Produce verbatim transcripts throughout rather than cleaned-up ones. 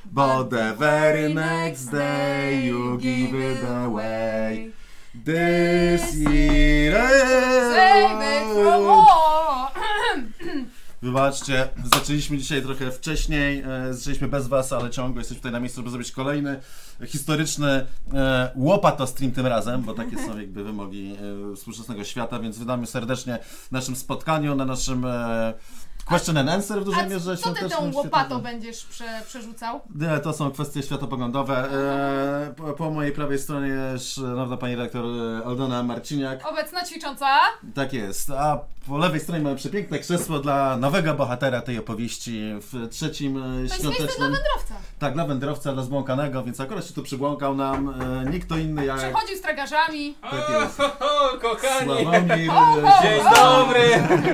but the very next day you give it away. This year, save it from all. Wybaczcie, zaczęliśmy dzisiaj trochę wcześniej, e, zaczęliśmy bez was, ale ciągle jesteśmy tutaj na miejscu, żeby zrobić kolejny historyczny e, łopato stream tym razem, bo takie są jakby wymogi e, współczesnego świata, więc witamy serdecznie w naszym spotkaniu, na naszym e, question and answer w dużej mierze świątecznym. Co ty tą łopatą będziesz prze, przerzucał? Nie, to są kwestie światopoglądowe. E, po, po mojej prawej stronie szanowna pani redaktor Aldona Marciniak. Obecna ćwicząca. Tak jest. A po lewej stronie mamy przepiękne krzesło dla nowego bohatera tej opowieści w trzecim to świątecznym... To jest dla wędrowca. Tak, dla wędrowca, dla zbłąkanego, więc akurat się tu przybłąkał nam e, nikt to inny jak... Przechodził z tragarzami. Tak jest. O, ho, ho, kochani! Sławomir... Ho, ho, Dzień ho. dobry!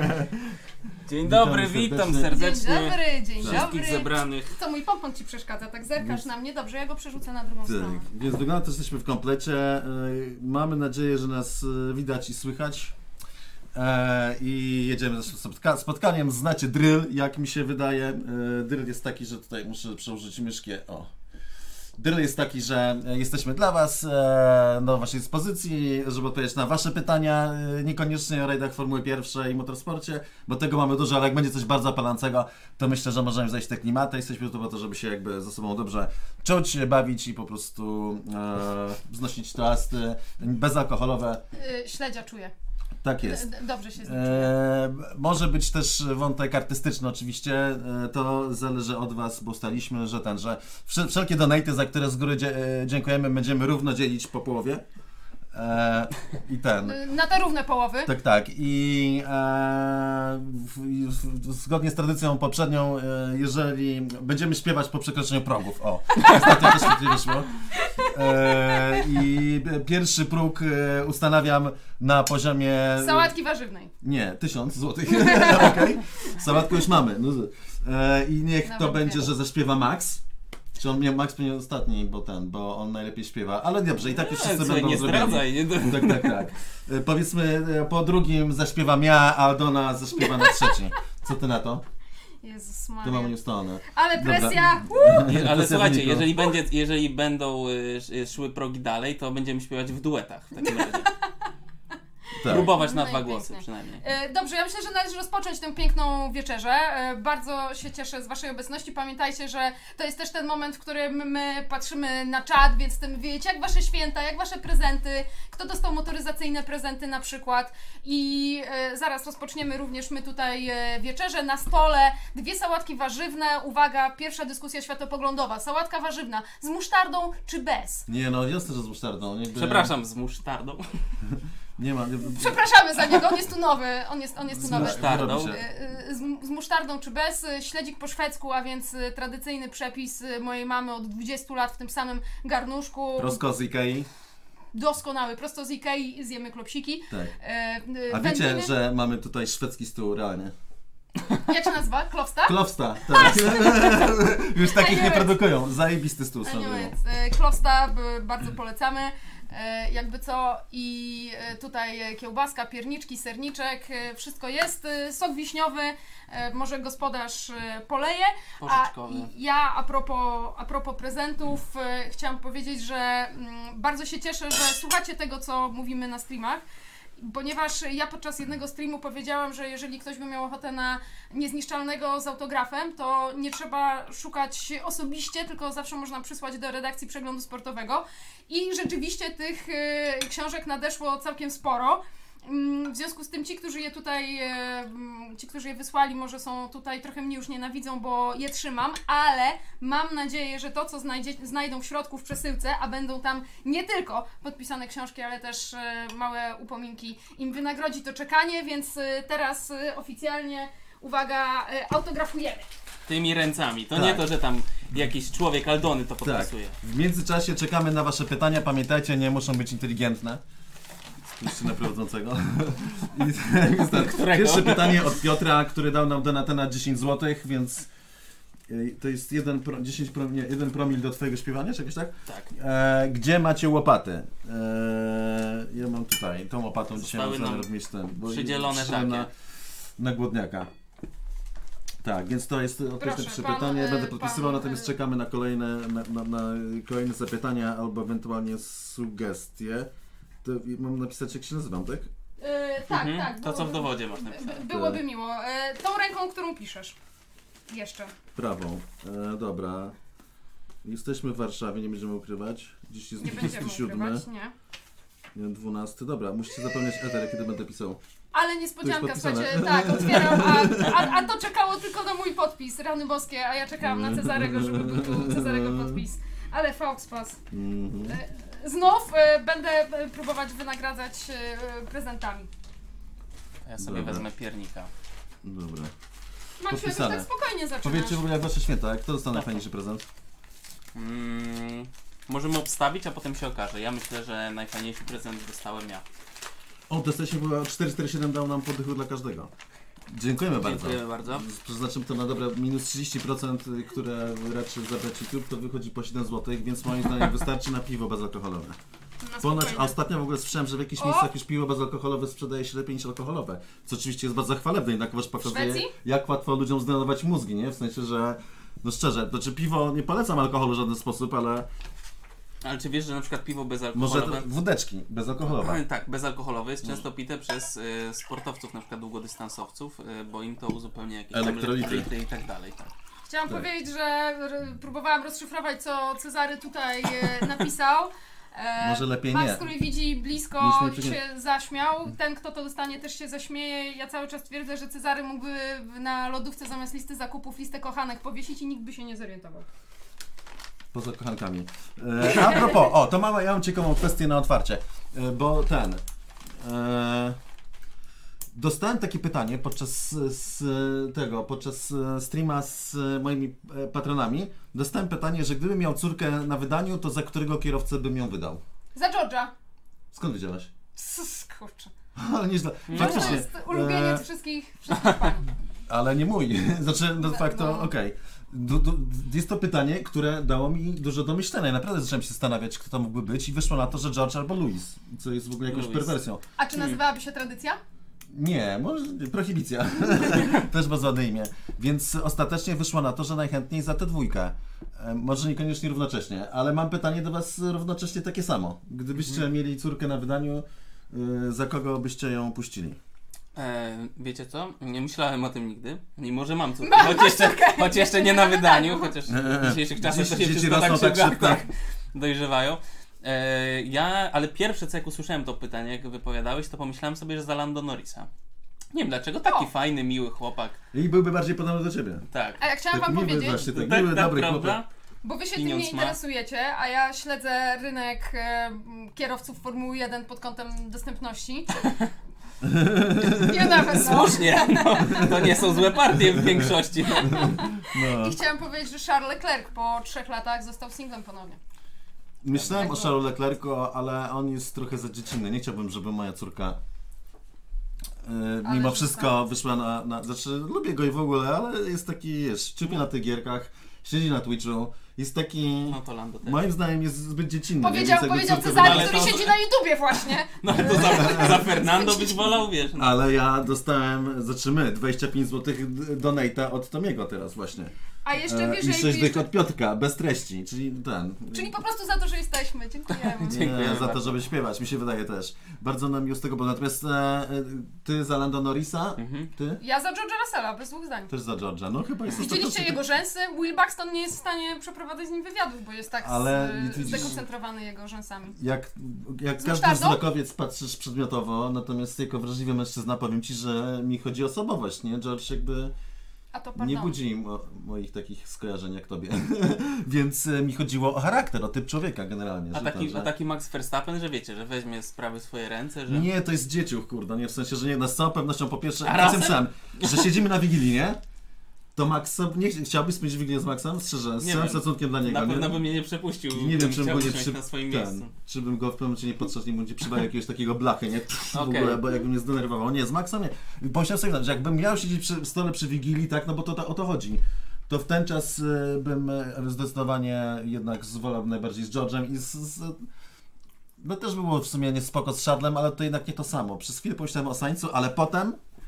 Dzień dobry, Witamy witam serdecznie. Dzień serdecznie dobry, dzień wszystkich dobry. zebranych. Co, mój pompon ci przeszkadza? Tak zerkasz Więc- na mnie? Dobrze, ja go przerzucę na drugą stronę. Tak, więc wygląda to, że jesteśmy w komplecie. E, mamy nadzieję, że nas e, widać i słychać. E, I jedziemy ze spotka- spotkaniem. Znacie drill, jak mi się wydaje. E, drill jest taki, że tutaj muszę przełożyć myszkę. O. Drill jest taki, że jesteśmy dla was e, do waszej dyspozycji, żeby odpowiedzieć na wasze pytania, e, niekoniecznie o rajdach Formuły pierwszej i motorsporcie, bo tego mamy dużo, ale jak będzie coś bardzo palącego, to myślę, że możemy zejść w te klimaty. Jesteśmy tu po to, żeby się jakby ze sobą dobrze czuć, bawić i po prostu e, wznosić toasty bezalkoholowe. Yy, śledzia czuję. Tak jest. D- Dobrze się z nim czuję. E, może być też wątek artystyczny oczywiście, e, to zależy od was, bo ustaliśmy, że ten, że wszel- wszelkie donaty, za które z góry dzie- e, dziękujemy, będziemy równo dzielić po połowie. E, I ten. Yy, Na te równe połowy. Tak, tak. I e, w, w, zgodnie z tradycją poprzednią, e, jeżeli będziemy śpiewać po przekroczeniu progów, o, ostatnio też świetnie wyszło. E, I pierwszy próg e, ustanawiam na poziomie... Sałatki warzywnej. Nie, tysiąc złotych. Okej. Sałatkę już mamy. No, e, I niech to Nawet będzie, wiele. że zaśpiewa Max. Czy on miał Max pewnie ostatni, bo ten, bo on najlepiej śpiewa. Ale dobrze, i tak już wszyscy Co, będą nie zrobieni. zdradzaj, nie? Tak, tak, tak. E, powiedzmy, e, po drugim zaśpiewam ja, a Aldona zaśpiewa na trzeci. Co ty na to? Jezus To Maria. mamy ustalone. Ale Dobra. presja! Nie, ale Presja słuchajcie, wynikła. jeżeli, będzie, jeżeli będą y, sz- szły progi dalej, to będziemy śpiewać w duetach w takim razie. Tak. Próbować na No i dwa pięknie. głosy przynajmniej. E, Dobrze, ja myślę, że należy rozpocząć tę piękną wieczerzę. E, Bardzo się cieszę z waszej obecności. Pamiętajcie, że to jest też ten moment, w którym my patrzymy na czat, więc chcemy wiedzieć, jak wasze święta, jak wasze prezenty, kto dostał motoryzacyjne prezenty na przykład. I e, zaraz rozpoczniemy również my tutaj e, wieczerzę. Na stole dwie sałatki warzywne. Uwaga, pierwsza dyskusja światopoglądowa. Sałatka warzywna z musztardą czy bez? Nie no, jasne, że z musztardą. Jakby... Przepraszam, z musztardą. Nie ma... Nie... Przepraszamy za niego, on jest tu nowy. On jest, on jest tu Z nowy. musztardą. wyrobi się. Y, y, Z, z musztardą czy bez, y, śledzik po szwedzku, a więc y, tradycyjny przepis y, mojej mamy od dwudziestu lat w tym samym garnuszku. Prosko z Ikei. Doskonały, prosto z Ikei zjemy klopsiki. Tak. Y, y, A wiecie, wędliny. że mamy tutaj szwedzki stół realnie? Jak się nazywa? Klowsta? Klowsta, tak. Już takich nie Aniołec. produkują. Zajebisty stół A sobie. nie, więc, y, Klowsta b- bardzo polecamy. E, jakby co i e, tutaj kiełbaska, pierniczki, serniczek, e, wszystko jest, e, sok wiśniowy, e, może gospodarz e, poleje, a Porzeczkowy. i ja a propos, a propos prezentów e, chciałam powiedzieć, że mm, bardzo się cieszę, że słuchacie tego, co mówimy na streamach. Ponieważ ja podczas jednego streamu powiedziałam, że jeżeli ktoś by miał ochotę na niezniszczalnego z autografem, to nie trzeba szukać osobiście, tylko zawsze można przysłać do redakcji przeglądu sportowego. I rzeczywiście tych y, książek nadeszło całkiem sporo. Mm, W związku z tym ci, którzy je tutaj, e, mm, ci, którzy je wysłali, może są tutaj trochę mnie już nienawidzą, bo je trzymam, ale mam nadzieję, że to, co znajdzie, znajdą w środku w przesyłce, a będą tam nie tylko podpisane książki, ale też e, małe upominki, im wynagrodzi to czekanie, więc e, teraz e, oficjalnie, uwaga, e, autografujemy. Tymi ręcami. To Tak. nie to, że tam jakiś człowiek Aldony to Tak. podpisuje. W międzyczasie czekamy na wasze pytania. Pamiętajcie, nie muszą być inteligentne. Spójrzcie na prowadzącego. I, więc tak, Którego? pierwsze pytanie od Piotra, który dał nam donatę na dziesięć złotych, więc y, to jest jeden, pro, dziesięć pro, nie, jeden promil do twojego śpiewania, czy jakoś tak? Tak. E, gdzie macie łopaty? E, ja mam tutaj, tą łopatą dzisiaj Zostały mam nam zamiar mieć ten, bo przydzielone przyszedłem takie. na, na głodniaka. Tak, więc to jest odpowiedź na Proszę, pierwsze pan, pytanie. e, Będę podpisywał, pan, natomiast e, czekamy na kolejne, na, na, na kolejne zapytania albo ewentualnie sugestie. To mam napisać, jak się nazywam, tak? E, tak, Mhm, tak. to, było- co w dowodzie masz napisane. by- Byłoby miło. E, tą ręką, którą piszesz. Jeszcze. Prawą. E, dobra. Jesteśmy w Warszawie, nie będziemy ukrywać. Dziś jest Nie będziemy dwudziesty siódmy, ukrywać, nie. dwunasty. Dobra, musicie zapełniać eter, kiedy będę pisał. Ale niespodzianka, To jest podpisane. słuchajcie, tak, otwieram, a, a, a to czekało tylko na mój podpis, rany boskie, a ja czekałam na Cezarego, żeby był tu Cezarego podpis. Ale Fauxpas. Mhm. E, Znów e, będę e, próbować wynagradzać e, prezentami. Ja sobie Dobra. wezmę piernika. Dobra. Maksiu, jakoś Podpisane. tak spokojnie zaczynasz. Powiedzcie w ogóle, jak wasze święta, kto dostał najfajniejszy prezent? Mm, możemy obstawić, a potem się okaże. Ja myślę, że najfajniejszy prezent dostałem ja. O, PlayStation była cztery cztery siedem dał nam poddychu dla każdego. Dziękujemy bardzo. Dziękujemy bardzo. Przeznaczam to na dobre minus trzydzieści procent, które raczy zabrać YouTube, to wychodzi po siedem złotych, więc moim zdaniem wystarczy na piwo bezalkoholowe. Na Ponoć, spokojnie. a ostatnio w ogóle słyszałem, że w jakichś O! miejscach już piwo bezalkoholowe sprzedaje się lepiej niż alkoholowe. Co oczywiście jest bardzo chwalebne, jednakowoż pokazuje, Szwecji? jak łatwo ludziom zdenerwować mózgi, nie? W sensie, że no szczerze, znaczy piwo, nie polecam alkoholu w żaden sposób, ale Ale czy wiesz, że na przykład piwo może bezalkoholowe... wódeczki bezalkoholowe. Tak, bezalkoholowe jest często pite przez y, sportowców, na przykład długodystansowców, y, bo im to uzupełnia jakieś tam Elektrolity. elektrolity i tak dalej. Tak. Chciałam Tak. powiedzieć, że r- próbowałam rozszyfrować, co Cezary tutaj e, napisał. E, Może lepiej Max, nie. który widzi blisko, Mieliśmy się przygnie- zaśmiał. Ten, kto to dostanie, też się zaśmieje. Ja cały czas twierdzę, że Cezary mógłby na lodówce zamiast listy zakupów listę kochanek powiesić i nikt by się nie zorientował. Poza kochankami. E, a propos, o, to mama, ja mam ciekawą kwestię na otwarcie, e, bo ten... E, dostałem takie pytanie podczas z, tego, podczas e, streama z e, moimi e, patronami. Dostałem pytanie, że gdybym miał córkę na wydaniu, to za którego kierowcę bym ją wydał? Za George'a. Skąd wiedziałaś? Sus, kurczę. Ale nieźle. No To Faktycznie. jest ulubieniec e, wszystkich, wszystkich pań. Ale nie mój. Znaczy, no de facto, No. okej. Du- du- Jest to pytanie, które dało mi dużo do myślenia. Naprawdę zacząłem się zastanawiać, kto to mógłby być i wyszło na to, że George albo Louis, co jest w ogóle jakąś Louis. perwersją. A czy nazywałaby się tradycja? Nie, może prohibicja. Też bardzo ładne imię. Więc ostatecznie wyszło na to, że najchętniej za tę dwójkę. E, Może niekoniecznie równocześnie, ale mam pytanie do Was równocześnie takie samo. Gdybyście Mhm. mieli córkę na wydaniu, y, za kogo byście ją puścili? E, wiecie co? Nie myślałem o tym nigdy, mimo że mam córkę, Ma- choć masz jeszcze, córkę, choć jeszcze nie na wydaniu, chociaż w dzisiejszych czasach to się Dzieci wszystko tak rosną tak szybko szybko. tak dojrzewają. E, ja, ale pierwsze co jak usłyszałem to pytanie, jak wypowiadałeś, to pomyślałem sobie, że za Lando Norrisa. Nie wiem dlaczego, taki O. fajny, miły chłopak. I byłby bardziej podobny do Ciebie. Tak. A ja chciałam wam miły powiedzieć, właśnie, tak, Tak, miły, tak, dobry prawda? chłopak. bo wy się tym Pieniądz nie ma. interesujecie, a ja śledzę rynek e, kierowców Formuły jeden pod kątem dostępności. Nie nawet no. Słusznie, no, to nie są złe partie w większości. No. I chciałam powiedzieć, że Charles Leclerc po trzech latach został singlem ponownie. Myślałem Tak o było. Charlesu Leclercu, ale on jest trochę za dziecinny. Nie chciałbym, żeby moja córka yy, Ale mimo że wszystko tak. wyszła na, na... Znaczy, lubię go i w ogóle, ale jest taki, wiesz, szczypie na tych gierkach, siedzi na Twitchu, jest taki... No to Lando też. Moim zdaniem jest zbyt dziecinny. Powiedział, więc jakby powiedział córkę Cezary, wydać- ale który to- siedzi na YouTubie właśnie. No to za, za Fernando byś wolał, wiesz. No. Ale ja dostałem, znaczy my, dwadzieścia pięć złotych donate'a od Tomiego teraz właśnie. A jeszcze E, wiesz, I że sześć dych jeszcze... od Piotrka, bez treści, czyli ten... Czyli po prostu za to, że jesteśmy. Dziękujemy. Nie, Dziękujemy za to, bardzo. żeby śpiewać, mi się wydaje też. Bardzo nam miło z tego, bo natomiast e, e, ty za Lando Norrisa, Mhm. ty Ja za George'a Russella, bez dwóch zdań. też za George'a. No chyba jest Widzieliście jego rzęsy? Will Buxton nie jest w stanie przeprowadzać z nim wywiadów, bo jest tak Ale z, widzisz- zdekoncentrowany jego rzęsami. Jak, jak Z każdy musztardą? wzrokowiec patrzysz przedmiotowo, natomiast jako wrażliwy mężczyzna powiem ci, że mi chodzi o osobowość, nie? George jakby A to pardon. nie budzi mo, moich takich skojarzeń jak tobie. Więc e, mi chodziło o charakter, o typ człowieka generalnie. A że taki, ten, że... a taki Max Verstappen, że wiecie, że weźmie sprawy w swoje ręce, że... Nie, to jest dzieciuch, kurde, nie? W sensie, że nie, no z całą pewnością po pierwsze, A ja jestem razem? sam, że siedzimy na Wigilii, nie? To Max, nie ch- chciałbyś spędzić Wigilię z Maxem? Szczerze, z Nie całym wiem. szacunkiem dla niego, Na pewno nie? by mnie nie przepuścił. Nie wiem, bym czy bym chciał go nie usiąść przy... na swoim ten, miejscu. czy bym go w pewnym momencie nie podczas nie będzie przydał jakiegoś takiego blachy, nie? W Okej. ogóle, bo jakby mnie zdenerwował. Nie, z Maxem nie. Pomyślałem sobie, że jakbym miał siedzieć przy stole przy Wigilii, tak, no bo to, to o to chodzi. To w ten czas y, bym y, zdecydowanie jednak zwolał najbardziej z George'em i z, z... No też by było w sumie nie spoko z Charlesem, ale to jednak nie to samo. Przez chwilę pomyślałem o Sainzu, ale potem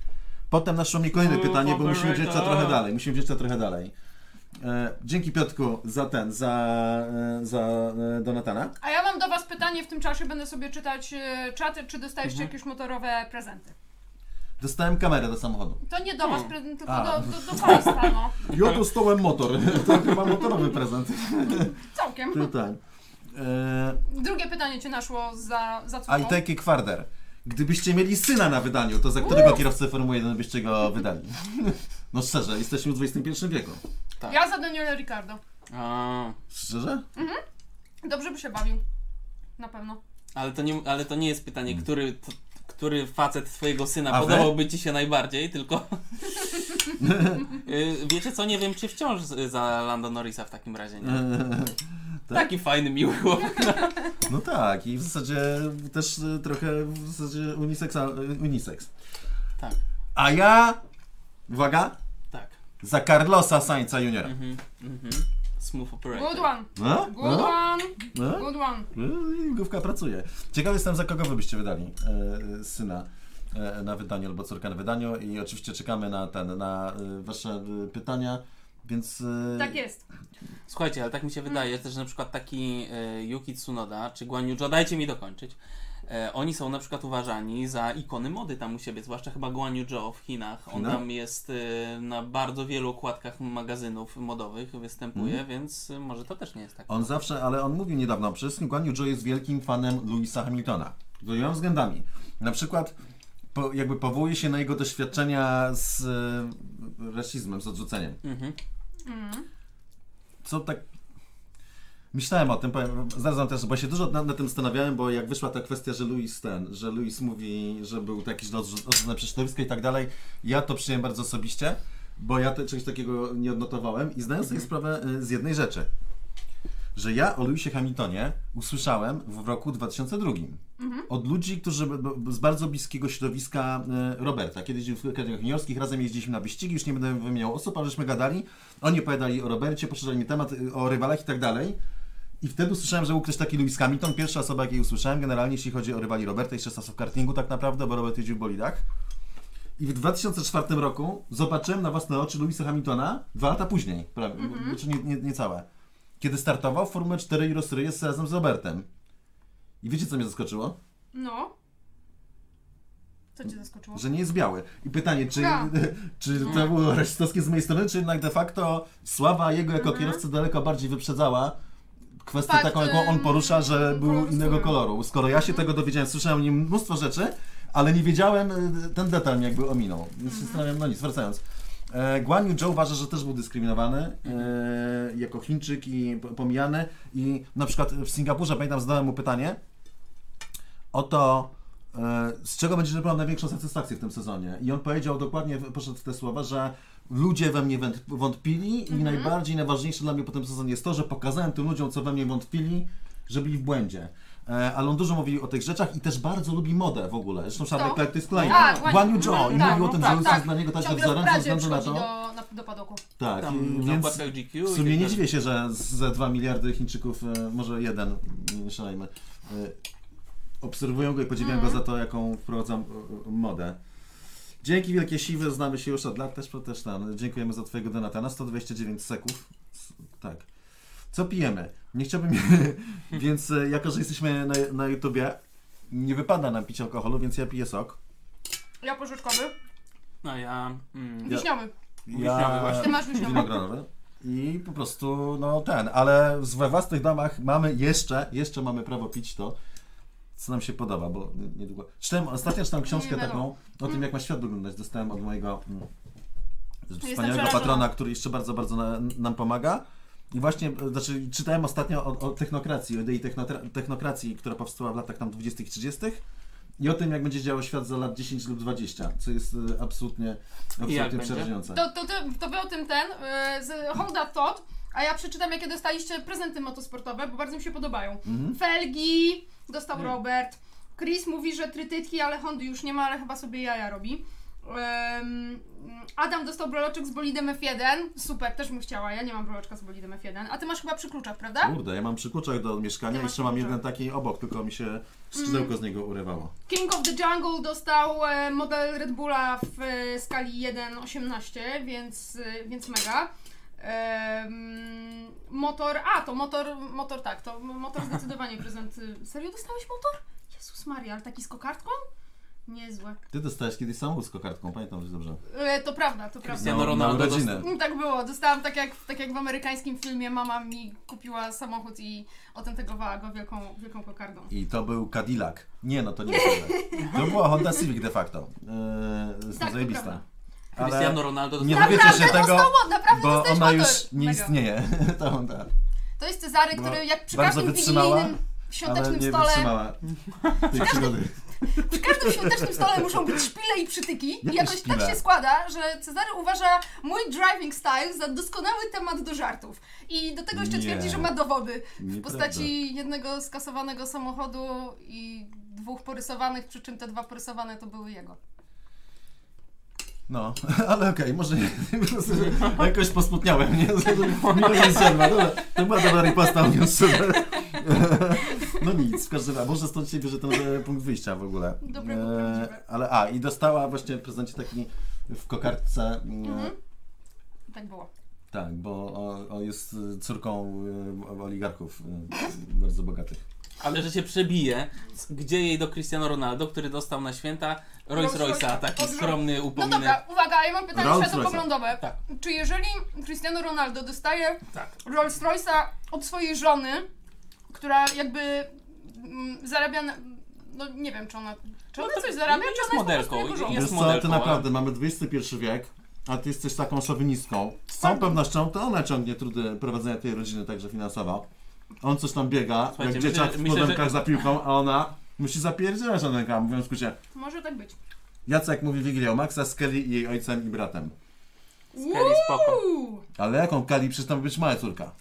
Potem naszło mi kolejne Smooth pytanie, bo musimy wziąć to operator. trochę dalej. Musimy wziąć to trochę dalej. E, dzięki Piotrku za ten, za, e, za e, Donatana. A ja mam do was pytanie, w tym czasie będę sobie czytać e, czaty, czy dostaliście Mhm. jakieś motorowe prezenty. Dostałem kamerę do samochodu. To nie do was, Hmm. pre- tylko A. do, do, do państwa, no. Ja dostałem motor. To chyba motorowy prezent. Całkiem. Tutaj. E, Drugie pytanie cię naszło za, za co? I take it further. Gdybyście mieli syna na wydaniu, to za którego kierowcę Formuły jeden byście go wydali? No szczerze, jesteśmy w dwudziestym pierwszym wieku. Tak. Ja za Daniela Ricciardo. A, Szczerze? Dobrze by się bawił. Na pewno. ale, to nie, ale to nie jest pytanie, który, t, który facet twojego syna A wy? podobałby ci się najbardziej, tylko... Y, Wiecie co, nie wiem, czy wciąż z- za Lando Norrisa w takim razie, nie? Tak? Taki fajny, miły chłopak. No tak, i w zasadzie też y, trochę w zasadzie uniseksa, y, unisex. Tak, A ja, uwaga, tak. za Carlosa Sainza juniora. Mhm, mhm. Smooth operator. Good one. No? Good No? one. No? Good one. No i Główka pracuje. Ciekawy jestem, za kogo wy byście wydali e, syna e, na wydaniu albo córkę na wydaniu i oczywiście czekamy na ten, na e, wasze e, pytania, więc... E, Tak jest. Słuchajcie, ale tak mi się wydaje też, że na przykład taki e, Yuki Tsunoda czy Guan Yu Zhou, dajcie mi dokończyć, e, oni są na przykład uważani za ikony mody tam u siebie, zwłaszcza chyba Guan Yu Zhou w Chinach. On Chinach? tam jest e, na bardzo wielu okładkach magazynów modowych występuje, Mhm. więc e, może to też nie jest tak. On zawsze, ale on mówił niedawno, przede wszystkim Guan Yu Zhou jest wielkim fanem Lewisa Hamiltona. Wieloma względami. Na przykład po, jakby powołuje się na jego doświadczenia z e, rasizmem, z odrzuceniem. Mhm. Mm. Co tak... Myślałem o tym, powiem, zaraz wam też, bo się dużo na, na tym zastanawiałem, bo jak wyszła ta kwestia, że Lewis ten, że Lewis mówi, że był taki źle odrzu- odrzucony przez środowisko i tak dalej, ja to przyjąłem bardzo osobiście, bo ja to, czegoś takiego nie odnotowałem i zdałem sobie Mhm. sprawę y, z jednej rzeczy, że ja o Lewisie Hamiltonie usłyszałem w roku dwa tysiące drugim Mhm. od ludzi, którzy b- b- z bardzo bliskiego środowiska y, Roberta. Kiedyś w kategoriach juniorskich razem jeździliśmy na wyścigi, już nie będę wymieniał osób, ale żeśmy gadali, oni opowiadali o Robercie, poszerzali mi temat, y, o rywalach i tak dalej. I wtedy usłyszałem, że był ktoś taki Lewis Hamilton, pierwsza osoba, jakiej usłyszałem, generalnie jeśli chodzi o rywali Roberta, jeszcze z czasów kartingu tak naprawdę, bo Robert jeździł w bolidach. I w dwa tysiące czwartym roku zobaczyłem na własne oczy Lewisa Hamiltona dwa lata później, prawie, Mhm. znaczy nie, nie, niecałe, kiedy startował w Formule cztery i Ross Reyes razem z Robertem. I wiecie, co mnie zaskoczyło? No. Co cię zaskoczyło? Że nie jest biały. I pytanie, czy, Ja. czy to było rasistowskie z mojej strony, czy jednak de facto sława jego jako Mhm. kierowcy daleko bardziej wyprzedzała kwestię Fakt, taką, jaką on porusza, że ym, był koloru innego skóry. koloru. Skoro ja się tego dowiedziałem, słyszałem o nim mnóstwo rzeczy, ale nie wiedziałem, y, ten detal mnie jakby ominął. Więc się Mhm. zastanawiam, no nic, wracając. E, Guan Yu Zhou uważa, że też był dyskryminowany e, jako Chińczyk i p- pomijany. I na przykład w Singapurze, pamiętam, zadałem mu pytanie o to, e, z czego będzie czerpał największą satysfakcję w tym sezonie. I on powiedział dokładnie, poszedł w te słowa, że ludzie we mnie węd- wątpili i Mhm. najbardziej, najważniejsze dla mnie po tym sezonie jest to, że pokazałem tym ludziom, co we mnie wątpili, że byli w błędzie. E, ale on dużo mówi o tych rzeczach i też bardzo lubi modę w ogóle. Zresztą Charles Kto? Leclerc to jest kolejny. A, Guan Yu Zhou. I tak, mówił o tym, tak, że Lewis tak. jest dla niego także Ciągle w wzorem ze Pradzie względu na przychodzi to. do, na, do padoku. Tak, Tam i, na więc okładkach G Q w i sumie tak nie dalej. dziwię się, że ze dwa miliardy Chińczyków, e, może jeden, nie szalejmy, e, obserwują go i podziwiają Mhm. go za to, jaką wprowadza e, modę. Dzięki wielkie Siwy, znamy się już od lat, też, też tam. Dziękujemy za twojego donata na sto dwadzieścia dziewięć seków. S- Tak. Co pijemy? Nie chciałbym, więc e, jako, że jesteśmy na, na YouTubie, nie wypada nam pić alkoholu, więc ja piję sok. Ja porzeczkowy. No ja... Mm, Ja- Wiśniowy. Wiśniowy właśnie. Ty masz wiśniowy. Winogronowy. I po prostu, no ten, ale w- we własnych domach mamy jeszcze, jeszcze mamy prawo pić to, co nam się podoba, bo nie- niedługo. Czytałem, ostatnio czytałem książkę Nie wiadomo. taką o tym, jak ma świat wyglądać. Dostałem od mojego mm, wspaniałego przerażona. patrona, który jeszcze bardzo, bardzo na, nam pomaga. I właśnie, e, znaczy czytałem ostatnio o, o technokracji, o idei technotra- technokracji, która powstała w latach tam dwudziestych i trzydziestych. I o tym, jak będzie działał świat za lat dziesięć lub dwadzieścia, co jest e, absolutnie, absolutnie będzie? przerażające. To, to, to, to wy o tym ten, y, z Hold That Thought, a ja przeczytam, jakie dostaliście prezenty motosportowe, bo bardzo mi się podobają. Mhm. Felgi dostał Mhm. Robert. Chris mówi, że trytytki, ale Hondy już nie ma, ale chyba sobie jaja robi. Um, Adam dostał breloczek z bolidem F jeden. Super, też bym chciała. Ja nie mam breloczka z bolidem F jeden. A ty masz chyba przy kluczach, prawda? Kurde, ja mam przy kluczach do mieszkania, Ty masz jeszcze mam klucze. jeden taki obok, tylko mi się skrzydełko mm. z niego urywało. King of the Jungle dostał e, model Red Bulla w e, skali jeden osiemnaście, więc, e, więc mega. Ehm, motor, a to motor, motor tak, to motor zdecydowanie prezent. Serio dostałeś motor? Jezus Maria, ale taki z kokardką? Niezłe. Ty dostałeś kiedyś samochód z kokardką, pamiętam, że dobrze. E, to prawda, to prawda. Cristiano Na, na Ronaldo urodzinę. dostał- Tak było, dostałam tak jak, tak jak w amerykańskim filmie, mama mi kupiła samochód i otętegowała go wielką, wielką kokardą. I to był Cadillac. Nie, no to nie jest To była Honda Civic de facto. Eee, jest Tak, to to zajebiste. prawda. Cristiano Ronaldo Nie dostał... dowiecie się Naprawdę tego, dostało, naprawdę bo dostałeś ona motor. już nie Mega. istnieje. Ta Honda. To jest Cezary, Była który jak przy bardzo każdym wytrzymała, wigilijnym Ale świątecznym nie stole, wytrzymała tej przygody. przy każdym świątecznym stole muszą być szpile i przytyki. I Jakie jakoś szpile? tak się składa, że Cezary uważa mój driving style za doskonały temat do żartów. I do tego jeszcze Nie. twierdzi, że ma dowody w Nieprawda. postaci jednego skasowanego samochodu i dwóch porysowanych, przy czym te dwa porysowane to były jego. No, ale okej, może nie, po prostu, że jakoś posmutniałem, nie? Miło nie zjadła, dobra, to była dobra riposta, mówiąc szczerze. No nic, w każdym razie, może stąd się bierze ten e, punkt wyjścia w ogóle. Dobre, bo prawdziwe. ale a, i dostała właśnie w prezencie taki w kokardce, e, Mhm. Tak było. tak, bo o, o jest córką e, oligarchów e, bardzo bogatych. Ale że się przebije, gdzie jej do Cristiano Ronaldo, który dostał na święta Rolls Rolls Royce'a, Royce'a. taki Dobrze. skromny No upominek. dobra, uwaga, ja mam pytanie Rolls światopoglądowe. Tak. Czy jeżeli Cristiano Ronaldo dostaje Tak. Rolls Royce'a od swojej żony, która jakby mm, zarabia, na, no nie wiem, czy ona, czy ona No to coś zarabia, jest czy ona modelką, jest po prostu jego jest Wiesz co, modelką, ty ale- naprawdę, mamy dwudziesty pierwszy wiek, a ty jesteś taką szowinistką. Z całą Pardon. pewnością to ona ciągnie trudy prowadzenia tej rodziny, także finansowo. On coś tam biega, Słuchajcie, jak myślę, dzieciak w myślę, pudełkach że- za piłką, a ona musi zapierdzielać na rękach, mówiąc w skrócie. Może tak być. Jacek mówi Wigilią Maxa z Kelly i jej ojcem i bratem. Kelly spoko. Uuu. Ale jaką Kelly? Przecież tam ma być mała córka.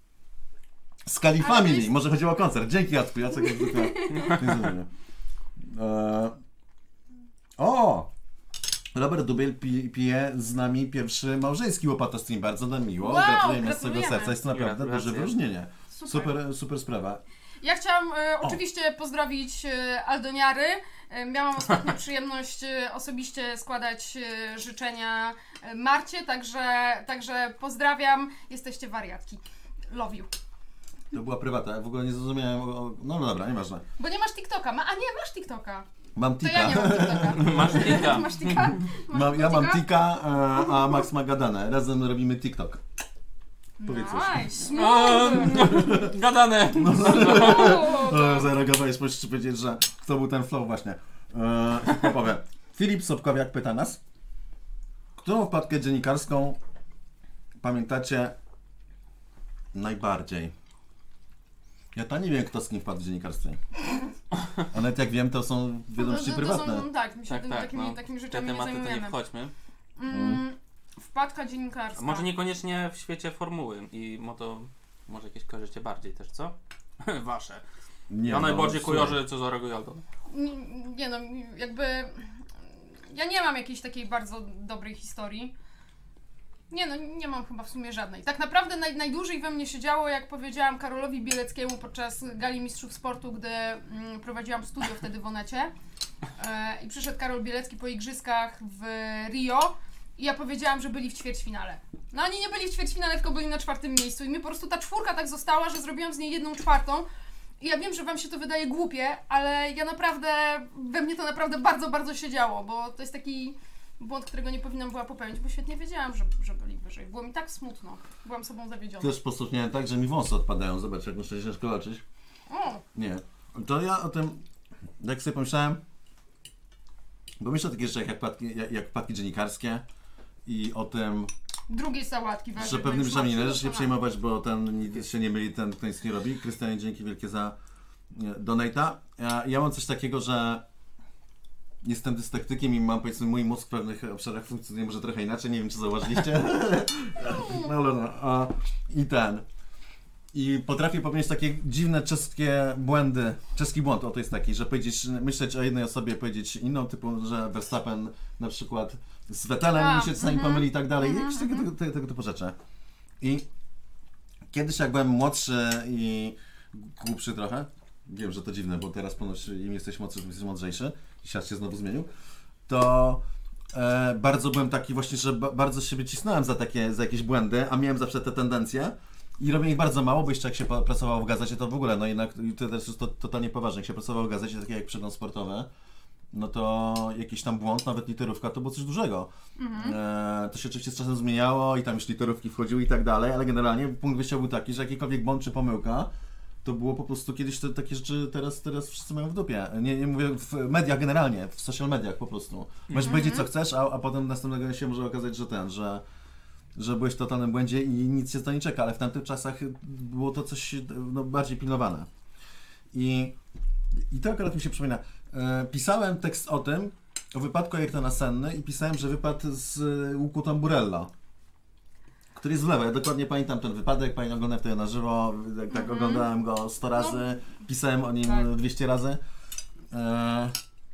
Z Kelly Ale Family, to jest- może chodziło o koncert. Dzięki Jacku, Jacek jak zwykle. nie zrozumie. Eee... O! Robert Dubiel pi- pije z nami pierwszy małżeński łopatostream. Bardzo nam miło. Wow, Gratulujemy z całego gratulujemy. serca. Jest to naprawdę duże Gratulacje. wyróżnienie. Super. Super, super sprawa. Ja chciałam e, O. oczywiście pozdrowić e, Aldoniary. E, miałam ostatnio przyjemność e, osobiście składać e, życzenia e, Marcie, także, także pozdrawiam. Jesteście wariatki. Love you. To była prywata. Ja w ogóle nie zrozumiałem. O... o- No, no dobra, nieważne. Bo nie masz TikToka. Ma, a nie, masz TikToka. Mam To tika. ja nie mam TikToka. Masz tika. Masz Tika? Masz Mam, ja mam Tika? tika, e, a Max ma gadanę. Razem robimy TikTok. Powiedz coś. Nice, smooth. Gadane. O, zareagowałeś, musisz powiedzieć, że to był ten flow właśnie. Eee, powiem. Filip Sobkowiak pyta nas, którą wpadkę dziennikarską pamiętacie najbardziej? Ja to nie wiem, kto z kim wpadł w dziennikarstwie. A nawet jak wiem, to są wiadomości To- to- to prywatne. są- Tak, my się Tak, tym, tak, takimi, no. takimi Te rzeczami nie tematy to nie zajmujemy. wchodźmy. Mm, wpadka dziennikarska. Może niekoniecznie w świecie formuły i moto, może jakieś kojarzycie bardziej też, co? Wasze. Nie, Ja no, najbardziej słuchaj. kojarzę Cezarego i Aldona. Nie, nie no, jakby ja nie mam jakiejś takiej bardzo dobrej historii. Nie no, nie mam chyba w sumie żadnej. Tak naprawdę naj, najdłużej we mnie siedziało, jak powiedziałam Karolowi Bieleckiemu podczas Gali Mistrzów Sportu, gdy mm, prowadziłam studio wtedy w Onecie. E, I przyszedł Karol Bielecki po igrzyskach w Rio i ja powiedziałam, że byli w ćwierćfinale. No oni nie byli w ćwierćfinale, tylko byli na czwartym miejscu i mi po prostu ta czwórka tak została, że zrobiłam z niej jedną czwartą. I ja wiem, że wam się to wydaje głupie, ale ja naprawdę, we mnie to naprawdę bardzo, bardzo siedziało, bo to jest taki błąd, którego nie powinnam była popełnić, bo świetnie wiedziałam, że, że byli wyżej. Było mi tak smutno. Byłam sobą zawiedziona. Też posłuchałem tak, że mi wąsy odpadają. Zobacz, jak muszę się ciężko leczyć. O, Nie. To ja o tym, jak sobie pomyślałem, bo myślę o takich rzeczach jak wpadki, jak, jak wpadki dziennikarskie i o tym, drugiej sałatki. że właśnie, pewnymi bo rzeczami nie już należy się mam przejmować, bo ten nic się nie myli, ten kto nic nie robi. Krystianie, dzięki wielkie za nie, donate'a. Ja, ja mam coś takiego, że jestem dystektykiem i mam, powiedzmy, mój mózg w pewnych obszarach funkcjonuje może trochę inaczej, nie wiem czy zauważyliście. No ale no, a, i ten. I potrafię popełnić takie dziwne czeskie błędy. Czeski błąd, o to jest taki, że powiedzieć, myśleć o jednej osobie, powiedzieć inną, typu, że Verstappen na przykład z Vettelem A, mi się czasami mhm. pomyli i tak dalej. I Mhm, jakieś tego, mhm. tego, tego typu rzeczy. I kiedyś jak byłem młodszy i głupszy trochę, wiem, że to dziwne, bo teraz ponoć im jesteś młodszy, to jesteś mądrzejszy i świat się znowu zmienił, to e, bardzo byłem taki właśnie, że ba bardzo się wycisnąłem za takie, za jakieś błędy, a miałem zawsze te tendencje i robię ich bardzo mało, bo jeszcze jak się pracowało w gazecie, to w ogóle, no jednak to też jest to, totalnie poważne, jak się pracowało w gazecie, takie jak przegląd sportowy, no to jakiś tam błąd, nawet literówka, to było coś dużego. Mhm. E, to się oczywiście z czasem zmieniało i tam już literówki wchodziły i tak dalej, ale generalnie punkt wyjścia był taki, że jakikolwiek błąd czy pomyłka, to było po prostu kiedyś to, takie rzeczy teraz, teraz wszyscy mają w dupie. Nie, nie mówię w mediach generalnie, w social mediach po prostu. Możesz powiedzieć co chcesz, a, a potem następnego dnia się może okazać, że ten, że, że byłeś w totalnym błędzie i nic się to nie czeka, ale w tamtych czasach było to coś no, bardziej pilnowane. I, I to akurat mi się przypomina. E, pisałem tekst o tym, o wypadku Ayrtona Senny i pisałem, że wypadł z łuku Tamburella, który jest w lewo. Ja dokładnie pamiętam ten wypadek, pamiętam, oglądałem to na żywo, tak, tak Mhm. oglądałem go sto razy, pisałem o nim Tak. dwieście razy. E,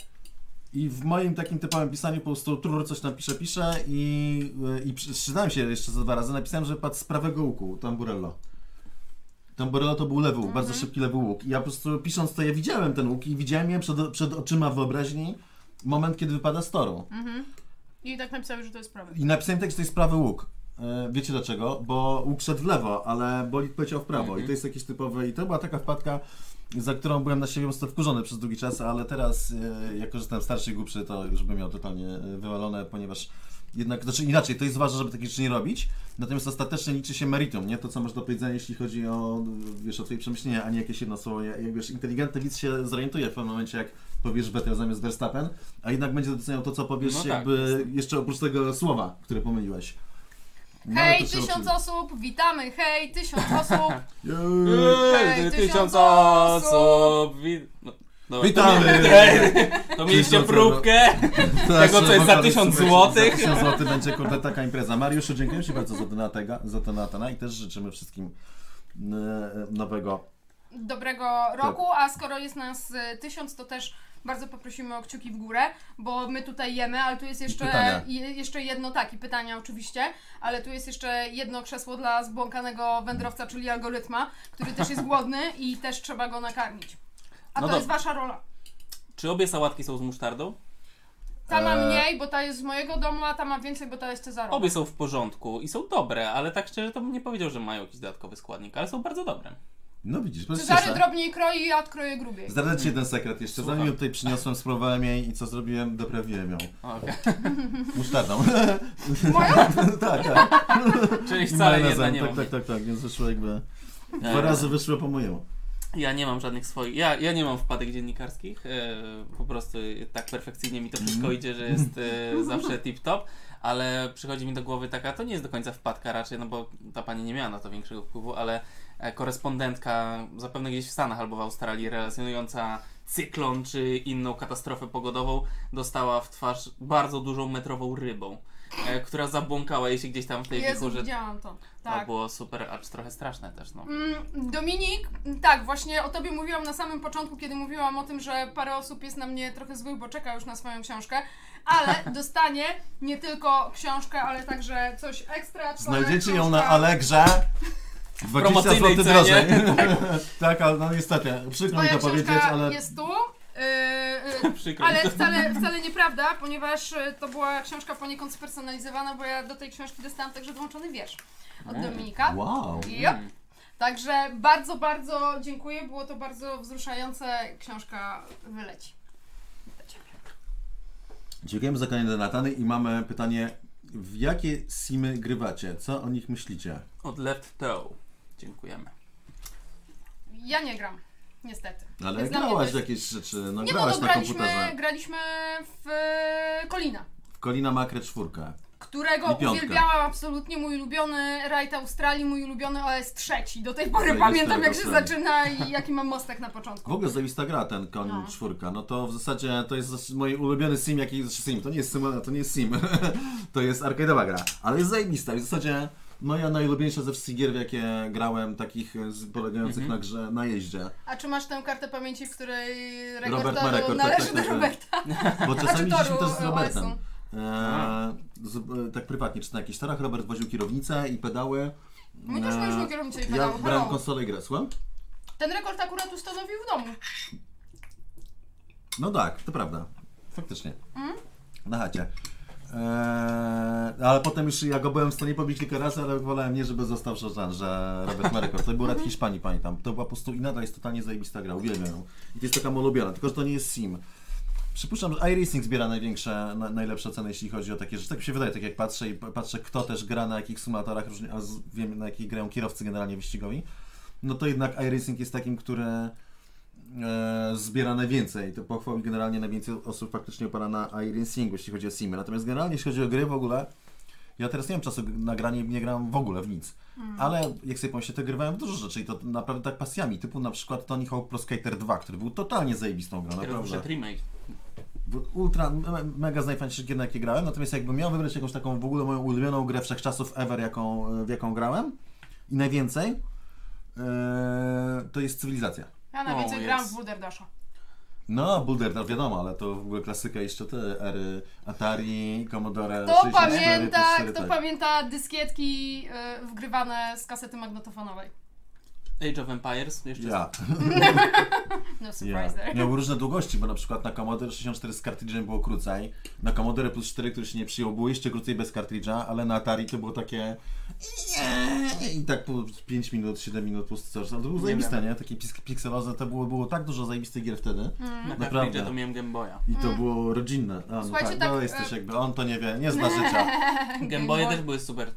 I w moim takim typowym pisaniu po prostu trur coś tam piszę, piszę i, i czytałem się jeszcze za dwa razy, napisałem, że wypadł z prawego łuku Tamburello. Tamburello to był lewy łuk, Mhm. bardzo szybki lewy łuk. I ja po prostu pisząc to, ja widziałem ten łuk i widziałem je przed, przed oczyma wyobraźni moment, kiedy wypada z toru. Mhm. I tak napisałeś, że to jest prawy. I napisałem tak, że to jest prawy łuk. E, Wiecie dlaczego? Bo łuk szedł w lewo, ale bolid poleciał w prawo. Mhm. I to jest jakieś typowe... I to była taka wpadka, za którą byłem na siebie mocno wkurzony przez długi czas, ale teraz, e, jako że jestem starszy i głupszy, to już bym miał totalnie e, wywalone, ponieważ jednak, znaczy inaczej, to jest ważne, żeby takie rzeczy nie robić, natomiast ostatecznie liczy się meritum, nie? To, co masz do powiedzenia, jeśli chodzi o, wiesz, o twoje przemyślenia, a nie jakieś jedno słowo. Jak, jak wiesz, inteligentny widz się zorientuje w pewnym momencie, jak powiesz Vettel zamiast Verstappen, a jednak będzie doceniał to, co powiesz, No tak, jakby jeszcze oprócz tego słowa, które pomyliłeś. No, ale Hej, to trzeba tysiąc uczyć. osób, witamy, hej, tysiąc osób. Jej. Hej, Ej, tysiąc tysiąc osób! osób! Wi- no, dobra, Witamy! To, to mieliście Tysiąc próbkę Teraz tego, co jest za wokalist, tysiąc słuchajcie, złotych. Za tysiąc złotych będzie kurde taka impreza. Mariuszu, dziękuję Ci bardzo za Donatega, za Donatana i też życzymy wszystkim e, nowego. Dobrego roku, a skoro jest nas y, tysiąc, to też bardzo poprosimy o kciuki w górę, bo my tutaj jemy, ale tu jest jeszcze, pytania. je, jeszcze jedno, tak, i pytania oczywiście, ale tu jest jeszcze jedno krzesło dla zbłąkanego wędrowca, czyli algorytma, który też jest głodny i też trzeba go nakarmić. A No to dobrze. jest wasza rola. Czy obie sałatki są z musztardą? Ta ma Eee. mniej, bo ta jest z mojego domu, a ta ma więcej, bo ta jest cezarowa. Obie są w porządku i są dobre, ale tak szczerze to bym nie powiedział, że mają jakiś dodatkowy składnik, ale są bardzo dobre. No widzisz, bo się Cezary cieszę. drobniej kroi, ja odkroję grubiej. Zdradzę Ci jeden sekret jeszcze. Słucham. Zanim ją tutaj przyniosłem, spróbowałem jej i co zrobiłem? Doprawiłem ją. Okay. Musztardą. Moją? tak, tak. Czyli I wcale nie, majonezem. nie tak, mam. tak, tak, tak, więc wyszło jakby... Dwa Eee. razy wyszło po mojemu. Ja nie mam żadnych swoich, ja, ja nie mam wpadek dziennikarskich, e, po prostu tak perfekcyjnie mi to wszystko Mm. idzie, że jest e, zawsze tip-top, ale przychodzi mi do głowy taka, to nie jest do końca wpadka raczej, no bo ta pani nie miała na to większego wpływu, ale e, korespondentka zapewne gdzieś w Stanach albo w Australii relacjonująca cyklon czy inną katastrofę pogodową dostała w twarz bardzo dużą metrową rybą, e, która zabłąkała jej się gdzieś tam w tej Jezu, wichurze. widziałam to. To Tak. było super, acz trochę straszne też, no. Mm, Dominik, tak, właśnie o tobie mówiłam na samym początku, kiedy mówiłam o tym, że parę osób jest na mnie trochę złych, bo czeka już na swoją książkę, ale dostanie nie tylko książkę, ale także coś ekstra. Znajdziecie ją książka- na Allegrze. dwadzieścia promocyjnej złotych cenie. drożej. tak, ale no niestety, przykro mi Moja to powiedzieć, książka ale... jest tu. Yy, yy, Przykro mi ale to. wcale, wcale nieprawda, ponieważ y, to była książka poniekąd spersonalizowana, bo ja do tej książki dostałam także dołączony wiersz od Mm. Dominika. Wow. Yep. Mm. Także bardzo, bardzo dziękuję, było to bardzo wzruszające, książka wyleci. Do ciebie. Dziękujemy za kolejne donatany i mamy pytanie, w jakie simy grywacie? Co o nich myślicie? Od Left Toe. Dziękujemy. Ja nie gram, niestety. Ale Więc dla mnie grałaś to w jest- jakieś rzeczy, no Nie, no, grałaś no na graliśmy, komputerze. graliśmy w Kolina, W Kolina Makrę czwórkę. którego I piątkę. uwielbiałam absolutnie, mój ulubiony rajd Australii, mój ulubiony O S trzeci. Do tej pory Zajebisty pamiętam, rajd jak się Australii. zaczyna i jaki mam mostek na początku. W ogóle zajebista gra ten Koń No. czwórka. No to w zasadzie to jest mój ulubiony sim, jaki znaczy sim. To nie jest sim, to nie jest sim. to jest arcade'owa gra. Ale jest zajebista. I w zasadzie moja najulubieńsza ze wszystkich gier, w jakie grałem, takich z, polegających Mhm. na grze, na jeździe. A czy masz tę kartę pamięci, w której Robert rekord ma toru rekord, należy tak, do tak, tak. Roberta? Bo czasami Znaczy jeździliśmy toru też z Robertem. O S U. Eee, z, tak prywatnie, czy na jakichś torach. Robert woził kierownicę i pedały. My też Eee, mieliśmy kierownicę i Ja pedały. brałem Hello. konsolę i grę, słucham? Ten rekord akurat ustanowił w domu. No tak, to prawda. Faktycznie. Mm? Na chacie. Eee, ale potem już ja go byłem w stanie pobić kilka razy, ale wolałem nie, żeby został Shazam, że Robert ma rekord. To był Red Hiszpanii, pamiętam. To była po prostu i nadal jest totalnie zajebista gra, uwielbiam ją. I to jest taka ulubiona, tylko że to nie jest sim. Przypuszczam, że iRacing zbiera największe, na, najlepsze ceny, jeśli chodzi o takie rzeczy. Tak mi się wydaje, tak jak patrzę i p- patrzę, kto też gra na jakich symulatorach, różnie, a z, wiem na jakich grają kierowcy generalnie wyścigowi, no to jednak iRacing jest takim, który e, zbiera najwięcej. To pochwał i generalnie najwięcej osób faktycznie opala na iRacingu, jeśli chodzi o simy. Natomiast generalnie, jeśli chodzi o gry w ogóle, ja teraz nie mam czasu na granie, nie gram w ogóle w nic. Mm. Ale jak sobie pomyślę, to grywałem w dużo rzeczy i to naprawdę tak pasjami, typu na przykład Tony Hawk Pro Skater dwa, który był totalnie zajebistą grą, Teraz naprawdę. wyszedł remake. Ultra, me- mega z najfajniejszych gier, na jakie grałem, natomiast jakbym miał wybrać jakąś taką w ogóle moją ulubioną grę wszechczasów ever, jaką, w jaką grałem i najwięcej, yy, to jest Cywilizacja. Ja najwięcej O, gram jest. w Boulder Dasha. No, Boulder, to wiadomo, ale to w ogóle klasyka jeszcze te ery Atari, Commodore Kto sześćdziesiąt cztery, pamięta, plus cztery, kto tak. pamięta dyskietki y, wgrywane z kasety magnetofonowej? Age of Empires jeszcze Ja. No Ja. surprise there. Miał różne długości, bo na przykład na Commodore sześćdziesiąt cztery z kartridżem było krócej, na Commodore plus cztery, który się nie przyjął, było jeszcze krócej bez kartridża, ale na Atari to było takie i tak po pięć minut, siedem minut pusty cały czas. Ale to było Nie zajebiste, nie? Takie pix- pikselowe, to było, było tak dużo zajebistych gier wtedy. Mm. Na Naprawdę. kartridże to miałem Game Boya. I to było rodzinne. A, no Słuchajcie, tak, tak, no e- jesteś jakby, on to nie wie, nie zna życia. Game Boye też były super.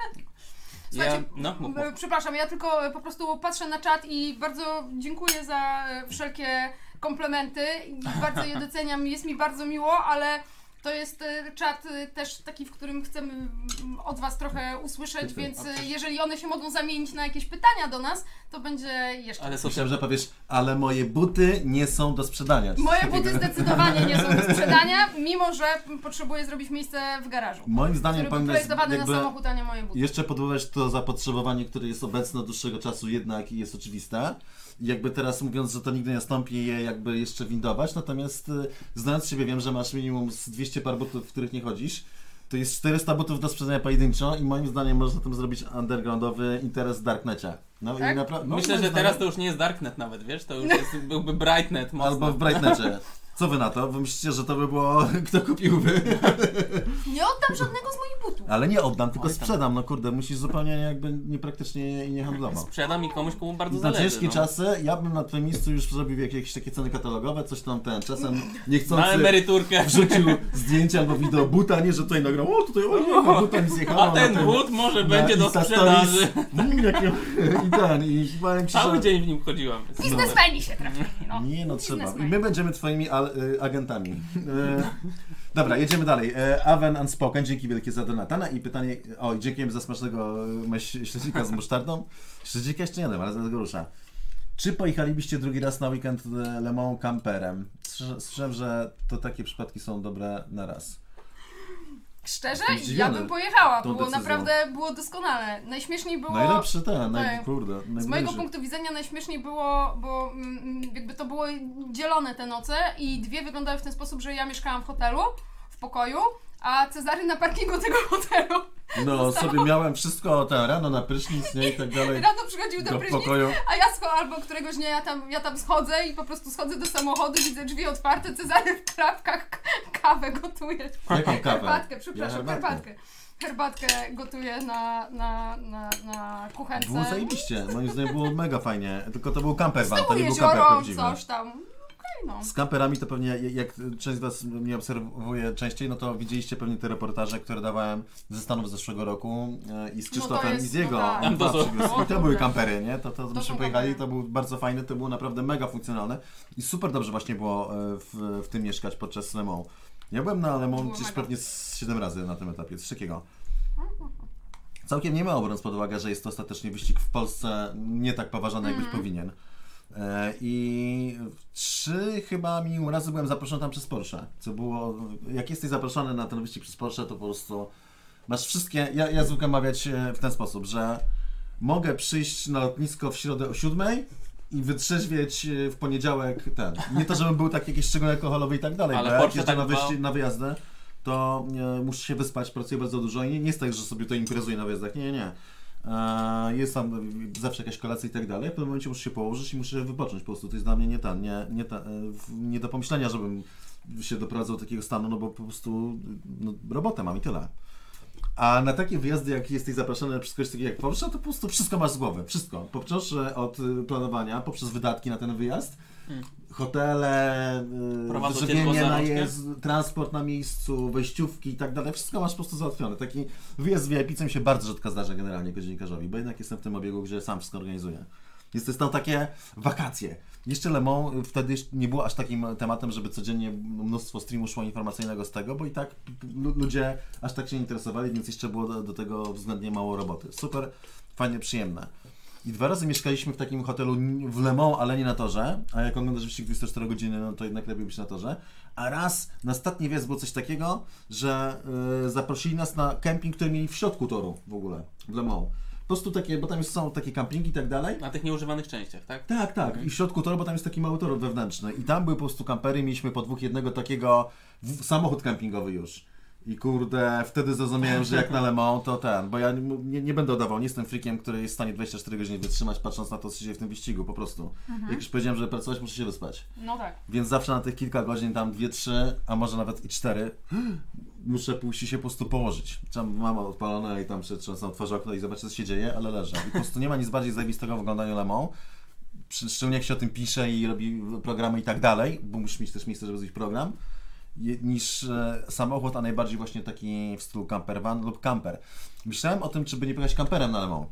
Ja, Słuchajcie, no, mów, mów. E, Przepraszam, ja tylko e, po prostu patrzę na czat i bardzo dziękuję za e, wszelkie komplementy i bardzo je doceniam, jest mi bardzo miło, ale to jest e, czat e, też taki, w którym chcemy mm, od Was trochę usłyszeć, więc e, jeżeli one się mogą zamienić na jakieś pytania do nas, to będzie jeszcze. Ale są Myślałem, że powiesz, ale moje buty nie są do sprzedania. Moje buty zdecydowanie nie są do sprzedania, mimo że potrzebuję zrobić miejsce w garażu, Moim zdaniem który był powinien projektowany jakby na samochód, a nie moje buty. jeszcze podbudować to zapotrzebowanie, które jest obecne od dłuższego czasu jednak i jest oczywiste. I jakby teraz mówiąc, że to nigdy nie nastąpi, je jakby jeszcze windować, natomiast y, znając siebie wiem, że masz minimum z dwieście par butów, w których nie chodzisz. To jest czterysta butów do sprzedania pojedynczo i moim zdaniem można tym zrobić undergroundowy interes w Darknecie. No Tak? i naprawdę. Myślę, że teraz to już nie jest Darknet nawet, wiesz? To już jest, byłby Brightnet mocno. Albo w Brightnecie. Co wy na to? Wy myślicie, że to by było, kto kupiłby? Nie oddam żadnego z moich butów. Ale nie oddam, tylko Oj tam. sprzedam. No kurde, musisz zupełnie jakby niepraktycznie i nie handlował. Sprzedam i komuś, komu bardzo I na zależy. ciężkie no. czasy ja bym na twoim miejscu już zrobił jakieś takie ceny katalogowe, coś tam ten, czasem Na niechcący emeryturkę. wrzucił zdjęcie albo wideo buta, nie, że tutaj nagrał, o tutaj, o nie, buta mi zjechało. A ten na but może na będzie do Insta sprzedaży. Stories. Mm, jakie- I ten, i powiem ci, Cały że... dzień w nim chodziłam. Biznesmeni się trafili, no. Nie no, trzeba. I Biznesmeni. my będziemy twoimi al, y, agentami. E, dobra, jedziemy dalej. E, Aven Unspoken, dzięki wielkie za donatana i pytanie, oj, dziękujemy za smacznego y, myśl- śledzika z musztardą. Śledzika jeszcze nie jadłem, ale zaraz go rusza. Czy pojechalibyście drugi raz na weekend e, Le Mans camperem? Słysza- Słyszałem, że to takie przypadki są dobre na raz. Szczerze, Jestem ja zdziwiony bym pojechała, tą było decyzją. naprawdę, było doskonale. Najśmieszniej było... Najlepszy ten, naj, tak. kurde, Z mojego najbliżej. punktu widzenia najśmieszniej było, bo mm, jakby to było dzielone te noce i dwie wyglądały w ten sposób, że ja mieszkałam w hotelu, w pokoju, a Cezary na parkingu tego hotelu. No, sobie miałem wszystko ten, rano na prysznic, nie, i tak dalej. Rano przychodził do Do prysznic, pokoju. a ja scho- albo któregoś dnia ja tam, ja tam schodzę i po prostu schodzę do samochodu, widzę drzwi otwarte, Cezary w klapkach k- kawę gotuje. Jaką kawę? Herbatkę, przepraszam, Ja herbatkę. herbatkę. Herbatkę gotuje na, na, na, na kuchence. Było zajebiście, moim zdaniem było mega fajnie, tylko to był camper Z van, to tyłu nie był camper jezioro, prawdziwy. coś tam. Okej, no. Z kamperami to pewnie, jak część z Was mnie obserwuje częściej, no to widzieliście pewnie te reportaże, które dawałem ze Stanów z zeszłego roku e, i z No to Krzysztofem jest- i z jego. no tak. Tam to są- I to były kampery, nie? To, to, To myśmy są pojechali, kampery. to był bardzo fajny, to było naprawdę mega funkcjonalne i super dobrze właśnie było e, w, w tym mieszkać podczas Le Mans. Ja byłem na Le Mans Było gdzieś mega. pewnie z siedem razy na tym etapie, coś takiego. Całkiem nie mało, biorąc pod uwagę, że jest to ostatecznie wyścig w Polsce nie tak poważany, jakbyś Mhm. powinien. E, I trzy chyba minimum razy byłem zaproszony tam przez Porsche, co było, jak jesteś zaproszony na ten wyścig przez Porsche, to po prostu Masz wszystkie, ja, ja zwykle mawiać e, w ten sposób, że mogę przyjść na lotnisko w środę o siódmej i wytrzeźwieć e, w poniedziałek ten. Nie to, żebym był taki jakiś szczególnie alkoholowy i tak dalej, Ale bo jak Porsche jeżdżę tak na, dbał. wyjście, na wyjazdy, to e, muszę się wyspać, pracuję bardzo dużo i nie, nie jest tak, że sobie to imprezuję na wyjazdach, nie, nie, nie. E, jest tam zawsze jakaś kolacja i tak dalej, w pewnym momencie muszę się położyć i muszę wypocząć po prostu, to jest dla mnie nie ten, nie, nie, ta, e, w- nie do pomyślenia, żebym się doprowadzał do takiego stanu, no bo po prostu no, robotę mam i tyle. A na takie wyjazdy, jak jesteś zapraszany przez kogoś takiego jak Porsche, to po prostu wszystko masz z głowy. Wszystko. Począwszy od y, planowania, poprzez wydatki na ten wyjazd, Hmm. hotele, y, Prowadzą cię wyżywienie, tylko za najazd, transport na miejscu, wejściówki i tak dalej. Wszystko masz po prostu załatwione. Taki wyjazd z V I P mi się bardzo rzadko zdarza generalnie jako dziennikarzowi, bo jednak jestem w tym obiegu, gdzie sam wszystko organizuję. Jest to są takie wakacje. Jeszcze Le Mans wtedy nie było aż takim tematem, żeby codziennie mnóstwo streamu szło informacyjnego z tego, bo i tak lu- ludzie aż tak się nie interesowali, więc jeszcze było do, do tego względnie mało roboty. Super, fajnie, przyjemne. I dwa razy mieszkaliśmy w takim hotelu w Le Mans, ale nie na torze, a jak oglądasz wyścig dwadzieścia cztery godziny, no to jednak lepiej być na torze. A raz na ostatni wjazd było coś takiego, że yy, zaprosili nas na kemping, który mieli w środku toru w ogóle, w Le Mans. Po prostu takie, bo tam jest, są takie kampingi i tak dalej. Na tych nieużywanych częściach, tak? Tak, tak. I w środku toru, bo tam jest taki mały tor wewnętrzny. I tam były po prostu kampery, mieliśmy po dwóch jednego takiego w, samochód kempingowy już. I kurde, wtedy zrozumiałem, że jak na Le Mans, to ten, bo ja nie, nie, nie będę udawał, nie jestem freakiem, który jest w stanie dwadzieścia cztery godziny wytrzymać, patrząc na to, co się dzieje w tym wyścigu, po prostu. Jak już powiedziałem, że pracować, muszę się wyspać. No tak. Więc zawsze na tych kilka godzin, tam dwie, trzy, a może nawet i cztery, muszę pójść i się po prostu położyć. Tam mama odpalona i tam się trzęsą, otworzę okno i zobaczę, co się dzieje, ale leżę. I po prostu nie ma nic bardziej zajebistego w oglądaniu Le Mans. Przy- Szczególnie jak się o tym pisze i robi programy i tak dalej, bo musisz mieć też miejsce, żeby zrobić program, je- niż e, samochód, a najbardziej właśnie taki w stylu camper van lub camper. Myślałem o tym, czy by nie pojechać camperem na Le Mans.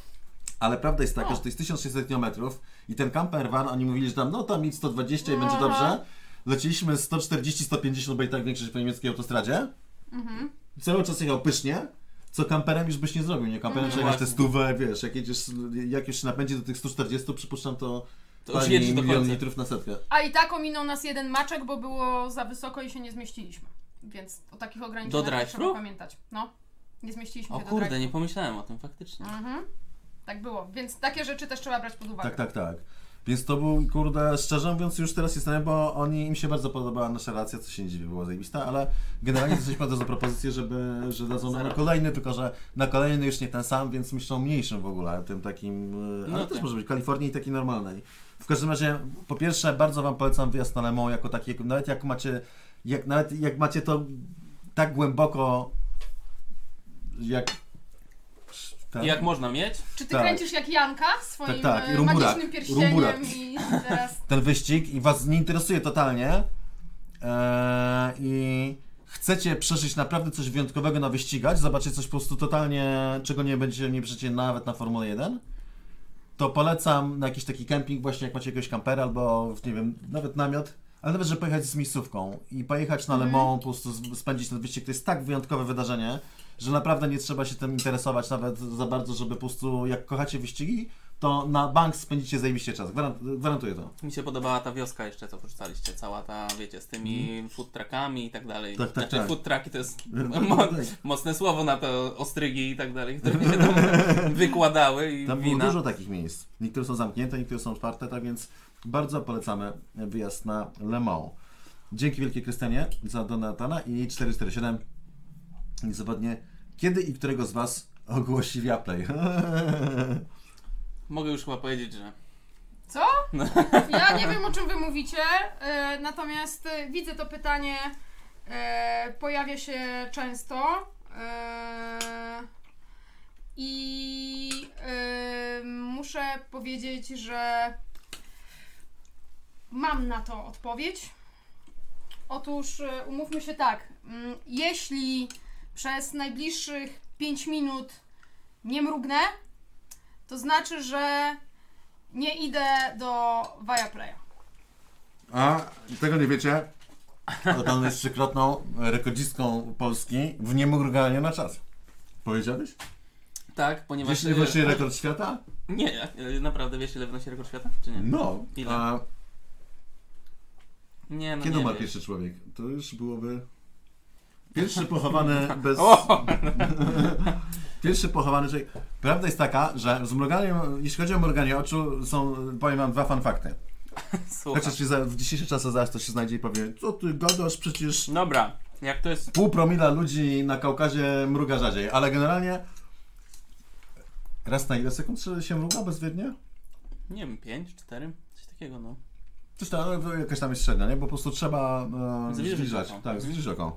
Ale prawda jest taka, O. że to jest tysiąc sześćset kilometrów i ten camper van, oni mówili, że tam, no tam idź sto dwadzieścia i będzie Aha. dobrze. Leciliśmy sto czterdzieści sto pięćdziesiąt, bo i tak większość po niemieckiej autostradzie. Mhm. Cały czas jechał pysznie, co kamperem już byś nie zrobił, nie? Kamperem Mhm. trzeba jechać te Właśnie. stówę, wiesz, jak jedziesz, jak już się napędzi do tych stu czterdziestu, przypuszczam, to To już pali jedziesz do milion końca. litrów na setkę. A i tak ominął nas jeden maczek, bo było za wysoko i się nie zmieściliśmy. Więc o takich ograniczeniach Do drive-thru? trzeba pamiętać. No, nie zmieściliśmy O się do kurde, drive-thru. nie pomyślałem o tym faktycznie. Mhm. Tak było, więc takie rzeczy też trzeba brać pod uwagę. Tak, tak, tak. Więc to był, kurde, szczerze mówiąc, już teraz jestem, bo oni, im się bardzo podobała nasza relacja, co się nie dziwię, była zajebista, ale generalnie jesteśmy do propozycję, żeby, że dadzą nam na Zero. kolejny, tylko że na kolejny już nie ten sam, więc myślą mniejszym w ogóle, tym takim, e, ale No też tak. może być Kalifornii i takiej normalnej. W każdym razie, po pierwsze, bardzo Wam polecam wyjazd na Le Mans jako taki, nawet jak macie, jak, nawet jak macie to tak głęboko, jak... ten- I jak można mieć? Czy ty Tak. kręcisz jak Janka swoim Tak, tak, i e, rumburak, magicznym pierścieniem rumburak. i teraz... ten wyścig i Was nie interesuje totalnie eee, i chcecie przeżyć naprawdę coś wyjątkowego na wyścigać, zobaczyć coś po prostu totalnie, czego nie będziecie nie przejdziecie nawet na Formule jeden, to polecam na jakiś taki kemping właśnie, jak macie jakiegoś kampera albo, nie wiem, nawet namiot, ale nawet, żeby pojechać z miejscówką i pojechać na Le Mans, po prostu z- spędzić ten wyścig, to jest tak wyjątkowe wydarzenie, że naprawdę nie trzeba się tym interesować nawet za bardzo, żeby po prostu, jak kochacie wyścigi, to na bank spędzicie zajebiście czas, Gwarant- gwarantuję to. Mi się podobała ta wioska jeszcze, co wrzucaliście, cała ta, wiecie, z tymi food truckami i tak dalej. Tak, tak, znaczy tak. food trucki to jest Tak, mo- tak. mocne słowo na to, ostrygi i tak dalej, które się tam wykładały i Tam było wina. dużo takich miejsc. Niektóre są zamknięte, niektóre są otwarte, tak więc bardzo polecamy wyjazd na Le Mans. Dzięki wielkie Krystianie za donatana i cztery cztery siedem. Niezawodnie, kiedy i którego z Was ogłosi Viaplay? Mogę już chyba powiedzieć, że Co? Ja nie wiem, o czym wy mówicie, e, natomiast e, widzę to pytanie, e, pojawia się często e, i e, muszę powiedzieć, że mam na to odpowiedź. Otóż e, umówmy się tak, mm, jeśli przez najbliższych pięć minut nie mrugnę, to znaczy, że nie idę do Viaplaya. A tego nie wiecie? Totalnie jest trzykrotną rekordzistką Polski w niemruganiu na czas. Powiedziałbyś? tak, ponieważ... Wiesz, właśnie rekord świata? Nie, e, naprawdę wiesz, ile wynosi rekord świata? Czy nie? No. Ile? A Nie, no kiedy nie umarł wiem. pierwszy człowiek? To już byłoby... Pierwszy pochowany bez... O! Pierwszy pochowany człowiek. Prawda jest taka, że z mruganiem, jeśli chodzi o mruganie oczu, są, powiem wam, dwa fun fakty. Słuchaj. Chociaż za, w dzisiejszych czasach zaraz ktoś się znajdzie i powie, co ty gadasz, przecież Dobra, jak to jest... pół promila ludzi na Kaukazie mruga rzadziej, ale generalnie raz na ile sekund się mruga bezwiednie? Nie wiem, pięć, cztery, coś takiego, no. Coś tam, jakaś tam jest średnia, nie? Bo po prostu trzeba e, Zwilżyć zbliżać. oko. Tak, zwilżyć oko.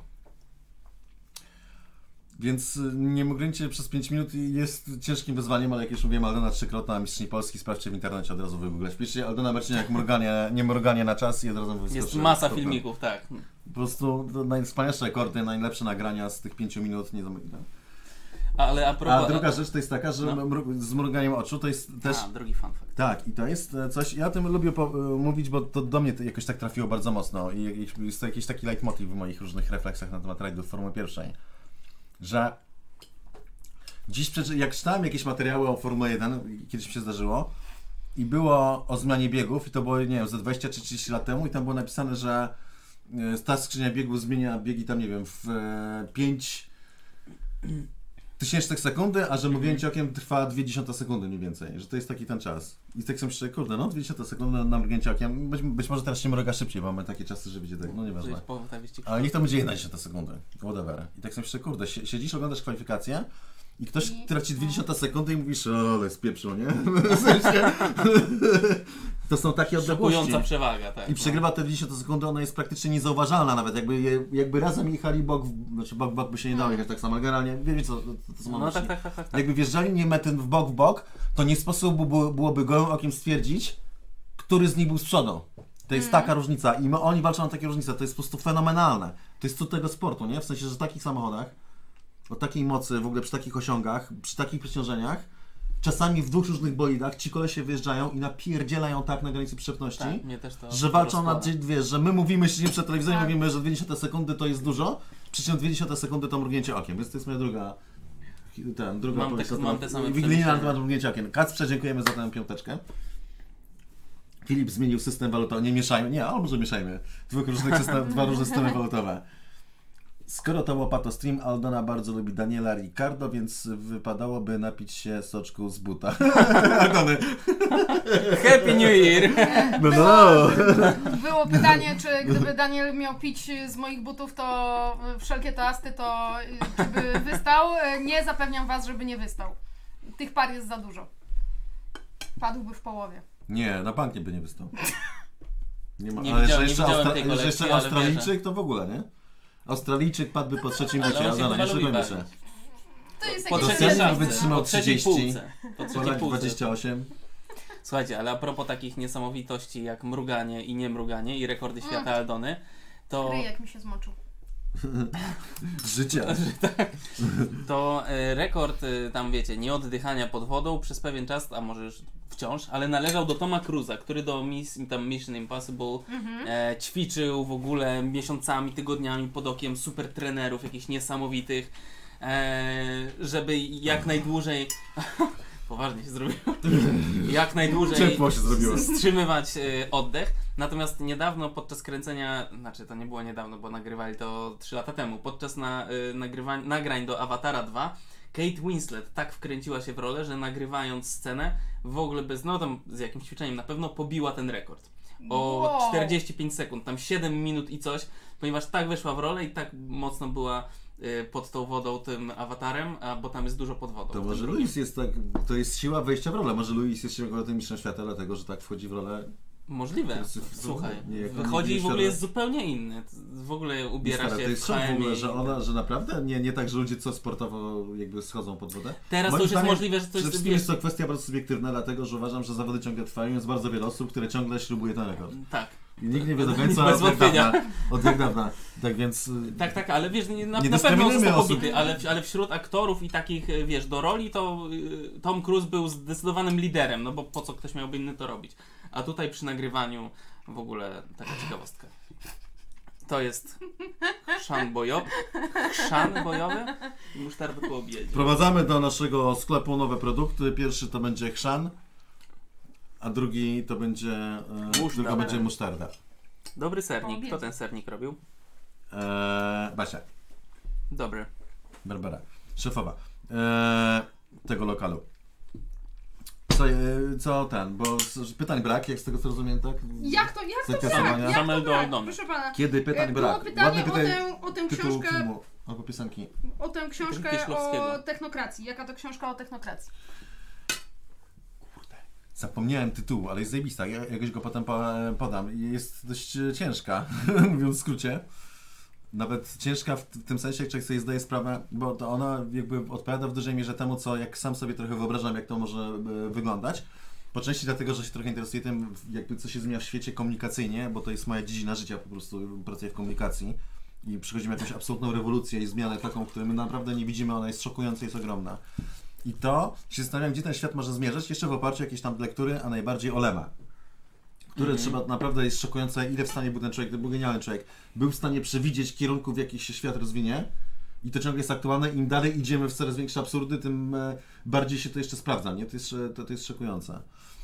Więc y, nie mrugnięcie przez pięć minut jest ciężkim wyzwaniem, ale jak już mówiłem, Aldona trzykrotna mistrzyni Polski, sprawdźcie w internecie, od razu wygooglać. Wpiszcie Aldona Marciniak mruganie, nie mruganie na czas i od razu wyskoczy. Jest masa to, filmików, tak. Po prostu to najwspanialsze rekordy, najlepsze nagrania z tych pięciu minut. Nie zamykam. Ale a propos... A druga rzecz to jest taka, że No. mrug- z mruganiem oczu to jest też... A, drugi fun fact. Tak, i to jest e, coś, ja o tym lubię po, e, mówić, bo to do mnie to jakoś tak trafiło bardzo mocno i jak- jest to jakiś taki leitmotiv w moich różnych refleksjach na temat rajdów Formuły pierwszej, że dziś, przeczy- jak czytałem jakieś materiały o Formule jeden, kiedyś mi się zdarzyło i było o zmianie biegów i to było, nie wiem, ze dwadzieścia czy trzydzieści lat temu i tam było napisane, że e, ta skrzynia biegów zmienia biegi tam, nie wiem, w e, pięć tysięcznych sekundy, a że mrugnięcie okiem trwa dwie dziesiąte sekundy mniej więcej, że to jest taki ten czas. I tak sobie myślę, kurde, no dwie dziesiąte sekundy na mrugnięcie okiem, być, być może teraz się mruga szybciej, bo mamy takie czasy, że będzie tak, no To nieważne. jest połowa ta wyścig. Ale niech to będzie jedna dziesiąta sekundy, whatever. I tak sobie myślę, kurde, si- siedzisz, oglądasz kwalifikacje i ktoś I- traci dwie dziesiąte sekundy i mówisz, o, ale spieprzył, nie? W sensie, to są takie odległości. Szokująca przewaga, tak. I przegrywa te dwie dziesiąte sekundy, ona jest praktycznie niezauważalna nawet, jakby, je, jakby razem jechali bok, w, znaczy bok w bok by się nie dało jechać tak samo, ale generalnie, wiecie co, to, to są No, mam no myśli. tak, tak, tak, tak. tak. Jakby wjeżdżali nie mety w bok w bok, to nie sposób było, byłoby gołym okiem stwierdzić, który z nich był z przodu. To jest taka różnica i my, oni walczą na takie różnice, to jest po prostu fenomenalne. To jest cud tego sportu, nie? W sensie, że w takich samochodach, o takiej mocy, w ogóle przy takich osiągach, przy takich przeciążeniach, czasami w dwóch różnych bolidach ci kolesie wyjeżdżają i napierdzielają tak na granicy przyczepności, Tak, mnie też to że walczą na rozkłada. dwie, wiesz, że my mówimy, siedzimy przed telewizorem, Tak. mówimy, że dwie dziesiąte sekundy to jest dużo, przy czym dwie dziesiąte sekundy to mrugnięcie okiem, więc to jest moja druga, ten, druga Mam opowieść te- na mam temat- te same wigilijna na przemyślenia. temat mrugnięcia okiem. Kacprze, dziękujemy za tę piąteczkę. Filip zmienił system walutowy, nie mieszajmy, nie, ale może mieszajmy, dwóch różnych system, dwa różne systemy walutowe. Skoro to łopato stream, Aldona bardzo lubi Daniela Ricciardo, więc wypadałoby napić się soczku z buta. Aldony. Happy New Year! No, no. Było pytanie, czy gdyby Daniel miał pić z moich butów, to wszelkie toasty, to y, czy by wystał? Y, Nie zapewniam was, żeby nie wystał. Tych par jest za dużo. Padłby w połowie. Nie, na bank nie by nie wystał. Nie ma, Nie ale widziałem- że nie jeszcze, widziałem Austra- tej że kolekcji, jeszcze ale Australijczyk to w ogóle, nie? Australijczyk padłby po trzecim Ale bucie, on się Aldona, nie chyba lubi szukajmy się. bawić. To jest Po jakieś trzeciej trzeciej szafce. szafce, wytrzymał po trzeciej trzydzieści. półce. Po trzeciej Polak półce. dwadzieścia osiem. Słuchajcie, ale a propos takich niesamowitości jak mruganie i niemruganie i rekordy świata Aldony, to, Ryj, jak mi się zmoczył. Życia. to e, rekord e, tam wiecie, nieoddychania pod wodą przez pewien czas, a może już wciąż, ale należał do Toma Cruza, który do mis, tam Mission Impossible e, ćwiczył w ogóle miesiącami, tygodniami pod okiem super trenerów, jakichś niesamowitych, e, żeby jak najdłużej poważnie się zrobiło, jak najdłużej Ciepło się zrobiło. wstrzymywać e, oddech. Natomiast niedawno podczas kręcenia, znaczy to nie było niedawno, bo nagrywali to trzy lata temu, podczas na, y, nagrywań, nagrań do Awatara dwa, Kate Winslet tak wkręciła się w rolę, że nagrywając scenę w ogóle bez, no tam z jakimś ćwiczeniem na pewno pobiła ten rekord. O Wow. czterdzieści pięć sekund, tam siedem minut i coś, ponieważ tak weszła w rolę i tak mocno była y, pod tą wodą tym awatarem, a bo tam jest dużo pod wodą. To w tym może drugim. Luis jest tak, to jest siła wejścia w rolę. Może Luis jest siłą mistrzem świata, dlatego że tak wchodzi w rolę. Możliwe. To jest- Słuchaj, nie, jak on wychodzi nie i w ogóle świadom- jest zupełnie inny. W ogóle ubiera Stara, się to jest w szok w ogóle, hełmie że i- ona, że naprawdę nie, nie tak, że ludzie co sportowo jakby schodzą pod wodę. Teraz Moim to już jest zdaniem możliwe, że coś Przede wszystkim wiesz, jest to kwestia bardzo subiektywna, dlatego że uważam, że zawody ciągle trwają. Jest bardzo wiele osób, które ciągle śrubuje ten rekord. Tak, I nikt nie wie do Bez końca od jak wątpienia. dawna. Od jak dawna. Tak więc... y, tak, tak, ale wiesz, nie, na, Nie na pewno on dyskryminujmy został osób. pobity, ale, ale wśród aktorów i takich, e, wiesz, do roli to y, Tom Cruise był zdecydowanym liderem, no bo po co ktoś miałby inny to robić. A tutaj przy nagrywaniu w ogóle taka ciekawostka. To jest chrzan bojowy, chrzan bojowy i musztardę po obiedzie. Wprowadzamy do naszego sklepu nowe produkty. Pierwszy to będzie chrzan, a drugi to będzie, e, Musztarda. druga będzie musztarda. Dobry Po sernik, obiedzie. kto ten sernik robił? E, Basia. Dobry. Barbara, szefowa eee, tego lokalu. Co, e, co ten, bo z, pytań brak, jak z tego co rozumiem, tak? Jak to, jak to Zainteresowania. brak? Jak Same to do brak? domu. Proszę pana, Kiedy pytań było brak? pytanie Ładny o pytaj- tę, o tę Tytuł książkę, filmu albo piosenki. o tę książkę Kieślowskiego. o technokracji. Jaka to książka o technokracji? Zapomniałem tytułu, ale jest zajebista. Ja jakoś go potem po, podam. Jest dość ciężka, mówiąc w skrócie. Nawet ciężka w, w tym sensie, jak człowiek sobie zdaje sprawę, bo to ona jakby odpowiada w dużej mierze temu, co jak sam sobie trochę wyobrażam, jak to może e, wyglądać. Po części dlatego, że się trochę interesuję tym, jakby co się zmienia w świecie komunikacyjnie, bo to jest moja dziedzina życia, po prostu pracuję w komunikacji i przychodzimy jakąś absolutną rewolucję i zmianę taką, której my naprawdę nie widzimy, ona jest szokująca, jest ogromna. I to się zastanawiam, gdzie ten świat może zmierzać, jeszcze w oparciu o jakieś tam lektury, a najbardziej o Lema, które mm-hmm. trzeba, naprawdę jest szokujące, ile w stanie był ten człowiek, to był genialny człowiek, był w stanie przewidzieć kierunku, w jaki się świat rozwinie i to ciągle jest aktualne, im dalej idziemy w coraz większe absurdy, tym e, bardziej się to jeszcze sprawdza, nie? To jest, to, to jest szokujące.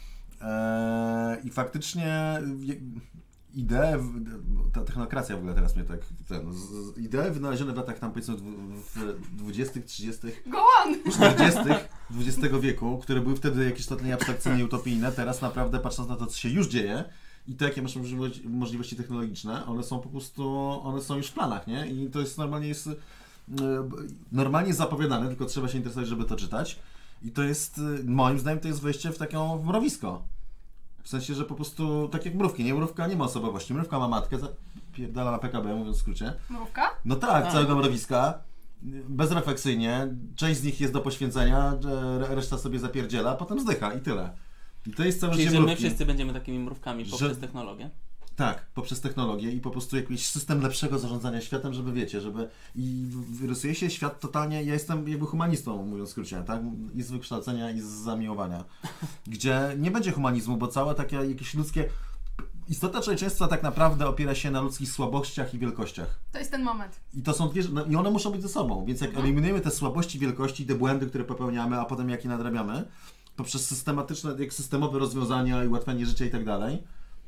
Eee, I faktycznie je, idee, ta technokracja w ogóle teraz mnie tak, ten, z, z, idee wynalezione w latach tam powiedzmy w dwudziestych, trzydziestych, Go on! czterdziestych dwudziestego wieku, które były wtedy jakieś totalnie abstrakcyjne i utopijne, teraz naprawdę patrząc na to, co się już dzieje i to, jakie masz możliwości, możliwości technologiczne, one są po prostu, one są już w planach, nie? I to jest normalnie jest normalnie zapowiadane, tylko trzeba się interesować, żeby to czytać. I to jest, moim zdaniem, to jest wejście w takie mrowisko. W sensie, że po prostu, tak jak mrówki, nie? Mrówka nie ma osobowości. Mrówka ma matkę, pierdala na P K B, mówiąc w skrócie. Mrówka? No tak, A. całego mrowiska. Bezrefleksyjnie. Część z nich jest do poświęcenia, reszta sobie zapierdziela, a potem zdycha i tyle. I to jest całe Czyli, życie że my mrówki. wszyscy będziemy takimi mrówkami poprzez Że- technologię. Tak, poprzez technologię i po prostu jakiś system lepszego zarządzania światem, żeby wiecie, żeby i w- rysuje się świat totalnie, ja jestem jakby humanistą, mówiąc w skrócie, tak? I z wykształcenia, i z zamiłowania. Gdzie nie będzie humanizmu, bo całe takie jakieś ludzkie... Istota człowieczeństwa tak naprawdę opiera się na ludzkich słabościach i wielkościach. To jest ten moment. I to są dwie, no, i one muszą być ze sobą, więc jak Mhm. eliminujemy te słabości, wielkości, te błędy, które popełniamy, a potem jak je nadrabiamy, poprzez systematyczne, jak systemowe rozwiązania i ułatwianie życia i tak dalej,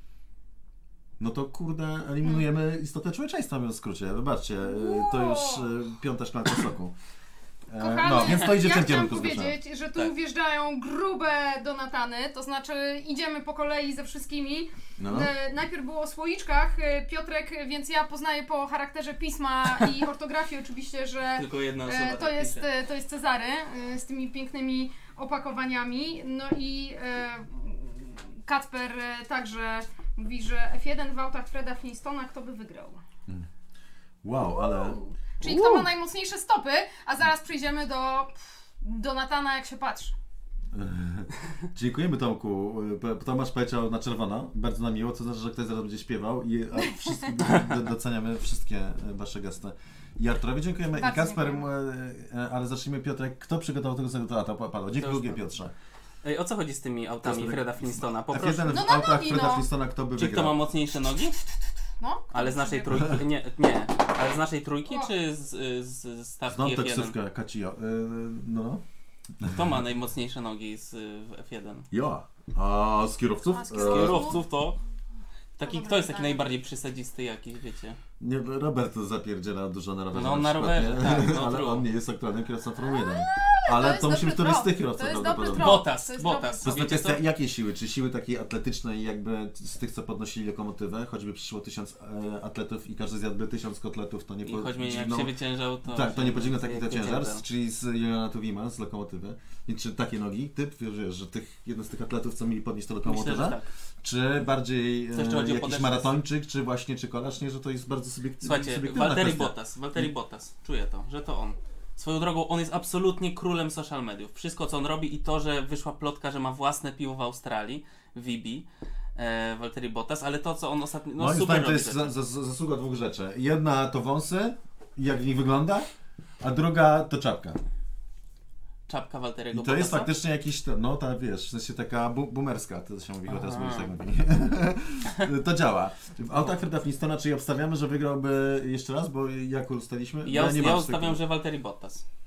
no to kurde, eliminujemy istotę człowieczeństwa, mówiąc w skrócie. Wybaczcie, y, to już y, piąta szklanka soku. E, Kochany, no, więc to idzie w ja tym chciałam kierunku zgadzam. powiedzieć, że tu Tak. wjeżdżają grube Donatany, to znaczy idziemy po kolei ze wszystkimi. No. E, najpierw było o słoiczkach, e, Piotrek, więc ja poznaję po charakterze pisma i ortografii oczywiście, że Tylko jedna osoba e, to, tak jest, pisze. e, to jest Cezary e, z tymi pięknymi opakowaniami. No i e, Kacper e, także mówi, że F jeden w autach Freda Flintstona, kto by wygrał? Wow, ale... Czyli kto ma najmocniejsze stopy, a zaraz przejdziemy do pff, Donatana, jak się patrzy. Dziękujemy Tomku. P- Tomasz powiedział na czerwono, bardzo nam miło, co znaczy, że ktoś zaraz będzie śpiewał i a wszyscy, do, doceniamy wszystkie wasze gesty. I Arturowi dziękujemy Bardzo i Kacper, dziękujemy. e, ale zacznijmy Piotrek, kto przygotował tego samego to padło. Dziękuję już Piotrze. Ej, o co chodzi z tymi autami Teraz Freda Flintstona? F Poproszę. jeden w No na autach nogi, Freda no. Flintstona, kto by Czy kto wygrał? ma mocniejsze nogi? No? Ale z naszej trójki? Nie, nie. Ale z naszej trójki czy z, z stawki Znam F jeden? taksówkę, Kacio. Y, no. Kto ma najmocniejsze nogi z y, w F jeden? Ja. A z kierowców? A z E, kierowców? Kierowców to... Taki, dobre kto jest taki pytanie. najbardziej przysadzisty jakiś, wiecie? Nie, Robert zapierdziela dużo na rowerze. No, na przykład, rowerze, nie? tak, no, ale true. on nie jest aktualnym kierowcą Formuły jeden. Ale jest to musi być dobry któryś z trop. tych kierowców To jest dobry prawdopodobnie. trop. Bottas, to jest Bottas. dobry To Wiecie znaczy, co? jakie siły? Czy siły takiej atletycznej, jakby z tych, co podnosili lokomotywę, choćby przyszło tysiąc e, atletów i każdy zjadłby tysiąc kotletów, to nie I choćby jak podźwigną- się wyciężał, to... Tak, to się nie podźwignął taki to jak ciężar, ciężar. czyli z Juliana Tuwima, z lokomotywy. I czy takie nogi, typ, wiesz, że tych, jeden z tych atletów, co mieli podnieść tę Myślę, lokomotywę, że tak. czy bardziej Co jeszcze chodzi o e, jakiś podeszwę? maratończyk, czy właśnie, czy kolarz, nie, że to jest bardzo subiek- Słuchajcie, subiektywna Valtteri kwestia. Bottas, Valtteri Bottas, czuję to, że to on. Swoją drogą, on jest absolutnie królem social mediów. Wszystko, co on robi i to, że wyszła plotka, że ma własne piwo w Australii, V B, e, Valtteri Bottas, ale to, co on ostatnio... No Moim super zdaniem to robi jest rzeczy. za, za, zasługa dwóch rzeczy. Jedna to wąsy, jak w nich wygląda, a druga to czapka. Czapka Valtteriego I to jest Bottasa? faktycznie jakiś, to- no ta wiesz, w sensie taka bu boomerska, to się mówi, go teraz Aha. mówisz, tak mówi. To działa. W autach Freda Flintstona, czyli obstawiamy, że wygrałby jeszcze raz, bo jak ustaliliśmy? Ja, nie ja mam ustawiam, tego. że Valtteri Bottas.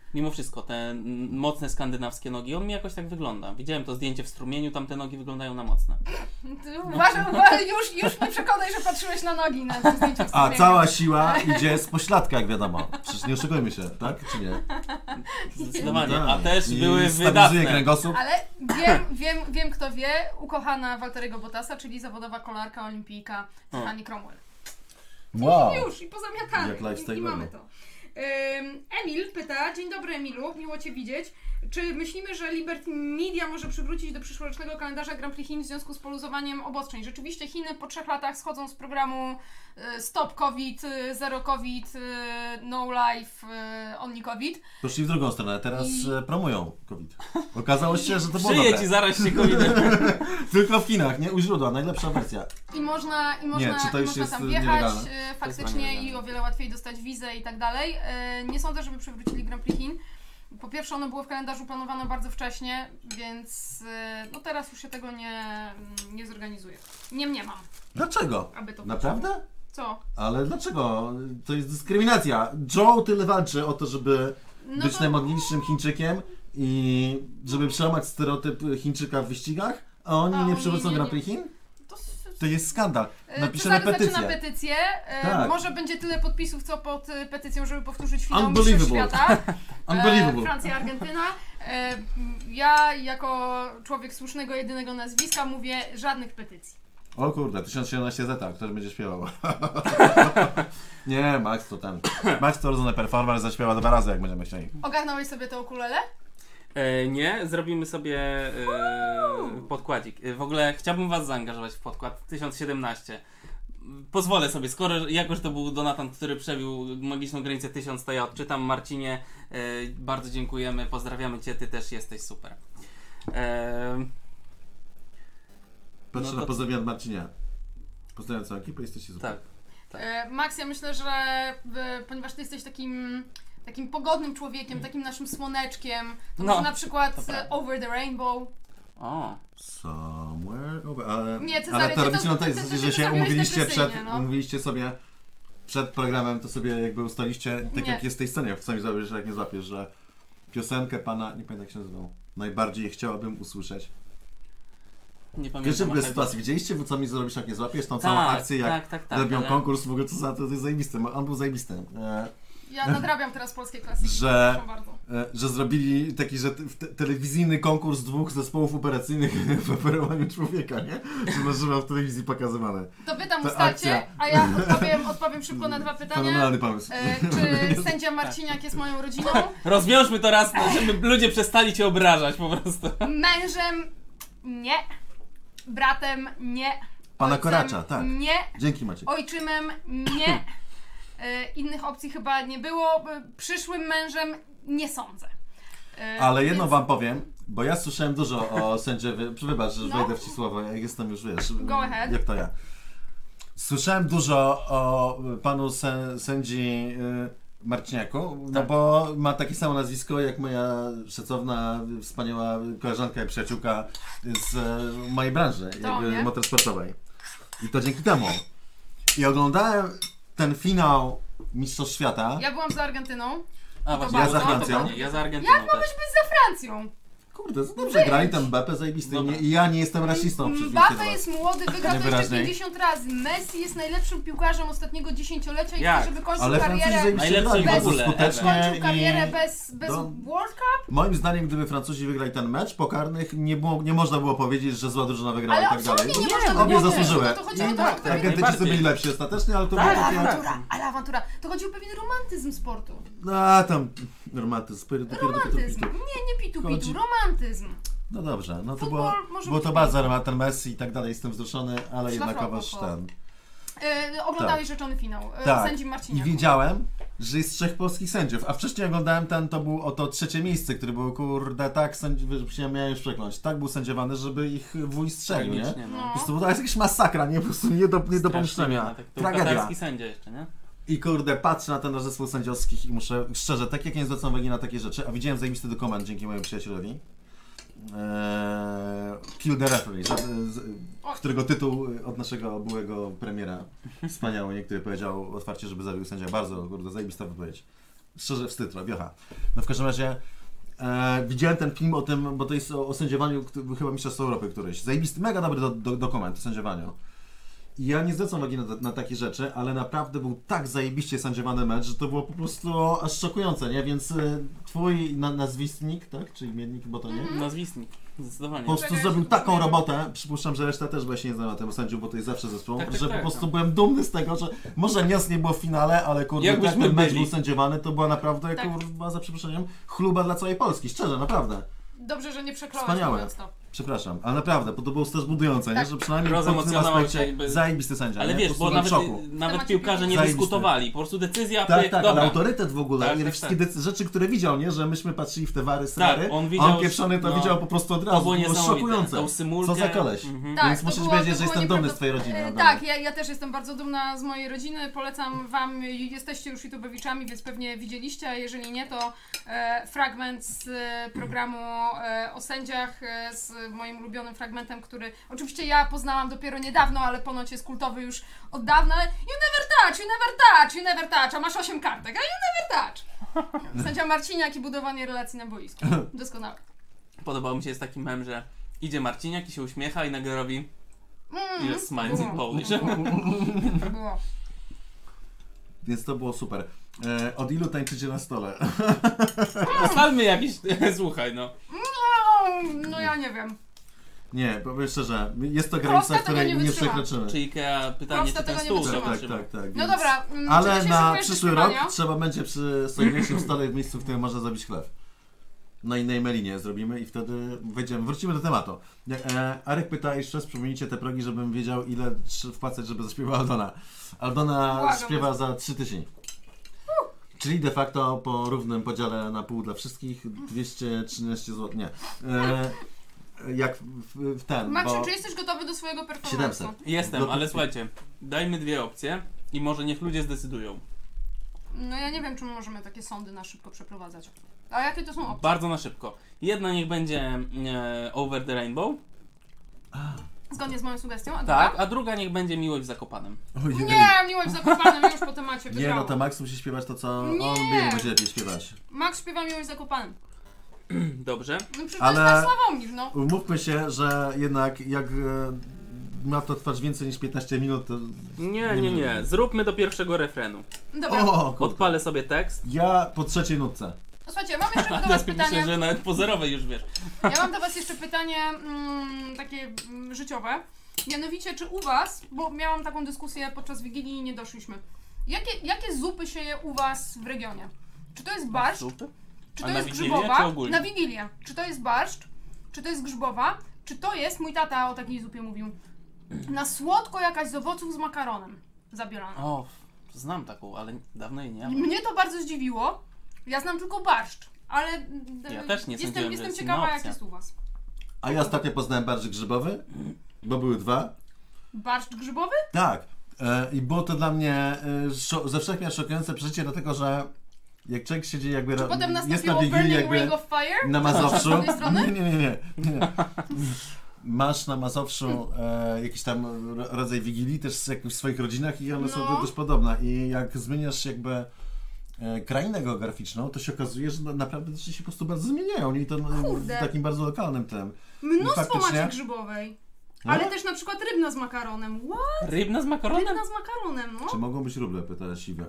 Mimo wszystko, te mm, mocne skandynawskie nogi, on mi jakoś tak wygląda. Widziałem to zdjęcie w strumieniu, tam te nogi wyglądają na mocne. Ty Uważam, uważam, już, już mnie przekonaj, że patrzyłeś na nogi na tym zdjęciu. w A strumieniu. cała siła idzie z pośladka, jak wiadomo. Przecież nie oszukujmy się, tak? Czy nie? Zdecydowanie, Tak. a też I były stabilizuje wydatne. kręgosłup. Ale wiem, wiem, wiem kto wie, ukochana Walteriego Bottasa, czyli zawodowa kolarka, olimpijka Tiffany Cromwell. Wow. I już, i pozamiatane. Jak I, lifestyle'owo. I mamy to. Ym, Emil pyta, dzień dobry Emilu, miło Cię widzieć. Czy myślimy, że Liberty Media może przywrócić do przyszłorocznego kalendarza Grand Prix Chin w związku z poluzowaniem obostrzeń? Rzeczywiście Chiny po trzech latach schodzą z programu y, Stop COVID, y, Zero COVID, y, No Life, y, Only COVID. Poszli w drugą stronę, teraz I- e, promują COVID. Okazało się, że to było Przyje dobre. ci zaraz się covid. Tylko w Chinach, nie? U źródła, najlepsza wersja. I można, i można, czy to i już można jest tam wjechać nielegalne? e, jest faktycznie nielegalne. i o wiele łatwiej dostać wizę i tak dalej. E, Nie sądzę, żeby przywrócili Grand Prix Chin. Po pierwsze, ono było w kalendarzu planowane bardzo wcześnie, więc e, no teraz już się tego nie, nie zorganizuje. Nie mniemam, Dlaczego? aby to Naprawdę? Co? Ale dlaczego? To jest dyskryminacja. Joe tyle walczy o to, żeby No być to- najmodniejszym Chińczykiem i żeby przełamać stereotyp Chińczyka w wyścigach, a oni A nie oni przywrócą nie, Grand nie. Prix Chin? To, s- To jest skandal. e, Napiszemy Cezary petycję. zaczyna petycję. E, Tak. Może będzie tyle podpisów, co pod e, petycją, żeby powtórzyć finał Mistrzostw Unbelievable. Świata. Unbelievable. E, Francja, Argentyna. E, ja jako człowiek słusznego jedynego nazwiska mówię żadnych petycji. O kurde, tysiąc siedemnaście zeta, ktoś będzie śpiewał. Nie, Max to ten. Max to rozumiemy performer, zaśpiewa dwa razy, jak będziemy chcieli. Ogarnąłeś sobie to ukulele? E, nie, zrobimy sobie e, podkładzik. E, w ogóle chciałbym was zaangażować w podkład tysiąc siedemnaście. Pozwolę sobie, skoro jako, że to był Donatan, który przebił magiczną granicę tysiąc, to ja odczytam. Marcinie, e, bardzo dziękujemy, pozdrawiamy Cię, Ty też jesteś super. E, Patrzę No na to- pozdrowienia od Marcinia. Pozdrawiam całą ekipę, jesteście super. tak. Tak. E, Max, ja myślę, że e, ponieważ ty jesteś takim takim pogodnym człowiekiem, takim naszym słoneczkiem, to No, może na przykład to e, prawda. Over the Rainbow. O, Somewhere over... Ale, Nie, Cezary, ale ty to to- robicie na ty- tej ty- zasadzie, ty że się zrobiłeś umówiliście przed, depresyjnie, no. umówiliście sobie przed programem, to sobie jakby ustaliście, tak Nie. jak jest w tej scenie, sami założysz, że jak nie złapiesz, że piosenkę pana, nie pamiętam jak się nazywał, najbardziej chciałabym usłyszeć. nie Wiecie, w pamiętam. ogóle ale- sytuacji, widzieliście, co mi zrobisz, jak nie złapiesz, tą całą Tak, akcję, jak tak, tak, tak, robią ale- konkurs, w ogóle co za to, to jest zajebiste, on był zajebisty. E, Ja nadrabiam teraz polskie klasyki, Że- proszę bardzo. e, że zrobili taki, że te, te, telewizyjny konkurs dwóch zespołów operacyjnych w operowaniu człowieka, nie? Że na żywo w telewizji pokazywane. To wy tam ta ustalcie, akcja. a ja odpowiem, odpowiem szybko na dwa pytania. Fenomenalny pomysł. E, czy sędzia Marciniak jest moją rodziną? Rozwiążmy to raz, żeby ludzie przestali Cię obrażać po prostu. Mężem? Nie. Bratem? Nie. Pana Ojcem? Koracza, tak. Nie. Dzięki Maciek. Ojczymem? Nie. E, innych opcji chyba nie było. E, Przyszłym mężem? Nie sądzę. E, Ale jedno więc- wam powiem, bo ja słyszałem dużo o sędziowie, wybacz, że No. wejdę w ci słowo, jak jestem już, wiesz, Go ahead. jak to ja. Słyszałem dużo o panu sę, sędzi y, Marciniaku, no Tak. bo ma takie samo nazwisko jak moja szacowna, wspaniała koleżanka i przyjaciółka z e, mojej branży, To, jakby nie? motorsportowej. I to dzięki temu. I oglądałem ten finał Mistrzostw Świata. Ja byłam za Argentyną. A, to właśnie, bardzo. Ja za Francją. dokładnie, Ja za Argentyną Jak mogłeś też. być za Francją? Kurde, to dobrze Być. grali ten Mbappé zajebisty Dobra. nie, i ja nie jestem rasistą przeciwnie Mbappé do was. jest młody, wygrał to jeszcze Najwyraźniej. pięćdziesiąt razy. Messi jest najlepszym piłkarzem ostatniego dziesięciolecia i Jak? chce, żeby kończył Ale Francuzi karierę, zajebiście Najlepszy grali w bardzo ogóle, skutecznie kończył karierę i bez, bez do- World Cup. moim zdaniem, gdyby Francuzi wygrali ten mecz pokarnych, nie, było, nie można było powiedzieć, że zła drużyna wygrała Ale i tak dalej. absolutnie nie Bo można obie było zasłużyły. powiedzieć, no to chodziło I tak, tak, tak. Argentyńczycy Najbardziej. byli lepsi ostatecznie, ale to Tak, było Ale takie... tak. awantura, ale awantura. To chodzi o pewien romantyzm sportu. A tam, romantyzm, dopiero do pitu Romantyzm. pitu. Nie, nie pitu Chodzi- pitu, romantyzm. No dobrze, no to Futbol było, może było być to bardzo ten Messi i tak dalej, jestem wzruszony, ale Szlafrokowo. jednakowoż ten... Yy, oglądałeś rzeczony finał. Yy, Tak. Sędzi I Marciniaku. wiedziałem, że jest trzech polskich sędziów, a wcześniej oglądałem ten, to był oto trzecie miejsce, które było, kurde, tak, sędzi, że miałem już przekląć, tak był sędziowany, żeby ich wuj strzelił, nie? Tragicznie, No. no. Po prostu to jest jakaś masakra, nie? Po prostu nie do, nie do pomyślenia. Tak, to był Tragedia. katarski sędzia jeszcze, nie? I kurde, patrzę na ten zespół sędziowskich i muszę, szczerze, tak jak nie zwracam uwagi na takie rzeczy, a widziałem zajebisty dokument dzięki mojemu przyjacielowi, eee, Kill the Referee, z, z, którego tytuł od naszego byłego premiera, wspaniały, niektóry powiedział otwarcie, żeby zabił sędzia, bardzo, kurde, zajebista wypowiedź. szczerze wstyd, wiocha. No w każdym razie e, widziałem ten film o tym, bo to jest o, o sędziowaniu, który, chyba Mistrzostw Europy któryś. Zajebisty, mega dobry do, do, dokument o sędziowaniu. I ja nie zwracam uwagi na, na takie rzeczy, ale naprawdę był tak zajebiście sędziowany mecz, że to było po prostu aż szokujące, nie? Więc y, twój na, nazwisnik, tak? Czy imiennik, bo to nie? Mhm. Nazwisnik, zdecydowanie. Po prostu Czekaj, zrobił ja się taką upewniam. robotę, przypuszczam, że reszta też właśnie nie znała tego sędziów, bo to jest zawsze zespół, Tak, tak, że tak, po prostu no. byłem dumny z tego, że może Nias nie było w finale, ale kurde, jak Jakbyśmy ten mecz byli. był sędziowany, to była naprawdę, Tak. kurwa, za przeproszeniem, chluba dla całej Polski, szczerze, naprawdę. Dobrze, że nie przekląłeś Wspaniałe. mówiąc to. Przepraszam, ale naprawdę, bo to było też budujące, Tak. nie? Że przynajmniej pod tym Rozemocjonował aspekcie się i- zajebisty sędzia, Ale nie? wiesz, Po bo prostu nawet, byłem w szoku. nawet Temacie piłkarze nie Zajebiste. dyskutowali. Po prostu decyzja, Tak, pyk, tak, dobra. ale autorytet w ogóle, Tak, i tak, wszystkie tak. decy- rzeczy, które widział, nie? Że myśmy patrzyli w te wary, srary, on widział- on pieprzony to no. widział po prostu od To razu, było to było niesamowite. szokujące. Tą symulkę. Co za koleś. Mhm. Tak, Więc to musisz było- wiedzieć, to że było jestem dumny nieprawda- z twojej rodziny. E, naprawdę. Tak, ja, ja też jestem bardzo dumna z mojej rodziny. Polecam wam, jesteście już YouTubeowiczami, więc pewnie widzieliście, a jeżeli nie, to e, fragment z e, programu e, o sędziach e, z moim ulubionym fragmentem, który oczywiście ja poznałam dopiero niedawno, ale ponoć jest kultowy już od dawna. You never touch, you never touch, you never touch, a masz osiem kartek, a you never touch. Sędzia Marciniak i budowanie relacji na boisku. Doskonałe. Podobał mi się jest taki mem, że idzie Marciniak i się uśmiecha i nagle robi Mm, Yes, smiles in Polish. było. było. Więc to było super. E, od ilu tańczycie na stole? Ustalmy jakiś, słuchaj no. No, no ja nie wiem. Nie, powiem szczerze, jest to Prosta granica, tego której nie nie wytrzyma. przekroczymy. Czy Ikea, pytanie Prosta czy ten tego nie stół wytrzyma. Tak, trzeba tak, trzymać. tak, tak. No więc- dobra. mm, czy Ale wy się na szykujecie przyszły do rok śpiewania? trzeba będzie przy solidniejszym stole w miejscu, w którym można zrobić chleb. Na innej melinie zrobimy i wtedy wejdziemy. Wrócimy do tematu. Jak, e, Arek pyta jeszcze raz, przypomnijcie te progi, żebym wiedział, ile trzy- wpłacać, żeby zaśpiewała Aldona. Aldona Błagam. śpiewa za trzy tysiące. Czyli de facto po równym podziale na pół dla wszystkich dwieście trzynaście złotych. Nie. E, jak w, w ten. Maksiu, bo czy jesteś gotowy do swojego performance'u? siedemset. Jestem, Do- ale słuchajcie, dajmy dwie opcje i może niech ludzie zdecydują. No ja nie wiem, czy my możemy takie sądy na szybko przeprowadzać. A jakie to są opcje? Bardzo na szybko. Jedna niech będzie e, Over the Rainbow, Zgodnie z moją sugestią, a tak, druga? a druga niech będzie Miłość w Zakopanem. Ojej. Nie, miłość w Zakopanem już po temacie Nie, wygrało. no to Max musi śpiewać to, co Nie. on wie, będzie lepiej śpiewać. Max śpiewa miłość w Zakopanem. Dobrze. No przecież Ale- to jest nasz Sławomir, no. Umówmy się, że jednak jak e, ma to trwać więcej niż piętnaście minut, to... Nie, nie, nie. Zróbmy do pierwszego refrenu. Dobra. O, kurde. Odpalę sobie tekst. Ja po trzeciej nutce. Słuchajcie, mam jeszcze do was pytanie. Myślę, że nawet po zerowej już wiesz. Ja mam do was jeszcze pytanie mm, takie mm, życiowe. Mianowicie, czy u was, bo miałam taką dyskusję podczas Wigilii i nie doszliśmy. Jakie, jakie zupy się je u was w regionie? Czy to jest barszcz? Zupy? Czy A to na jest Wigilię, grzybowa? czy ogólnie? Na Wigilię. Czy to jest barszcz? Czy to jest grzybowa? Czy to jest, mój tata o takiej zupie mówił, na słodko jakaś z owoców z makaronem zabielana. O, znam taką, ale dawno jej nie jadłem. Mnie to bardzo zdziwiło. Ja znam tylko barszcz, ale mm, Ja też nie jestem, sądziłem, że jestem jest ciekawa, inna jak opcja. jest u was. A ja ostatnio poznałem barszcz grzybowy, bo były dwa. Barszcz grzybowy? Tak. E, I było to dla mnie e, szo- ze wszechmiar szokujące przeżycie, dlatego że jak człowiek siedzi jakby... ra- Potem jest nastąpiło na Wigilii Burning jakby Ring of Fire? na Mazowszu. Z drugiej strony? Nie, nie, nie, nie. nie. Masz na Mazowszu e, jakiś tam ro- rodzaj Wigilii też z jakichś swoich rodzinach i one są No. dość podobne. I jak zmieniasz jakby e, krainę geograficzną, to się okazuje, że na, naprawdę rzeczy się po prostu bardzo zmieniają. I to e, Kurde. w takim bardzo lokalnym tym. Mnóstwo faktycznie- macie grzybowej. No? Ale też na przykład rybna z makaronem. What? Rybna z makaronem? Rybna z makaronem, no. Czy mogą być ruble? Pyta Siwe.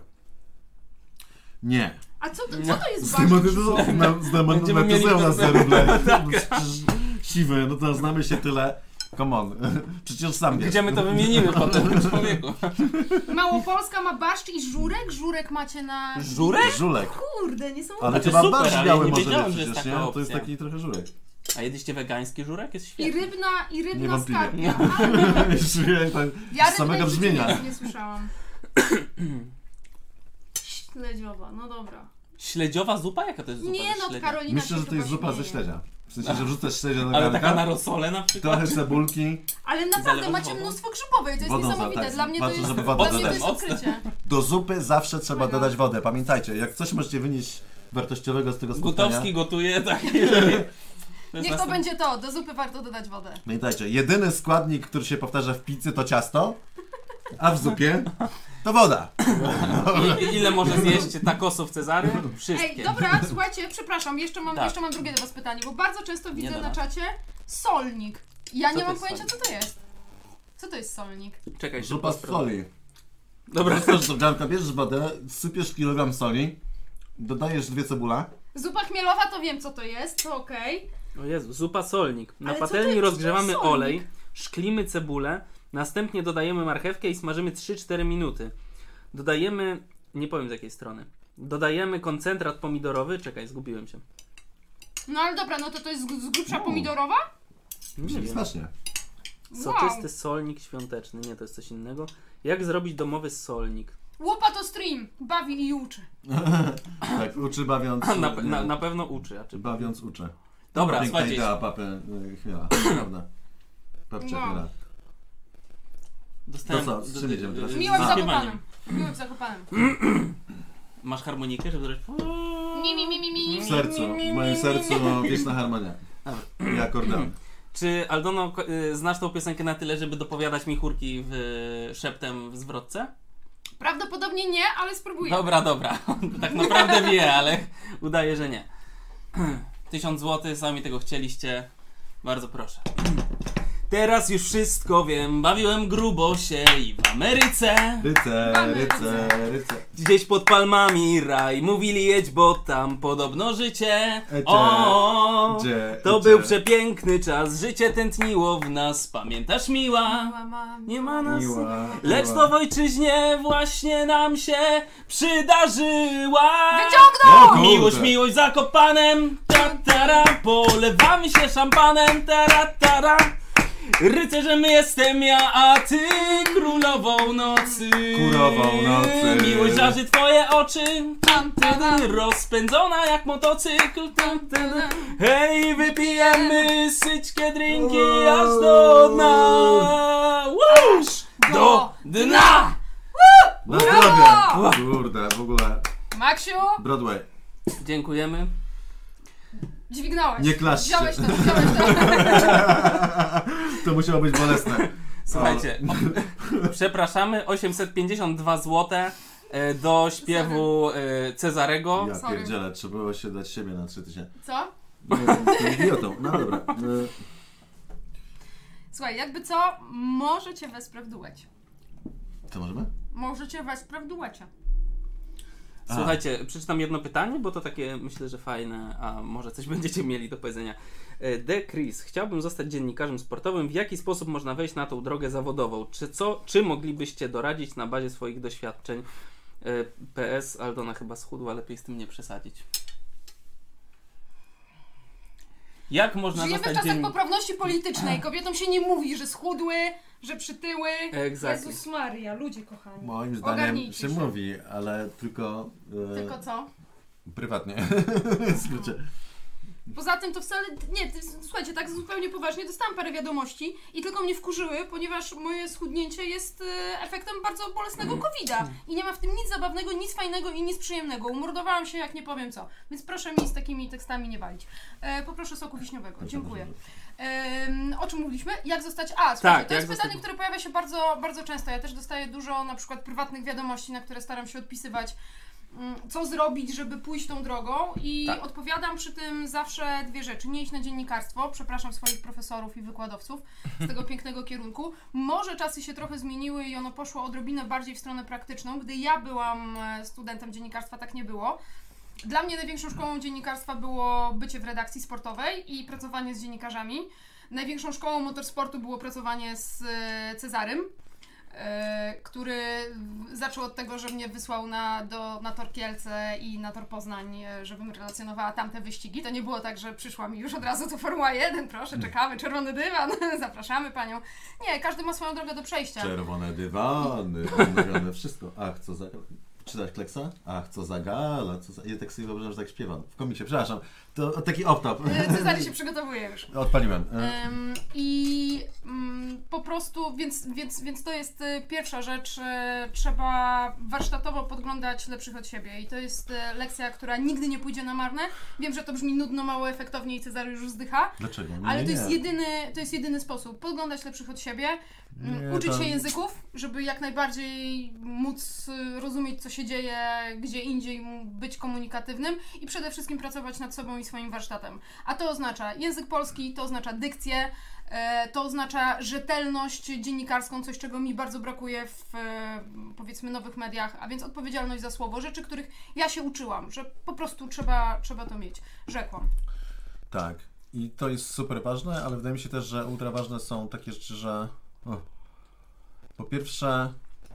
Nie. A co to, co to jest barszcz Zdematyzował grzybowy? Będziemy mieli nas za ten- ruble. Przecież Siwy, no to znamy się tyle. Come on. Przecież sam wiesz. Gdzie my to wymienimy potem, człowieku? Małopolska ma barszcz i żurek? Żurek macie na... Żurek? Żulek. Kurde, niesamowite. Ale Znaczy chyba super, barszcz ale biały nie może wiedziałem, być że jest przecież, taka nie? To jest opcja. taki trochę żurek. A jedliście wegański żurek? Jest I świetny. rybna, i rybna Niewątpliwie. skarpia. Czuję to Ja z samego rybnej w życiu brzmienia. Nie, nie słyszałam. Śledziowa, no dobra. Śledziowa zupa? Jaka to jest zupa? Nie ze no, śledzia? Karolina Myślę, się że to jest chyba zupa ze śmieje. śledzia. W sensie, że wrzucasz śledzia do Ale taka na garnka, rosole na przykład? trochę cebulki, Ale naprawdę Zalewa macie wodą. mnóstwo grzybowej, to jest Wodą za- niesamowite. tak, Dla mnie to ważne, jest, żeby wodę dla mnie to jest dodać. odkrycie. do zupy zawsze trzeba Mega. dodać wodę. Pamiętajcie, jak coś możecie wynieść wartościowego z tego spotkania. Gutowski gotuje, tak. jeżeli- To jest Niech to następ- będzie to, do zupy warto dodać wodę. Pamiętajcie, jedyny składnik, który się powtarza w pizzy, to ciasto, a w zupie To woda. I, ile może zjeść tacosów Cezary? Wszystkie. Ej, dobra, słuchajcie, przepraszam, jeszcze mam, Tak. jeszcze mam drugie do was pytanie, bo bardzo często widzę do na nas. czacie solnik. Ja Co nie to mam jest pojęcia, solnik? co to jest. Co to jest solnik? Czekaj, Zupa szybko z soli. Dobra. Wrzucasz do garnka, bierzesz wodę, sypiesz kilogram soli, dodajesz dwie cebule. Zupa chmielowa to wiem, co to jest, to okej. O Jezu, zupa solnik. Na Ale co to patelni jest- rozgrzewamy co to jest olej, solnik? szklimy cebulę, następnie dodajemy marchewkę i smażymy trzy cztery minuty. Dodajemy, nie powiem z jakiej strony, dodajemy koncentrat pomidorowy, czekaj, zgubiłem się. No ale dobra, no to to jest z z grubsza No. pomidorowa? Nie Brzmi wiem. smacznie. Soczysty solnik świąteczny, nie, to jest coś innego. Jak zrobić domowy solnik? Łopa to stream, bawi i uczy. Tak, uczy bawiąc. Na, nie, na, na pewno uczy, a czy... Bawiąc uczę. Dobra, Piękna słuchajcie. idea papy y, chmiela, prawda. Babcia No. chmiela. Dostałem... To co, z czym jedziemy teraz? Miłym A. zakopanem. Miłym zakopanem. Masz harmonikę, żeby zrobić... Mi, mi, mi, mi, mi. W sercu, w moim sercu wieczna harmonia. I akordeon. Czy Aldono, ko- y, znasz tą piosenkę na tyle, żeby dopowiadać mi chórki w, szeptem w zwrotce? Prawdopodobnie nie, ale spróbuję. Dobra, dobra. Tak naprawdę wie, ale udaje, że nie. Tysiąc złotych, sami tego chcieliście. Bardzo proszę. Teraz już wszystko wiem, bawiłem grubo się i w Ameryce. Ryce, Mamy ryce, ryce. Gdzieś pod palmami raj, mówili jedź, bo tam podobno życie. Ecie, O, Gdzie, to gdzie? był przepiękny czas, życie tętniło w nas, pamiętasz miła? Miła mam. Nie ma nas. Miła, Lecz miła. to w ojczyźnie właśnie nam się przydarzyła. Wyciągnął! O, kurde. Miłość, miłość za Kopanem, tatara, polewamy się szampanem, taratara. Rycerzem jestem ja, a ty królową nocy. Królową nocy. Miłość żarzy twoje oczy, Tam, tam, tam. rozpędzona jak motocykl. Tam, tam, tam. Hej, wypijemy syćkie drinki aż do dna. Łusz! Do dna! Na Brawo! zdrowie! Kurde, w ogóle. Maksiu, Broadway. Dziękujemy. dźwignąłeś. Nie klaszcie. Wziąłeś to, wziąłeś to. To musiało być bolesne. Słuchajcie, o, przepraszamy, osiemset pięćdziesiąt dwa złote e, do śpiewu e, Cezarego. Ja Sorry. pierdzielę, trzeba było się dać siebie na trzy tysiące. Co? Nie, jestem idiotą. No dobra. Y, Słuchaj, jakby co, możecie wesprę w duecie. Co możemy? Możecie wesprę w duecie. Słuchajcie, przeczytam jedno pytanie, bo to takie myślę, że fajne, a może coś będziecie mieli do powiedzenia. E, D. Chris, chciałbym zostać dziennikarzem sportowym. W jaki sposób można wejść na tą drogę zawodową? Czy co, czy moglibyście doradzić na bazie swoich doświadczeń? E, P S. Aldona chyba schudła, lepiej z tym nie przesadzić. Jak można Żyjemy w zostać czasach dziennikarzem? poprawności politycznej. Kobietom się nie mówi, że schudły, że przytyły. Exactly. Jezus Maria, ludzie kochani. Moim zdaniem Ogarnijcie się, się. mówi, ale tylko... y, Tylko co? Prywatnie. W skrócie. Poza tym to wcale, nie, ty, słuchajcie, tak zupełnie poważnie, dostałam parę wiadomości i tylko mnie wkurzyły, ponieważ moje schudnięcie jest e, efektem bardzo bolesnego kowida i nie ma w tym nic zabawnego, nic fajnego i nic przyjemnego. Umordowałam się jak nie powiem co, więc proszę mi z takimi tekstami nie walić. E, poproszę soku wiśniowego, dziękuję. Em, o czym mówiliśmy? Jak zostać... A, słuchajcie, Tak, to jak jest pytanie, zostać- które pojawia się bardzo, bardzo często. Ja też dostaję dużo na przykład prywatnych wiadomości, na które staram się odpisywać, mm, co zrobić, żeby pójść tą drogą i Tak. odpowiadam przy tym zawsze dwie rzeczy. Nie iść na dziennikarstwo, przepraszam swoich profesorów i wykładowców z tego pięknego kierunku. Może czasy się trochę zmieniły i ono poszło odrobinę bardziej w stronę praktyczną. Gdy ja byłam e, studentem dziennikarstwa, tak nie było. Dla mnie największą szkołą dziennikarstwa było bycie w redakcji sportowej i pracowanie z dziennikarzami. Największą szkołą motorsportu było pracowanie z e, Cezarym, e, który zaczął od tego, że mnie wysłał na, do, na tor Kielce i na tor Poznań, e, żebym relacjonowała tamte wyścigi. To nie było tak, że przyszła mi już od razu to Formuła jeden, proszę, czekamy, czerwony dywan, zapraszamy panią. Nie, każdy ma swoją drogę do przejścia. Czerwone dywany, odnowione wszystko. Ach, co za... czytać Kleksa? Ach, co za gala, co za... Ja tak sobie wyobrażam, że tak śpiewam. W komiksie, przepraszam. To taki off-top. Cezary się przygotowuje już. Odpaliłem. Um, I um, po prostu, więc, więc, więc to jest y, pierwsza rzecz. Y, trzeba warsztatowo podglądać lepszych od siebie. I to jest y, lekcja, która nigdy nie pójdzie na marne. Wiem, że to brzmi nudno, mało efektownie i Cezary już wzdycha. Dlaczego? Nie, Ale nie, to jest, nie. jedyny, to jest jedyny sposób. Podglądać lepszych od siebie. Nie, Uczyć tam- się języków, żeby jak najbardziej móc y, rozumieć, co się dzieje gdzie indziej, m- być komunikatywnym i przede wszystkim pracować nad sobą i swoim warsztatem. A to oznacza język polski, to oznacza dykcję, e, to oznacza rzetelność dziennikarską, coś czego mi bardzo brakuje w e, powiedzmy nowych mediach, a więc odpowiedzialność za słowo, rzeczy, których ja się uczyłam, że po prostu trzeba, trzeba to mieć. Rzekłam. Tak. I to jest super ważne, ale wydaje mi się też, że ultra ważne są takie rzeczy, że o, po pierwsze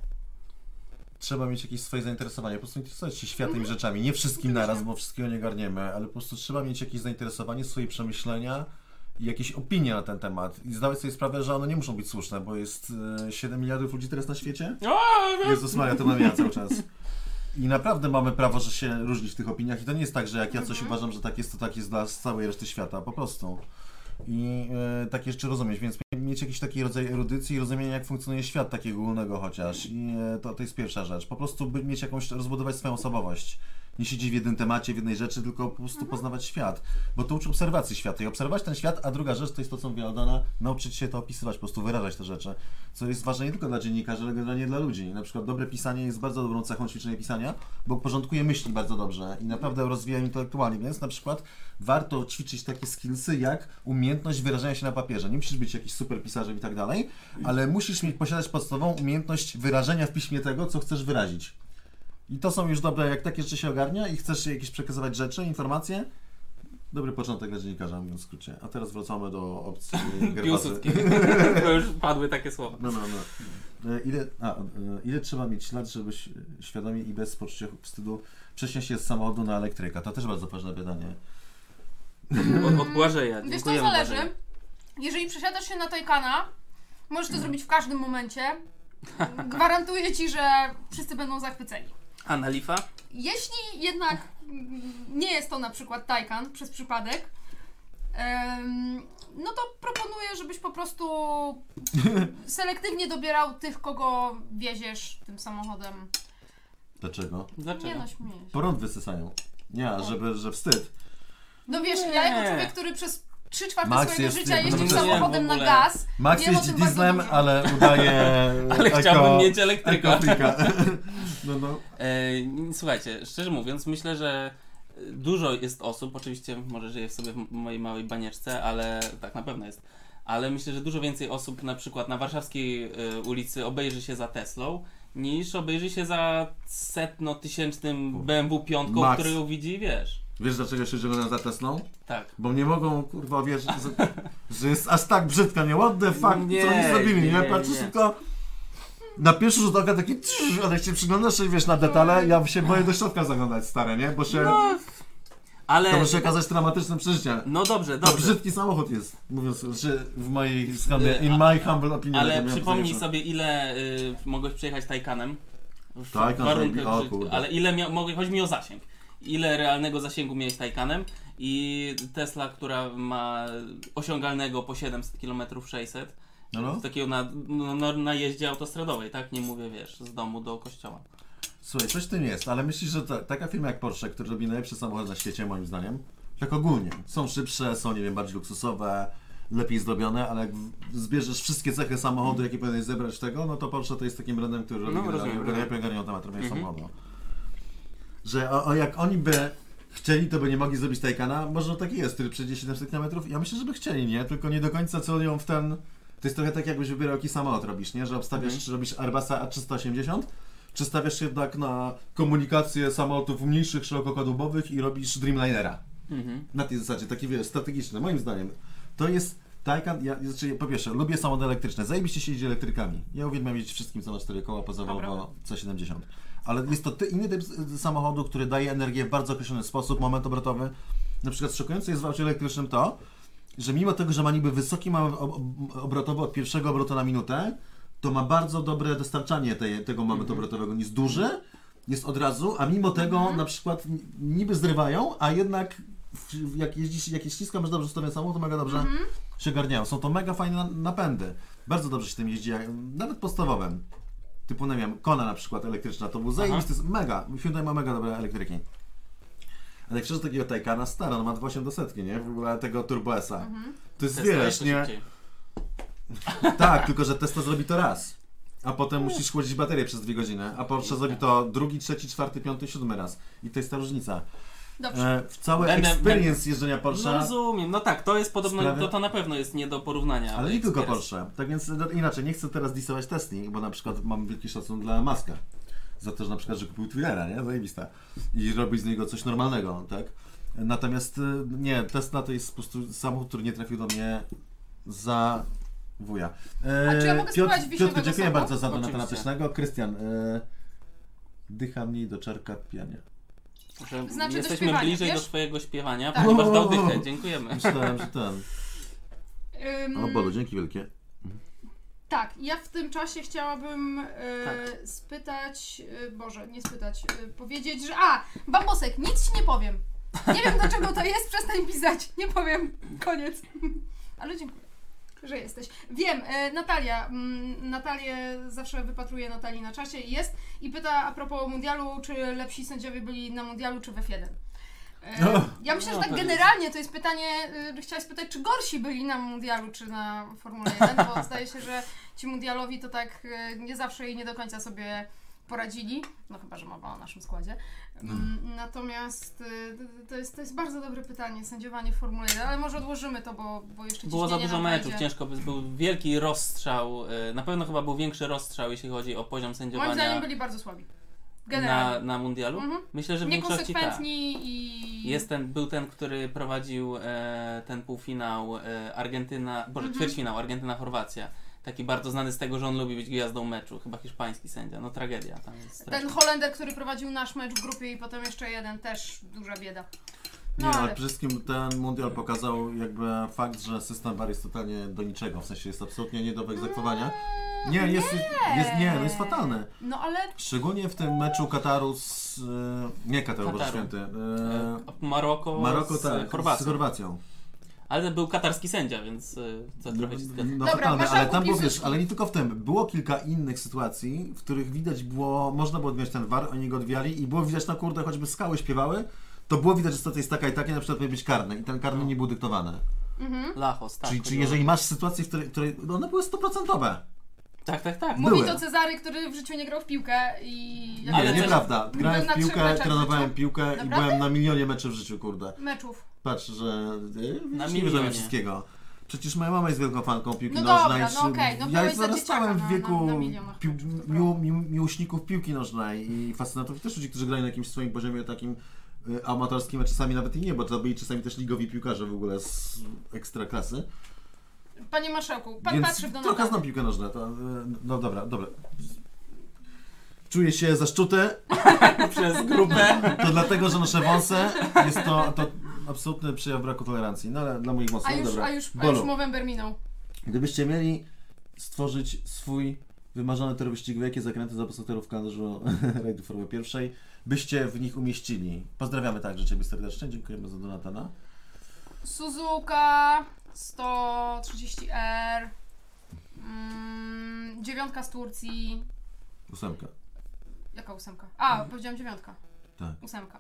trzeba mieć jakieś swoje zainteresowanie, po prostu interesować się światem i rzeczami, nie wszystkim naraz, bo wszystkiego nie garniemy, ale po prostu trzeba mieć jakieś zainteresowanie, swoje przemyślenia i jakieś opinie na ten temat i zdawać sobie sprawę, że one nie muszą być słuszne, bo jest e, siedem miliardów ludzi teraz na świecie. Jezus Maria, to mam ja cały czas. I naprawdę mamy prawo, że się różnić w tych opiniach i to nie jest tak, że jak ja coś Mhm. uważam, że tak jest, to tak jest dla całej reszty świata, po prostu. I e, takie rzeczy rozumieć, więc mieć jakiś taki rodzaj erudycji i rozumienia, jak funkcjonuje świat takiego ogólnego chociaż. I e, to, to jest pierwsza rzecz. Po prostu by mieć jakąś, rozbudować swoją osobowość. Nie siedzieć w jednym temacie, w jednej rzeczy, tylko po prostu poznawać świat. Bo to uczy obserwacji świata i obserwować ten świat, a druga rzecz to jest to, co mówiła Aldona, nauczyć się to opisywać, po prostu wyrażać te rzeczy. Co jest ważne nie tylko dla dziennikarzy, ale generalnie dla ludzi. Na przykład dobre pisanie jest bardzo dobrą cechą ćwiczenia pisania, bo porządkuje myśli bardzo dobrze i naprawdę rozwija intelektualnie, więc na przykład warto ćwiczyć takie skillsy jak umiejętność wyrażania się na papierze. Nie musisz być jakiś super pisarzem i tak dalej, ale musisz mieć, posiadać podstawową umiejętność wyrażenia w piśmie tego, co chcesz wyrazić. I to są już dobre, jak takie rzeczy się ogarnia i chcesz jakieś przekazywać rzeczy, informacje. Dobry początek dla dziennikarza, mówiąc w skrócie. A teraz wracamy do opcji Gerwazy. Piłsudskiego. To już padły takie słowa. No, no, no. E, Ile, a, e, ile trzeba mieć lat, żeby ś- świadomie i bez poczucia wstydu przesiąść się z samochodu na elektryka? To też bardzo ważne pytanie. Od, od Błażeja. Wiesz, to Dziękujemy, zależy. Błażeju. Jeżeli przesiadasz się na Taycana, możesz to zrobić w każdym momencie. Gwarantuję Ci, że wszyscy będą zachwyceni. A na Leafa? Jeśli jednak mm, nie jest to na przykład Taycan przez przypadek, em, no to proponuję, żebyś po prostu selektywnie dobierał tych, kogo wieziesz tym samochodem. Dlaczego? Dlaczego? Nie no, śmieję się. Porąd wysysają. Nie, żeby, że wstyd. No wiesz, Nie. ja jako człowiek, który przez trzy czwarte Max swojego jest życia jednym- jeździł No nie, samochodem w na ogóle. gaz, Max wiem o jeździ tym bardzo dieslem, dobrze. ale udaje Ale eko- chciałbym mieć elektryka. ekofrika. No, no. E, słuchajcie, szczerze mówiąc, myślę, że dużo jest osób, oczywiście może żyję w sobie w mojej małej banieczce, ale tak na pewno jest, ale myślę, że dużo więcej osób na przykład na warszawskiej e, ulicy obejrzy się za Teslą, niż obejrzy się za setno-tysięcznym B M W piątką, Max. który ją widzi, wiesz. Wiesz, dlaczego się żegnają za Teslą? Tak. Bo nie mogą, kurwa, wiesz, że, że jest aż tak brzydka, nie? What the fuck, Nie, co oni zrobili, nie? nie, Patrzysz nie. tylko na pierwszy rzut oka taki trz, ale jak się przyglądasz i wiesz na detale, ja się boję do środka zaglądać, stare, nie? Bo się, No, ale... to może się okazać traumatycznym przeżyciem. No dobrze, To dobrze. brzydki samochód jest, mówiąc, że w mojej skromnej, Y, in my humble opinion. Ale tak miałem przypomnij powiedzieć. sobie, ile y, mogłeś przejechać Taycanem. W Taycan warunkach zrobi- o ży- kurde. Ale ile mia- mogę, chodzi mi o zasięg. Ile realnego zasięgu miałeś Taycanem i Tesla, która ma osiągalnego po siedemset kilometrów sześćset. No, no. Takiego na, no, no, na jeździe autostradowej, tak? Nie mówię, wiesz, z domu do kościoła. Słuchaj, coś w tym jest, ale myślisz, że ta, taka firma jak Porsche, która robi najlepsze samochody na świecie, moim zdaniem, tak ogólnie, są szybsze, są, nie wiem, bardziej luksusowe, lepiej zrobione, ale jak w- zbierzesz wszystkie cechy samochodu, jakie powinieneś zebrać tego, no to Porsche to jest takim brandem, który robi No, generalnie, rozumiem, lepiej rozumiem. ogarniał temat robienia Mhm. samochodu. Że o, o, jak oni by chcieli, to by nie mogli zrobić Taycana, może taki jest, który przejdzie siedemset kilometrów, ja myślę, że by chcieli, nie? Tylko nie do końca celują w ten... To jest trochę tak, jakbyś wybierał jaki samolot robisz, nie? Że obstawiasz, Mhm. czy robisz Airbusa A trzysta osiemdziesiąt, czy stawiasz się jednak na komunikację samolotów mniejszych, szerokokładobowych i robisz Dreamlinera. Mhm. Na tej zasadzie, taki wiesz, strategiczny, moim zdaniem. To jest Taycan, ja znaczy, po pierwsze, lubię samochody elektryczne, zajebiście się jeździ elektrykami. Ja uwielbiam jeździć wszystkim, co ma cztery koła, poza Dobra. Volvo C siedemdziesiąt. Ale jest to ty, inny typ s- samochodu, który daje energię w bardzo określony sposób, moment obrotowy. Na przykład szokujące jest w aucie elektrycznym to, że mimo tego, że ma niby wysoki moment ob- ob- obrotowy od pierwszego obrotu na minutę, to ma bardzo dobre dostarczanie tej, tego momentu Mhm. obrotowego. Nie jest duży, jest od razu, a mimo tego Mhm. na przykład niby zrywają, a jednak w- jak jeździsz, jak je ściska, masz dobrze ustawione samochód, to mega dobrze Mhm. się garniają. Są to mega fajne na- napędy. Bardzo dobrze się tym jeździ, jak- nawet podstawowym. Typu, nie wiem, Kona na przykład elektryczna, to był zajebisty, jest mega. Hyundai ma mega dobre elektryki. Ale jak przyszedł takiego Taycana, stara, no ma osiem do setki, nie? W ogóle tego Turbo S-a. Mhm. To jest, Tesla wiesz, jeszcze nie? szybciej. Tak, tylko że Tesla zrobi to raz. A potem musisz chłodzić baterię przez dwie godziny. A Porsche zrobi to drugi, trzeci, czwarty, piąty, siódmy raz. I to jest ta różnica. Dobrze. E, w cały Będę- experience jeżdżenia Porsche. No rozumiem, no tak, to jest podobno, Sprawia- to, to na pewno jest nie do porównania. Ale nie tylko Experience. Porsche. Tak więc no, inaczej, nie chcę teraz disować Tesli, bo na przykład mam wielki szacunek dla Muska. Za to, że na przykład, że kupił Twillera, nie? Zajebista. I robi z niego coś normalnego, tak? Natomiast y, nie, Tesla to jest po prostu samochód, który nie trafił do mnie za wuja. E, A czy ja mogę Piotr, spróbować wiśniowego Piotr, dziękuję soku? bardzo za donata Oczywiście. natycznego. Krystian, e, dycha mniej do czarka pijania. Że Znaczy do jesteśmy śpiewania, bliżej wiesz? do twojego śpiewania, Tak. ponieważ dał dychę, dziękujemy. Myślałem, że ten. Ym, O, Bolu, dzięki wielkie. Tak, ja w tym czasie chciałabym e, Tak. spytać, e, Boże, nie spytać, e, powiedzieć, że a, Bambosek, nic ci nie powiem. Nie wiem do czego to jest, przestań pisać, nie powiem, koniec. Ale dziękuję, że jesteś. Wiem, e, Natalia, mm, Natalię zawsze wypatruję Natalii na czasie, jest i pyta a propos mundialu, czy lepsi sędziowie byli na mundialu, czy w F jeden. E, No. Ja myślę, że No, tak to jest- generalnie to jest pytanie, y, chciałaś spytać, czy gorsi byli na mundialu, czy na Formule jeden, bo zdaje się, że ci mundialowi to tak y, nie zawsze i nie do końca sobie poradzili, no chyba, że mowa o naszym składzie. Mm, Natomiast y, to jest, to jest bardzo dobre pytanie, sędziowanie w Formule jeden, ale może odłożymy to, bo, bo jeszcze Było za ciśnienie dużo nam meczów, wejdzie. ciężko by był wielki rozstrzał, y, na pewno chyba był większy rozstrzał, jeśli chodzi o poziom Moim zdaniem sędziowania byli bardzo słabi. na, Generalnie. na mundialu. Mhm. Myślę, że w większości tak. Niekonsekwentni i... Jest ten, był ten, który prowadził e, ten półfinał e, Argentyna, boże, Mhm. ćwierćfinał Argentyna-Chorwacja. Taki bardzo znany z tego, że on lubi być gwiazdą meczu, chyba hiszpański sędzia, no tragedia tam jest straszna. Ten Holender, który prowadził nasz mecz w grupie i potem jeszcze jeden, też duża bieda. Nie, No, ale ale- przede wszystkim ten mundial pokazał jakby fakt, że system V A R jest totalnie do niczego, w sensie jest absolutnie nie do wyegzekwowania. Nie, jest, jest, nie, no jest fatalny. No ale Szczególnie w tym meczu Kataru z... e, nie Kataru, Boże Kataru. Święty. E, E, Maroko, Maroko, z tak, Chorwacją. z Chorwacją. Ale był katarski sędzia, więc y, to trochę się zgadza. No Dobra, fatalne, masz ale tam kupił było, wiesz, zyski. ale nie tylko w tym. Było kilka innych sytuacji, w których widać było, można było odwijać ten V A R, oni go odwijali i było widać na kurde, choćby skały śpiewały, to było widać, że sytuacja jest taka i taka, na przykład powinien być karny i ten karny No. nie był dyktowany. mhm. Lachos, tak. czyli, czyli chodziło- jeżeli masz sytuację, w której, której no one były stuprocentowe. Tak, tak, tak. Były. Mówi to Cezary, który w życiu nie grał w piłkę i... Nie, Ale nieprawda. Grałem Byłem na w trzech piłkę, meczach w trenowałem życiu. piłkę i Naprawdę? byłem na milionie meczów w życiu, kurde. meczów. Patrz, że y, Na widzisz, nie wierzę milionie. wszystkiego. Przecież moja mama jest wielką fanką piłki No nożnej. dobra, no czy- okej, no ja byłeś za dorastałem w dzieciaka wieku na- na milionach pił, meczów, to mił, mił, miłośników piłki nożnej i fascynatów, też ludzi, którzy grają na jakimś swoim poziomie takim y, amatorskim, a czasami nawet i nie, bo to byli czasami też ligowi piłkarze w ogóle z ekstraklasy. Panie marszałku, pan Więc patrzy w trochę Donata. znam piłkę nożną. To, y, no dobra, dobra. Czuję się zaszczuty. Przez grupę. To dlatego, że noszę wąsy. Jest to, to absolutny przejaw braku tolerancji. No ale dla moich A mocnych, już, dobra. a już, a Bolu, już Movember minął. gdybyście mieli stworzyć swój wymarzony tor wyścigowy, jakie zakręty za pasażerów w kalendarzu rajdu Formuły pierwszej byście w nich umieścili? Pozdrawiamy także Ciebie serdecznie. Dziękujemy za donatana. Suzuka sto trzydzieści R, mm, dziewiątka z Turcji. Ósemka. Jaka ósemka? A, powiedziałam dziewiątka. Tak. Ósemka.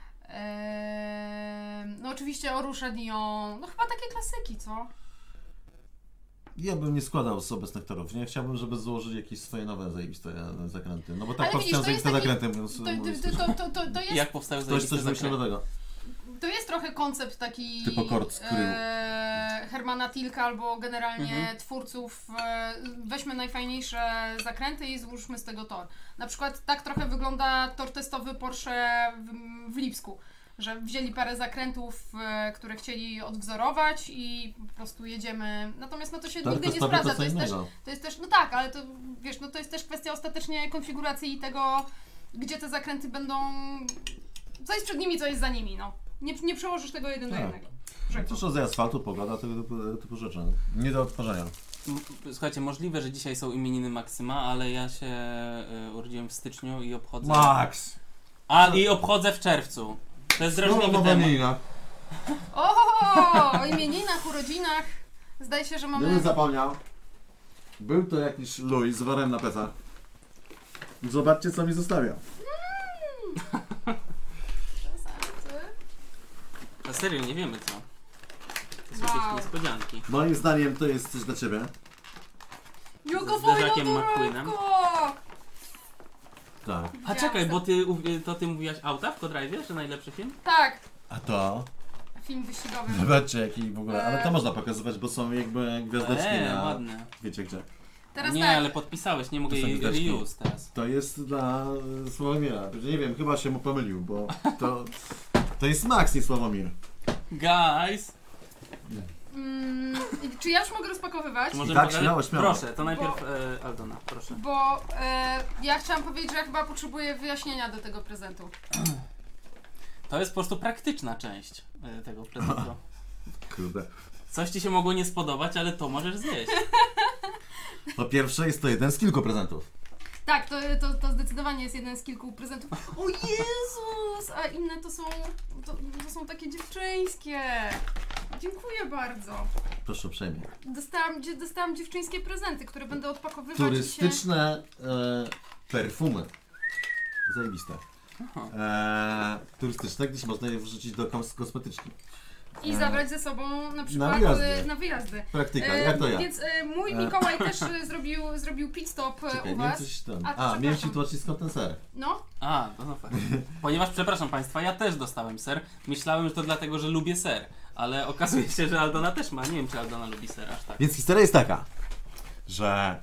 Eee, no oczywiście Orusza Dion. No chyba takie klasyki, co? Ja bym nie składał z obecnych torów, nie? Chciałbym, żeby założyć jakieś swoje nowe zajebiste e, zakręty. No bo tak Ale widzisz, powstają to jest zajebiste taki- zakręty, mówiąc To, mówiąc to, to, to, to, to, jest, Jak powstały Ktoś zajebiste coś wymyślił zakręty? nowego. to jest trochę koncept taki Typu Kord z Krylu. e, Hermana Tilka albo generalnie Mhm. twórców. E, weźmy najfajniejsze zakręty i złóżmy z tego tor. Na przykład tak trochę wygląda tor testowy Porsche w, w Lipsku. Że wzięli parę zakrętów, e, które chcieli odwzorować i po prostu jedziemy. Natomiast no to się Tor nigdy nie testowy sprawdza. to To co jest, też, innego. to jest też, no tak, ale to wiesz, no to jest też kwestia ostatecznie konfiguracji i tego, gdzie te zakręty będą. Co jest przed nimi, co jest za nimi, no. Nie, nie przełożysz tego jeden Tak. do jednego. No to rodzaj asfaltu, pogoda, tego typu, tego typu rzeczy. Nie do odtwarzania. M- Słuchajcie, możliwe, że dzisiaj są imieniny Maksyma, ale ja się y, urodziłem w styczniu i obchodzę... Max! A, i obchodzę w czerwcu. To jest drażliwy temat. Wanilina. O, o imieninach, urodzinach. Zdaje się, że mamy... Gdybym zapomniał. Był to jakiś luj z worem na plecach. Zobaczcie, co mi zostawiał. Na serio, nie wiemy co. To są Wow. jakieś niespodzianki. Moim zdaniem to jest coś dla ciebie. Jogo Z zderzakiem McQueenem. Tak. A czekaj, bo ty, uw- to ty mówiłaś Auta w Codrive'ie, że najlepszy film? Tak, A to? film wyścigowy. Zobaczcie, jaki w ogóle... Ale to można pokazywać, bo są jakby gwiazdeczki Eee, na... ładne. Wiecie gdzie. Teraz Nie, tak. ale podpisałeś, nie mogę To są jej gwiazdeczki. reuse teraz. To jest dla e, Sławomira. Nie wiem, chyba się mu pomylił, bo to... To jest Max, nie Sławomir. Guys! Mm, czy ja już mogę rozpakowywać? Czy możemy Tak, pokazać? śmiało, śmiało. Proszę, to najpierw e, Aldona, proszę. Bo e, ja chciałam powiedzieć, że ja chyba potrzebuję wyjaśnienia do tego prezentu. To jest po prostu praktyczna część e, tego prezentu. Kurde. Coś ci się mogło nie spodobać, ale to możesz zjeść. Po pierwsze, jest to jeden z kilku prezentów. Tak, to, to, to zdecydowanie jest jeden z kilku prezentów. O Jezus! A inne to są, to, to są takie dziewczyńskie. Dziękuję bardzo. Proszę uprzejmie. Dostałam, dzie- dostałam dziewczyńskie prezenty, które będę odpakowywać i się... Turystyczne e, perfumy. Zajebiste. Aha. E, turystyczne, gdzieś można je wrzucić do kos- kosmetyczki. I zabrać ze sobą na przykład Na wyjazdy. e, na wyjazdy. Praktyka, E, jak to ja? Więc e, mój E. Mikołaj też e, zrobił, zrobił pit stop e, Czekaj, u miałem was. coś tam. A, to A, miałem przepraszam. ci tłumaczyć skąd ten ser. No, A, no, no fakt. Ponieważ, przepraszam Państwa, ja też dostałem ser. Myślałem, że to dlatego, że lubię ser. Ale okazuje się, że Aldona też ma. Nie wiem, czy Aldona lubi ser aż tak. Więc historia jest taka, że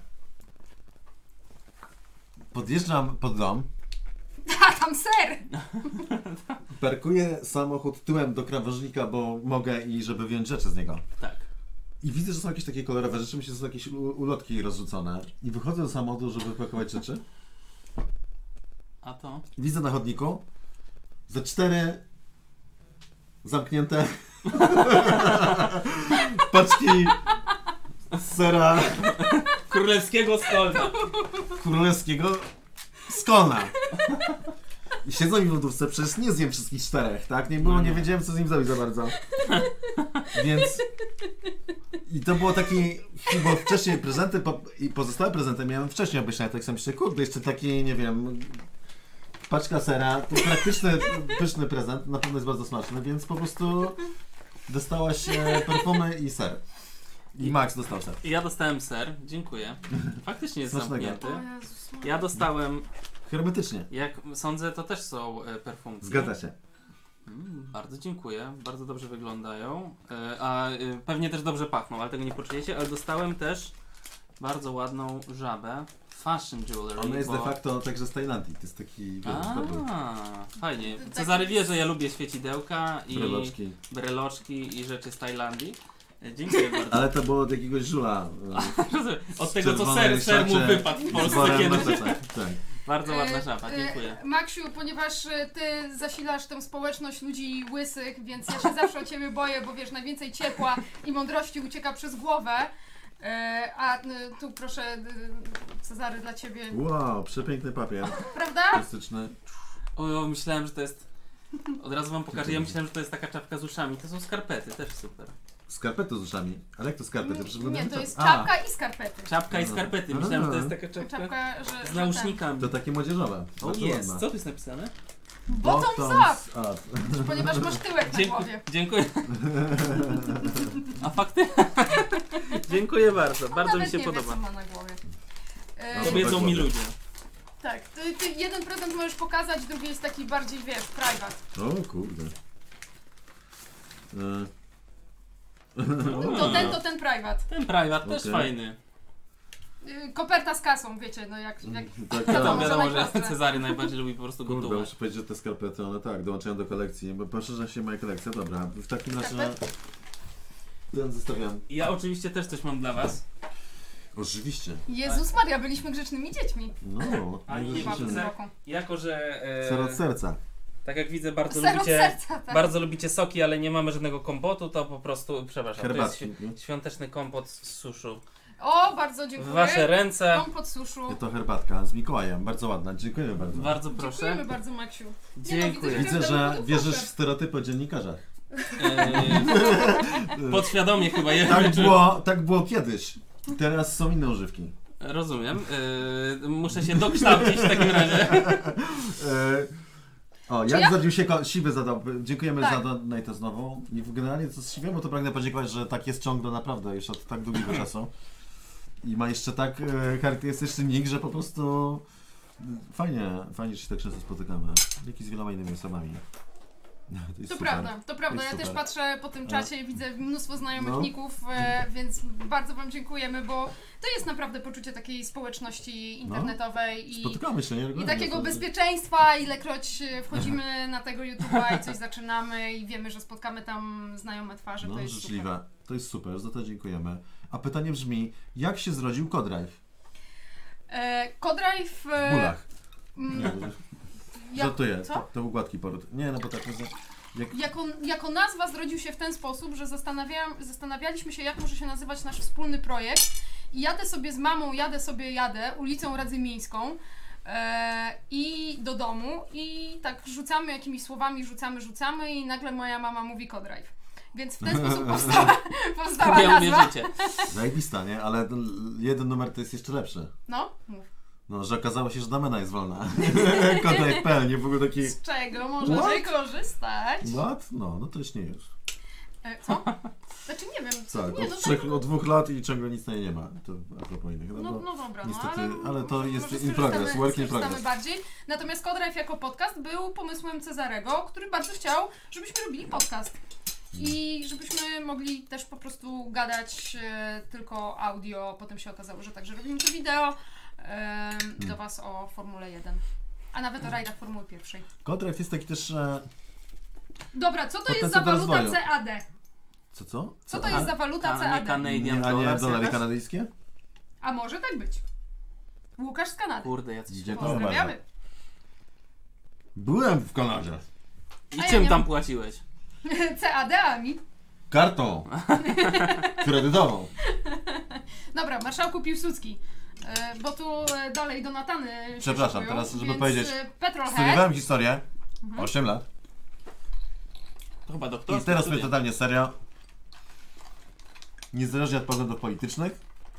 podjeżdżam pod dom, a tam ser! parkuję samochód tyłem do krawężnika, bo mogę i żeby wyjąć rzeczy z niego. Tak. I widzę, że są jakieś takie kolorowe rzeczy, myślę, że są jakieś u- ulotki rozrzucone. I wychodzę do samochodu, żeby pakować rzeczy. A to? I widzę na chodniku ze cztery zamknięte paczki sera Królewskiego Stolna. królewskiego z Kona. I siedzą mi w lodówce, przecież nie zjem wszystkich czterech, tak? Nie było, nie wiedziałem co z nim zrobić za bardzo. Więc... I to było taki... Bo wcześniej prezenty po, i pozostałe prezenty miałem wcześniej obejrzane, tak sobie myślę, kurde, jeszcze taki, nie wiem... Paczka sera, to praktyczny, pyszny prezent, na pewno jest bardzo smaczny, więc po prostu dostałaś e, perfumy i ser. I Max dostał ser. I ja dostałem ser. Dziękuję. Faktycznie jest Smacznego. zamknięty. O Jezus, Ja dostałem, Hermetycznie. jak sądzę, to też są e, perfumki. Zgadza się. Mm, bardzo dziękuję. Bardzo dobrze wyglądają. E, a e, pewnie też dobrze pachną, ale tego nie poczujecie. Ale dostałem też bardzo ładną żabę. Fashion jewelry. Ona jest bo... de facto także z Tajlandii, to jest taki... wiesz, dobry. A, fajnie. To Cezary taki- wie, że ja lubię świecidełka i Breloczki. breloczki i rzeczy z Tajlandii. E, Dziękuję bardzo. Ale to było od jakiegoś żula. e, Od z tego, co czerwonej ser, ser mu szacie, wypadł w z Polsce worem na kiedyś. plecach, tak. Bardzo ładna E, żaba, e, dziękuję. Maksiu, ponieważ e, ty zasilasz tę społeczność ludzi łysych, więc ja się zawsze o ciebie boję, bo wiesz, najwięcej ciepła i mądrości ucieka przez głowę. E, a e, tu proszę, e, Cezary, dla ciebie. Wow, przepiękny papier. Prawda? Plastyczny. O, o, myślałem, że to jest... Od razu wam pokażę, ja myślałem, że to jest taka czapka z uszami. To są skarpety, też super. Skarpety z uszami. Ale jak to skarpety? Przecież Nie, wyglądają to czap- jest A, czapka i skarpety. Czapka i No. skarpety, myślałem, że to jest taka To czapka czapka, że... z że ten. nausznikami. To takie młodzieżowe. O Bardzo jest, ładne. co tu jest napisane? Bottoms Bottoms up! up. Ponieważ masz tyłek na Dziękuję. głowie. Dziękuję. A fakty? Dziękuję bardzo, On bardzo mi nawet się nie podoba. wie, co ma na głowie. E, No, Powiedzą mi ludzie. tak, ty, ty jeden prezent możesz pokazać, drugi jest taki bardziej, wiesz, private. O kurde. E, To ten, to ten private. Ten private też Okej. fajny. Y, Koperta z kasą, wiecie, no jak... jak tak, to Wiadomo, może wiadomo, że najprostsze. Cezary najbardziej lubi po prostu Kurde, gotować. muszę powiedzieć, że te skarpety, one tak, dołączają do kolekcji, bo poszerza się moja kolekcja, dobra. W takim razie... Skarpet? Ten zostawiam. Ja oczywiście też coś mam dla was. Oczywiście. Jezus Maria, byliśmy grzecznymi dziećmi. No, A nie nie Chyba w tym rzeczywiście. roku. Jako, że... E, Ser od serca. tak jak widzę, bardzo Ser od lubicie... serca, tak. Bardzo lubicie soki, ale nie mamy żadnego kompotu, to po prostu, przepraszam, to jest Herbatki. świ- nie? świąteczny kompot z suszu. O, bardzo dziękuję. W wasze ręce. Kompot suszu. To herbatka z Mikołajem, bardzo ładna, dziękuję bardzo. Bardzo proszę. Dziękujemy bardzo, Maksiu. Nie Dziękuję. No, Widzę, że wierzysz w stereotypy o dziennikarzach. Eee, podświadomie chyba je Tak było, tak było kiedyś. Teraz są inne używki. Rozumiem. Eee, muszę się dokształcić w takim razie. E, o, Czy jak ja? zrodził się ko- Siwy zadał. Dziękujemy Tak. za donate znowu. I generalnie to z Siwemu to pragnę podziękować, że tak jest ciągle naprawdę już od tak długiego czasu. I ma jeszcze tak e, charakterystyczny nick, że po prostu fajnie, fajnie, że się tak często spotykamy. Jak i z wieloma innymi osobami. To, jest To super. prawda, to prawda. To jest Ja też super. patrzę po tym czacie i widzę mnóstwo znajomych No. ników, e, więc bardzo Wam dziękujemy, bo to jest naprawdę poczucie takiej społeczności internetowej i, Spotykamy się, nie? i Regularnie. takiego To- bezpieczeństwa, ilekroć e, wchodzimy na tego YouTube'a i coś zaczynamy i wiemy, że spotkamy tam znajome twarze, No, to jest życzliwe. super. To jest super, za to dziękujemy. A pytanie brzmi, jak się zrodził Codrive? E, Codrive... W E, bólach. mm, Nie, ja- żartuję. co? To, to był gładki poród. Nie, no bo tak... Jak... Jako, jako nazwa zrodził się w ten sposób, że zastanawiałam, zastanawialiśmy się, jak może się nazywać nasz wspólny projekt. I jadę sobie z mamą, jadę sobie, jadę ulicą Radzymińską e, i do domu i tak rzucamy jakimiś słowami, rzucamy, rzucamy i nagle moja mama mówi Codrive. Więc w ten sposób powstała, powstała Wiem, nazwa. wierzycie. Zajebista, nie? Ale ten jeden numer to jest jeszcze lepszy. No, mów. No, że okazało się, że domena jest wolna. Codrive kropka p l, nie był taki... Z czego możemy What? korzystać? What? No, no to już nie już. E, co? Znaczy nie wiem. Tak, nie, od, no, trzech, od dwóch lat i ciągle nic na nie ma. To a propos innych. No, No, bo no dobra, niestety, no, ale, ale to może- jest może in progress, skorzystamy- work in skorzystamy progress. bardziej. Natomiast Codrive jako podcast był pomysłem Cezarego, który bardzo chciał, żebyśmy robili podcast. I żebyśmy mogli też po prostu gadać e, tylko audio. Potem się okazało, że także robimy to wideo e, do Was o Formule jeden. A nawet o rajdach Formuły pierwszej. Codrive jest taki też... E... Dobra, co to Potencjał jest za do waluta rozwoju. C A D? Co, co? Co to jest za waluta C A D? Canadian Nie, a nie dollars dolary jakaś? kanadyjskie? A może tak być. Łukasz z Kanady. Kurde, jacyś Dziękuję Pozdrawiam. Pozdrawiamy. Byłem w Kanadzie. I A ja czym nie tam mam- płaciłeś? C A D-ami. Kartą. Kredytową. Dobra, marszałku Piłsudski, e, bo tu e, dalej Donatany się Przepraszam, szykują, teraz, żeby więc, powiedzieć, e, Petrolhead, Studiowałem historię. Mhm. osiem lat. To chyba doktor. I teraz mówię totalnie serio. Niezależnie od poglądów politycznych,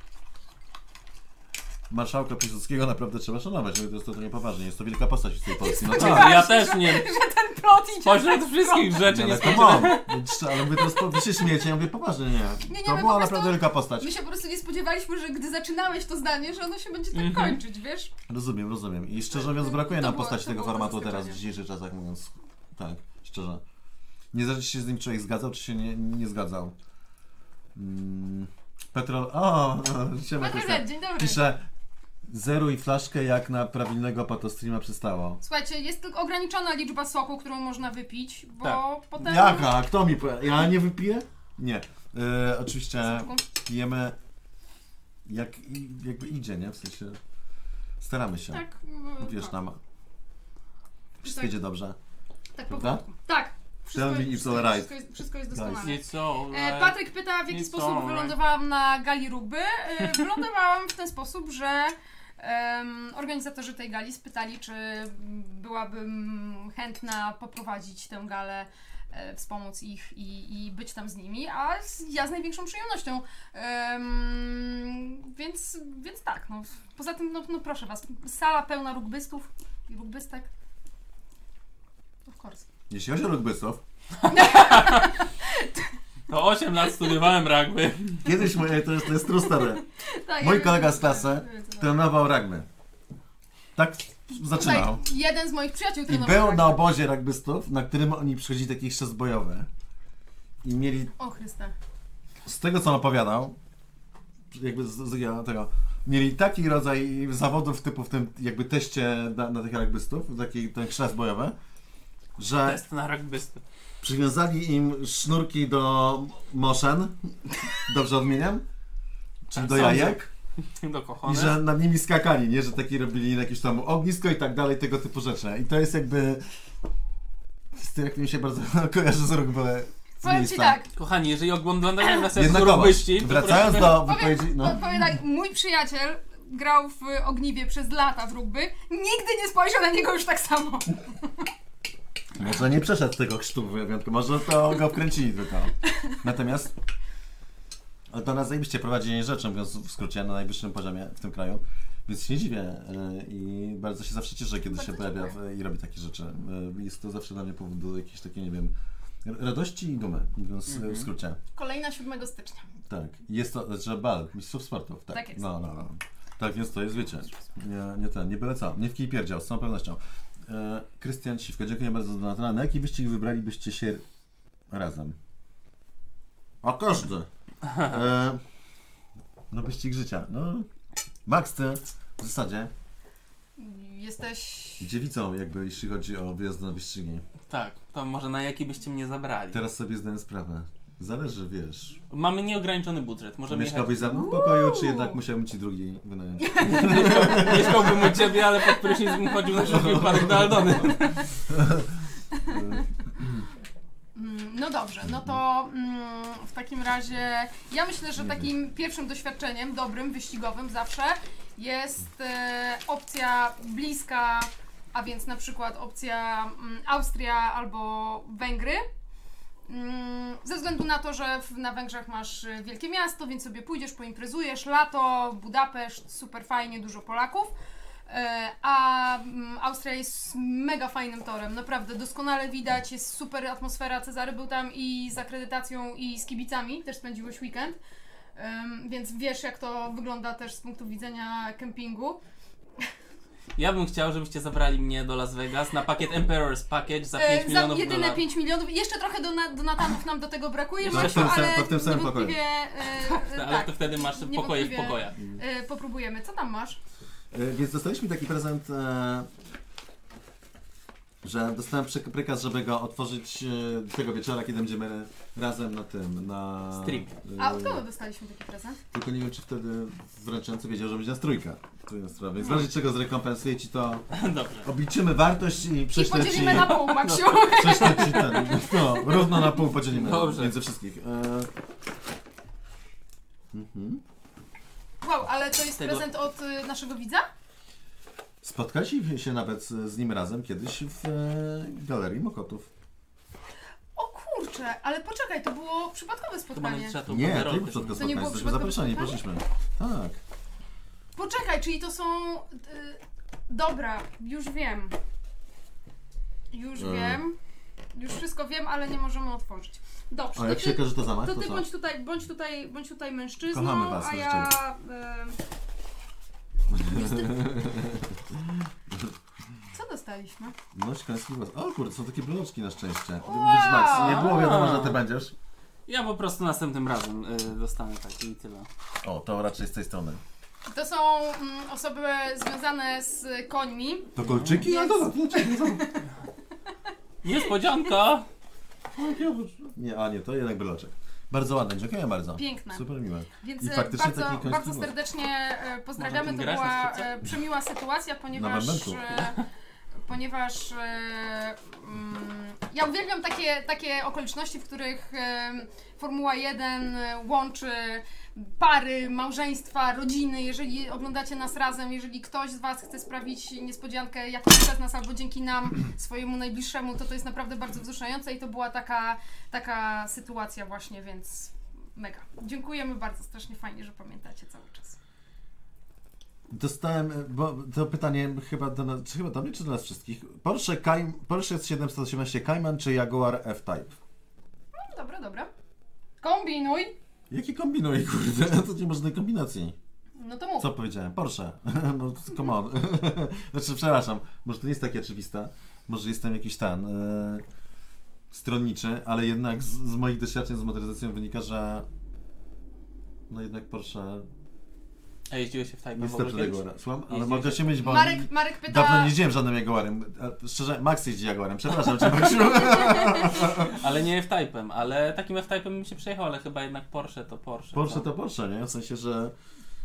marszałka Piłsudskiego naprawdę trzeba szanować. To jest to niepoważnie. Jest to wielka postać w tej Polski. No spodziewałam tak. Ja się, też że- nie. że ten plot idzie Spośród tak wszystkich w rzeczy Nie, nie ale to spodziewałem. mam. Więc, ale mówię teraz, po- wy się śmiecie, ja mówię poważnie, nie. Nie, nie, To my była po naprawdę prostu- wielka postać. My się po prostu nie spodziewaliśmy, że gdy zaczynałeś to zdanie, że ono się będzie tak Mhm. kończyć, wiesz? Rozumiem, rozumiem. I szczerze mówiąc brakuje To nam było- postaci to tego było formatu teraz w zaskoczenie. dzisiejszych czasach, mówiąc tak, szczerze. Niezależnie czy się z nim człowiek zgadzał, czy się nie, nie zgadzał. Mm, Petrol... O! Siema, Krystian. Petrolhead, dzień dobry. Pisze, zeruj flaszkę jak na prawilnego patostreama przystało. Słuchajcie, jest tylko ograniczona liczba soku, którą można wypić, bo Tak. potem... Jaka? Kto mi powie? Ja nie wypiję? Nie. E, oczywiście Soczku. pijemy jak i- jakby idzie, nie? W sensie staramy się. Tak, Wiesz tak, nam. Wszystko Tak. idzie dobrze. tak po Prawda? prostu. Tak. Wszystko, Tell me jest- it's all right. wszystko, jest, wszystko jest doskonale. Nie co. E, Patryk pyta, w jaki It's sposób alright. wylądowałam na gali rugby. E, wylądowałam w ten sposób, że em, organizatorzy tej gali spytali, czy byłabym chętna poprowadzić tę galę, e, wspomóc ich i, i być tam z nimi, a z- ja z największą przyjemnością. Em, więc, więc tak, no. Poza tym, no, no proszę Was, sala pełna rugbystów i rugbystek. Of course. Jeśli chodzi o rugbystów, To osiem lat studiowałem rugby. kiedyś moje, to jest, to jest true story. Tak, Mój ja kolega wiem, z klasy ja wiem, co to. trenował rugby. Tak zaczynał. Tutaj jeden z moich przyjaciół I trenował był rugby. na obozie rugbystów, na którym oni przychodzili taki chrzest bojowy. I mieli, O Chryste. z tego co on opowiadał, jakby z, z tego, mieli taki rodzaj zawodów typu w tym jakby teście na, na tych rugbystów, taki ten chrzest bojowy, że Test na rugbysty. przywiązali im sznurki do moszen, dobrze odmieniam? Czyli do Sądzę. jajek. Do I kochones. że nad nimi skakali, nie? Że taki robili jakieś tam ognisko i tak dalej, tego typu rzeczy. I to jest jakby... Z tym, jak mi się bardzo kojarzy z rugby Powiem ci miejsca. tak. Kochani, jeżeli oglądacie nas jak Jednakowość. surowbyści, to Wracając prosimy- do Powiem, wypowiedzi... No. powiem tak, mój przyjaciel grał w Ogniwie przez lata w rugby. Nigdy nie spojrzał na niego już tak samo. Może nie przeszedł tego chrztu wyjątku, może to go wkręcili tylko. Natomiast to nas zajebiście prowadzenie rzeczy, mówiąc w skrócie, na najwyższym poziomie w tym kraju. Więc się nie dziwię yy, i bardzo się zawsze cieszę, kiedy Bardzo się pojawia w, i robi takie rzeczy. Yy, jest to zawsze dla mnie powód do jakiejś takiej, nie wiem, radości i dumy, mówiąc yy, w skrócie. Kolejna siódmego stycznia. Tak. Jest to, że bal, mistrzów sportów. Tak, Tak jest. No, no, no. Tak więc to jest, wiecie, nie, nie ten, nie byle co, nie w kij pierdział, z całą pewnością. E, Krystian Siwko, dziękuję bardzo za donatę. Na jaki wyścig wybralibyście się razem? A każdy. E, no wyścig życia. No, Max, ty w zasadzie Jesteś... dziewicą jakby, jeśli chodzi o wyjazd na wyścigi. Tak, to może na jaki byście mnie zabrali? Teraz sobie zdaję sprawę. Zależy, wiesz. Mamy nieograniczony budżet, możemy jechać... Mieszkałbyś ze mną w pokoju, czy jednak musiałbym ci drugi wynająć? Mieszkałbym u ciebie, ale pod prysznic bym chodził na wszelki wypadek do Aldony. Mm, No dobrze, no to mm, w takim razie ja myślę, że takim pierwszym doświadczeniem dobrym, wyścigowym zawsze jest e, opcja bliska, a więc na przykład opcja mm, Austria albo Węgry. Mm, Ze względu na to, że w, na Węgrzech masz e, wielkie miasto, więc sobie pójdziesz, poimprezujesz, lato, Budapeszt, super fajnie, dużo Polaków. E, A mm, Austria jest mega fajnym torem, naprawdę doskonale widać, jest super atmosfera. Cezary był tam i z akredytacją, i z kibicami, też spędziłeś weekend, Em, więc wiesz, jak to wygląda też z punktu widzenia kempingu. Ja bym chciał, żebyście zabrali mnie do Las Vegas na pakiet Emperor's Package za E, pięć za milionów jedyne dolarów. pięć milionów, jeszcze trochę do, na, do natanów nam do tego brakuje, To Maciu, w tym samym- ale to w tym samym pokoju. niewątpliwie e, e, Ale tak, to wtedy masz pokoje w niewątpliwie, pokojach. e, popróbujemy. Co tam masz? E, Więc dostaliśmy taki prezent, e, że dostałem przek- przekaz, żeby go otworzyć e, tego wieczora, kiedy będziemy razem na tym, na... Stream. e, A od kogo dostaliśmy taki prezent? Tylko nie wiem, czy wtedy wręczający wiedział, że będzie nas trójka. To jest sprawa. Więc w razie czego zrekompensuję ci to, Dobrze. obliczymy wartość i I prześlę ci... podzielimy na pół, Maksiu. Prześlę ci ten, no, równo na pół podzielimy Dobrze. między wszystkich. E, mhm. Wow, ale to jest Tego- prezent od y, naszego widza? Spotkaliśmy się nawet z z nim razem kiedyś w e, Galerii Mokotów. O kurczę, ale poczekaj, to było przypadkowe Chyba spotkanie. nawet trzeba to Nie, pokerol to nie było też spotkanie, To nie było jesteśmy przypadkowe zaproszeni, spotkanie? poszliśmy. Tak. Poczekaj, czyli to są... Y, dobra, już wiem. Już E. wiem. Już wszystko wiem, ale nie możemy otworzyć. Dobrze, A to jak się ty, okaże, że to zamach, to to ty co? bądź tutaj, bądź tutaj, bądź tutaj mężczyzną, Kochamy was, a ja... Y, co dostaliśmy? No, szklański głos. O kurde, są takie bloczki na szczęście. Wow. Widzisz, Max, nie było wiadomo, że ty będziesz. Ja po prostu następnym razem y, dostanę taki i tyle. O, to raczej z tej strony. To są mm, osoby związane z końmi. To kolczyki? Więc- No to kolczyki, no to... Niespodzianka! Nie, a nie, to jednak bloczek. Bardzo ładne, dziękuję bardzo. Piękne. Super miłe. Więc I e, faktycznie bardzo, taki koński bardzo głos. serdecznie e, pozdrawiamy. Może To tym grać na była sztuce? e, przemiła sytuacja, ponieważ, bębenku. e, ponieważ e, mm, ja uwielbiam takie, takie okoliczności, w których e, Formuła jeden łączy pary, małżeństwa, rodziny. Jeżeli oglądacie nas razem, jeżeli ktoś z Was chce sprawić niespodziankę jakąś przez nas albo dzięki nam, swojemu najbliższemu, to to jest naprawdę bardzo wzruszające i to była taka, taka sytuacja właśnie, więc mega. Dziękujemy bardzo, strasznie fajnie, że pamiętacie cały czas. Dostałem, bo to pytanie chyba do nas, czy chyba do mnie, czy do nas wszystkich. Porsche, Cay, Porsche siedemset osiemnaście Cayman czy Jaguar F-Type? No dobra, dobra. Kombinuj! Jaki kombinuj, kurde? To nie ma żadnej kombinacji. No to mów. Co powiedziałem? Porsche. No, come on. Znaczy, przepraszam, może to nie jest takie oczywiste. Może jestem jakiś ten e, stronniczy, ale jednak z, z moich doświadczeń z motoryzacją wynika, że no jednak Porsche A jeździłeś się w Tajpie w niestety ogóle kiedyś? Jaguara. Słucham? Ale Jeździłeś mogę się mylić, bo Marek, Marek pyta... dawno nie jeździłem żadnym Jaguarem. A, szczerze, Max jeździ Jaguarem. Przepraszam cię, Maxiu. Ale nie F-Type'em, ale takim F-Type'em bym się przejechał, ale chyba jednak Porsche to Porsche. Porsche co? to Porsche, nie? W sensie, że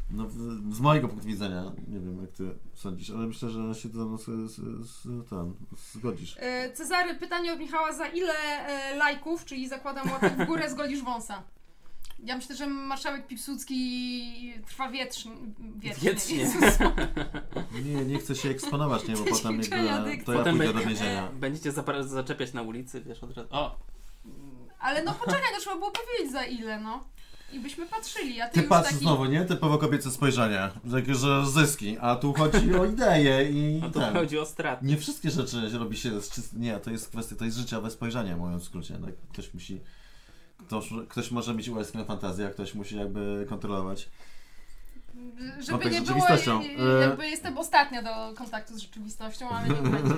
No, w, z mojego punktu widzenia, nie wiem jak ty sądzisz, ale myślę, że się to z, z, z, tam, zgodzisz. E, Cezary, pytanie od Michała, za ile e, lajków, czyli zakładam łapek w górę, zgolisz wąsa? Ja myślę, że marszałek Piłsudski trwa wietrznie. Wiecznie. Jezus. Nie, nie chcę się eksponować, nie, bo Te potem ćwiczenia jakby, dykcji. to ja Potem pójdę be- do więzienia. Będziecie zapra- zaczepiać na ulicy, wiesz, od razu. O! Ale no poczekaj, no trzeba było powiedzieć za ile, no. I byśmy patrzyli, a ty, Ty już patrzysz taki... znowu, nie? Typowo kobiece spojrzenie, takie, że zyski, a tu chodzi o ideę i No to ten. chodzi o strat. Nie wszystkie rzeczy robi się z czyst... Nie, to jest kwestia, to jest życiowe spojrzenie, mówiąc w skrócie. Tak? Ktoś musi... Ktoś, ktoś może mieć ułatwione fantazję, a ktoś musi jakby kontrolować. Żeby Kontakt nie z było, rzeczywistością. e, jakby jestem ostatnia do kontaktu z rzeczywistością, ale nie będzie.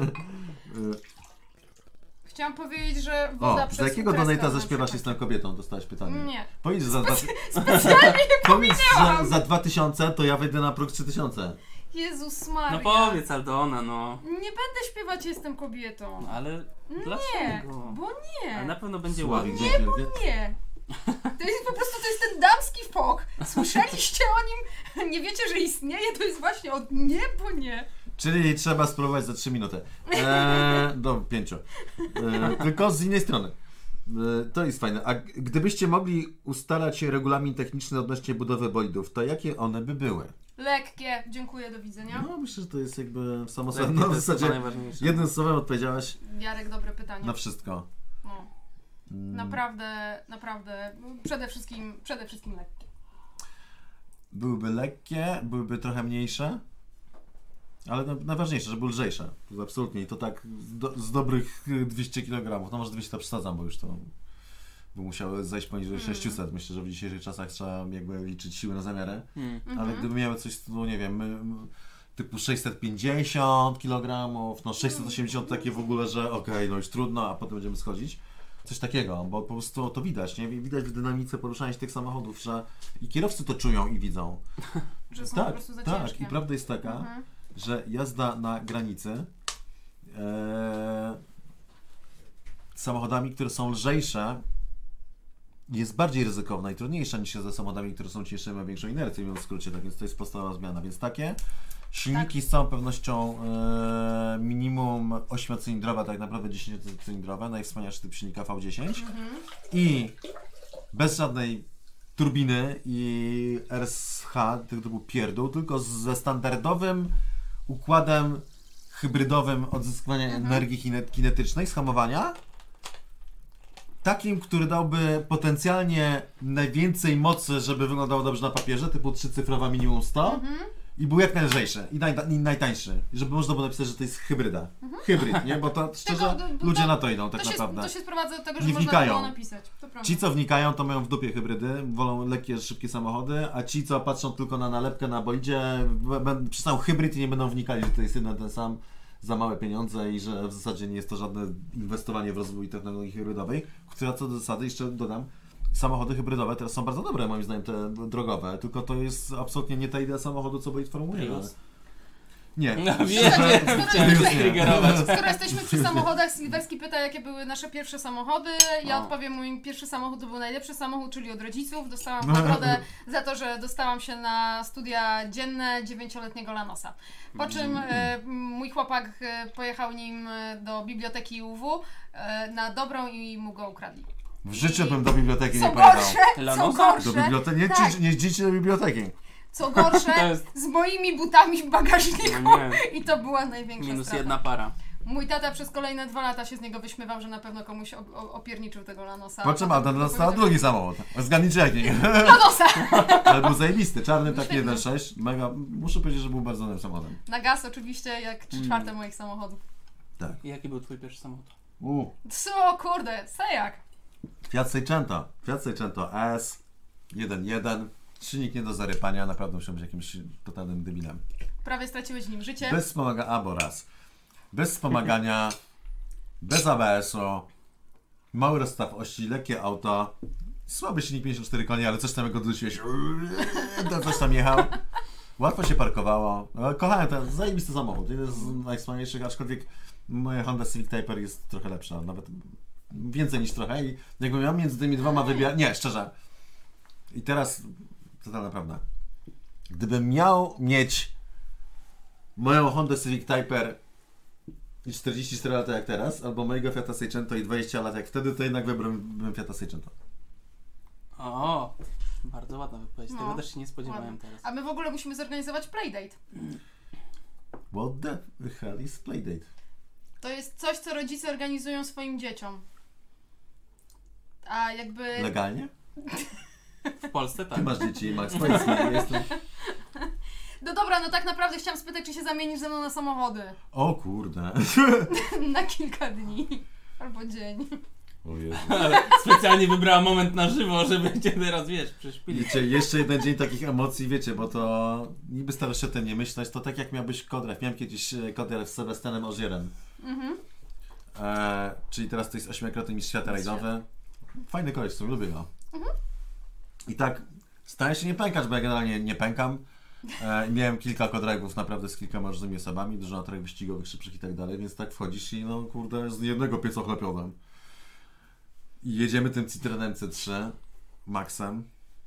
Chciałam powiedzieć, że woda O, przez za jakiego kreskę donata na zaśpiewasz przykład. Jestem kobietą? Dostałeś pytanie. Nie. Powiedz, że za, dwa... Specjalnie Powiedz, że pominęłam. za dwa tysiące to ja wejdę na próg trzy tysiące. Jezus Maria. No powiedz, Aldona, no. Nie będę śpiewać Jestem kobietą. No ale Nie, dlaczego? bo nie. Ale na pewno będzie Sławik, ładnie. dzięki wielkie. Nie. To jest po prostu, to jest ten damski fok. Słyszeliście o nim? Nie wiecie, że istnieje? To jest właśnie od nie, bo nie. Czyli trzeba spróbować za trzy minuty. Eee, do pięciu. Eee, tylko z innej strony. Eee, to jest fajne. A g- gdybyście mogli ustalać regulamin techniczny odnośnie budowy bolidów, to jakie one by były? Lekkie. Dziękuję, do widzenia. No myślę, że to jest jakby samo Lekkie no, to w jest chyba zasadzie najważniejsze. jednym słowem odpowiedziałaś Jarek, dobre pytanie. na wszystko. No. Mm. Naprawdę, naprawdę. Przede wszystkim, przede wszystkim lekkie. Byłyby lekkie, byłyby trochę mniejsze, ale na- najważniejsze, że były lżejsze. To jest absolutnie. I to tak z, do, z dobrych dwieście kilogramów. No może dwieście to przesadzam, bo już to by musiały zejść poniżej Mm. sześćset. Myślę, że w dzisiejszych czasach trzeba jakby liczyć siły na zamiary. Hmm. Ale Mhm. gdyby miały coś, no nie wiem, my- my- typu sześćset pięćdziesiąt kilogramów, no sześćset osiemdziesiąt takie w ogóle, że okej, no już trudno, a potem będziemy schodzić. Coś takiego, bo po prostu to widać, nie? Widać w dynamice poruszania się tych samochodów, że i kierowcy to czują i widzą. Że są po Tak, prostu za tak. ciężkie. I prawda jest taka, Mhm. że jazda na granicy e, samochodami, które są lżejsze, jest bardziej ryzykowna i trudniejsza niż jazda samochodami, które są cięższe i mają większą inercję, mówiąc w skrócie, tak więc to jest podstawowa zmiana. Więc takie silniki z całą pewnością e, minimum ośmiocylindrowe, tak naprawdę dziesięciocylindrowe, najwspanialszy typ silnika V dziesięć Mhm. i bez żadnej turbiny i R S H, tego typu pierdół, tylko ze standardowym układem hybrydowym odzyskiwania Mhm. energii kine- kinetycznej z hamowania. Takim, który dałby potencjalnie najwięcej mocy, żeby wyglądało dobrze na papierze, typu trzycyfrowa minimum sto Mhm. i był jak najlżejszy i, naj, i najtańszy. I żeby można było napisać, że to jest hybryda. Hybryd, nie? Bo to szczerze Mhm. Tylko, to- ludzie to- na to idą tak To się, naprawdę. to się sprowadza do tego, że Nie można wnikają. było napisać. To prawda. Ci, co wnikają, to mają w dupie hybrydy, wolą lekkie, szybkie samochody, a ci, co patrzą tylko na nalepkę na bolidzie, b- b- przystaną hybryd i nie będą wnikali, że to jest jeden ten sam za małe pieniądze i że w zasadzie nie jest to żadne inwestowanie w rozwój technologii hybrydowej, która co do zasady, jeszcze dodam, samochody hybrydowe teraz są bardzo dobre, moim zdaniem, te drogowe, tylko to jest absolutnie nie ta idea samochodu, co bolid Formuły jeden. Prius? Nie. No wiem, Słuchajcie, wiem, skoro chciałem jesteśmy- się triggerować. Skoro jesteśmy przy samochodach, Sylwerski pyta, jakie były nasze pierwsze samochody. Ja O. odpowiem, mój pierwszy samochód to był najlepszy samochód, czyli od rodziców. Dostałam nagrodę za to, że dostałam się na studia dzienne dziewięcioletniego Lanosa. Po czym e, mój chłopak e, pojechał nim e, do biblioteki U W e, na dobrą i mu go ukradli. W życiu bym do biblioteki nie Co pojechał. gorsze, co Lanosa? Do gorsze, biblioteki? Nie, tak. ci- nie jeździcie do biblioteki. co To gorsze, jest- z moimi butami w bagażniku. No nie. I to była największa Minus strata. jedna para. Mój tata przez kolejne dwa lata się z niego wyśmiewał, że na pewno komuś o, o, opierniczył tego Lanosa. Po czym Potem Adam dostała powiedział, drugi samochód. Zgadnijcie jaki. Lanosa! Ale był zajebisty, czarny, taki Świetny. jeden sześć, mega, muszę powiedzieć, że był bardzo dobrym samochodem. Na gaz oczywiście, jak trzy Mm. czwarte moich samochodów. I jaki był twój pierwszy samochód? U, Co kurde, sejak! Fiat Seicento, Fiat Seicento S, jeden jeden, silnik nie do zarypania, naprawdę musiał być jakimś totalnym debilem. Prawie straciłeś nim życie. Bez wspomagania, albo raz, bez wspomagania, bez A B S u, mały rozstaw osi, lekkie auto, słaby silnik pięćdziesiąt cztery konie, ale coś tam jak go dusiłeś, to coś tam jechał. Łatwo się parkowało. Kochałem ten zajebisty samochód. Jeden z najwspanialszych, aczkolwiek moja Honda Civic Type R jest trochę lepsza. Nawet więcej niż trochę. I jakbym miał między tymi dwoma wybierać. Nie, szczerze. I teraz totalna prawda. gdybym miał mieć moją Honda Civic Type R i czterdzieści cztery lata jak teraz, albo mojego Fiata Seicento i dwadzieścia lat jak wtedy, to jednak wybrałbym Fiata Seicento. O, bardzo ładna wypowiedź. No, Tego też się nie spodziewałem ładnie. teraz. A my w ogóle musimy zorganizować playdate. What the hell is Playdate? To jest coś, co rodzice organizują swoim dzieciom. A jakby... Legalnie? W Polsce tak. Ty masz dzieci, Max, powiedz mi, ja jestem... No dobra, no tak naprawdę chciałam spytać, czy się zamienisz ze mną na samochody. O kurde. Na kilka dni. Albo dzień. O Jezu. Ale specjalnie wybrała moment na żywo, żeby cię teraz, wiesz, przeszpilić. Wiecie, jeszcze jeden dzień takich emocji, wiecie, bo to niby starasz się o tym nie myśleć, to tak jak miałbyś Kodrew. Miałem kiedyś Kodrew z Sebastianem Ozierem. Mhm. E, czyli teraz to jest ośmiokrotny mistrz świata rajdowy. Fajny koleś, w sumie lubię go. Mhm. I tak starałem się nie pękać, bo ja generalnie nie pękam. E, miałem kilka kodrewów naprawdę z kilkoma różnymi osobami, dużo na torach wyścigowych, szybszych i tak dalej, więc tak wchodzisz i no kurde, z jednego pieca chlepiowym. I jedziemy tym Citroenem C trzy Maxem.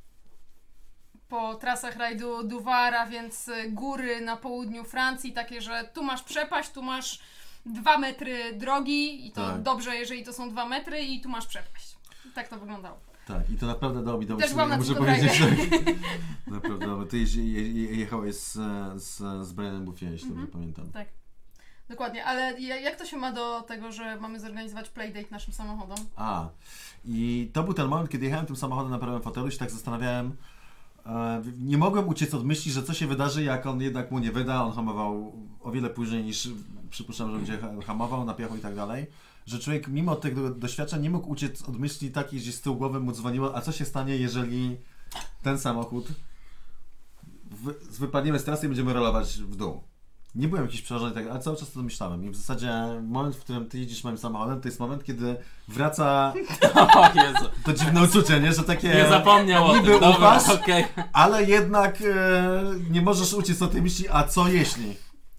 Po trasach rajdu Duwara, więc góry na południu Francji, takie, że tu masz przepaść, tu masz dwa metry drogi i to Tak. dobrze, jeżeli to są dwa metry i tu masz przepaść. Tak to wyglądało. Tak, i to naprawdę dało mi do Też byłam na muszę tym powiedzieć, że naprawdę, bo ty jeździ, je, je, jechałeś z, z, z Brianem Buffie, jeśli Mhm. dobrze pamiętam. Tak. Dokładnie, ale ja- jak to się ma do tego, że mamy zorganizować playdate naszym samochodom? A, i to był ten moment, kiedy jechałem tym samochodem na prawym fotelu i się tak zastanawiałem, e, nie mogłem uciec od myśli, że co się wydarzy, jak on jednak mu nie wyda, on hamował o wiele później niż przypuszczam, że będzie ha- hamował na piachu i tak dalej, że człowiek mimo tego doświadczenia nie mógł uciec od myśli takiej, że z tyłu głowy mu dzwoniło, a co się stanie, jeżeli ten samochód wy, wypadniemy z trasy i będziemy rolować w dół. Nie byłem jakiś przerażony, tak, ale cały czas to myślałem. I w zasadzie moment, w którym ty jedziesz moim samochodem, to jest moment, kiedy wraca O Jezu. to dziwne uczucie, nie? Że takie... Nie zapomniał o niby tym. Dobra, ufasz, okej. ale jednak e, nie możesz uciec od tej myśli, a co jeśli?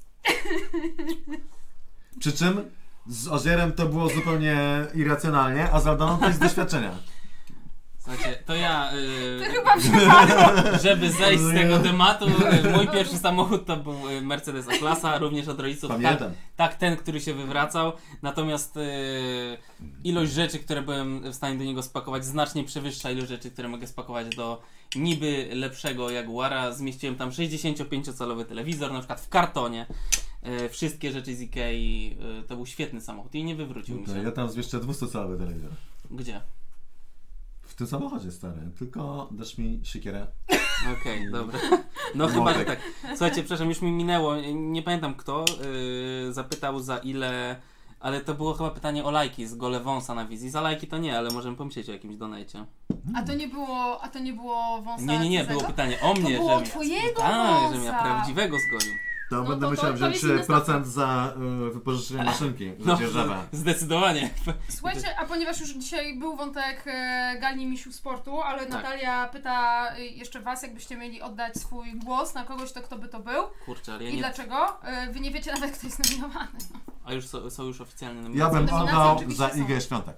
Przy czym z Ozierem to było zupełnie irracjonalnie, a z Aldoną to jest z doświadczenia. Słuchajcie, to ja, To yy, chyba przypadek. żeby zejść z tego tematu, yy, mój pierwszy samochód to był yy, Mercedes A-klasa, również od rodziców. Tak, Pamiętam. tak, ten, który się wywracał. Natomiast yy, ilość rzeczy, które byłem w stanie do niego spakować, znacznie przewyższa ilość rzeczy, które mogę spakować do niby lepszego Jaguara. Zmieściłem tam sześćdziesięciopięciocalowy telewizor, na przykład w kartonie. Yy, wszystkie rzeczy z Ikei. Yy, to był świetny samochód i nie wywrócił mi No, się. ja tam zmieszczę dwustucalowy telewizor. Gdzie? W tym samochodzie, stary. Tylko dasz mi siekierę. Okej, dobra. No Młotek. chyba, że tak. Słuchajcie, przepraszam, już mi minęło, nie pamiętam kto, yy, zapytał za ile, ale to było chyba pytanie o lajki z Golewąsa na wizji. Za lajki to nie, ale możemy pomyśleć o jakimś donajcie. A to nie było, a to nie było wąsa Nie, nie, nie, Cezego? było pytanie o mnie, To było żebym twojego tak, żebym ja wąsa. prawdziwego zgonił. To No będę to- musiał to- to wziąć jest inny procent za y, wypożyczenie maszynki No, dzierżawę. zdecydowanie. Słuchajcie, a ponieważ już dzisiaj był wątek e, Gali Misiów Sportu, ale Tak. Natalia pyta e, jeszcze was, jakbyście mieli oddać swój głos na kogoś, to kto by to był Kurczę, ale ja i nie... dlaczego? E, wy nie wiecie nawet, kto jest nominowany. A już są, są już oficjalne Ja nominacje. bym Nominacje oddał oczywiście za są. Igę Świątek.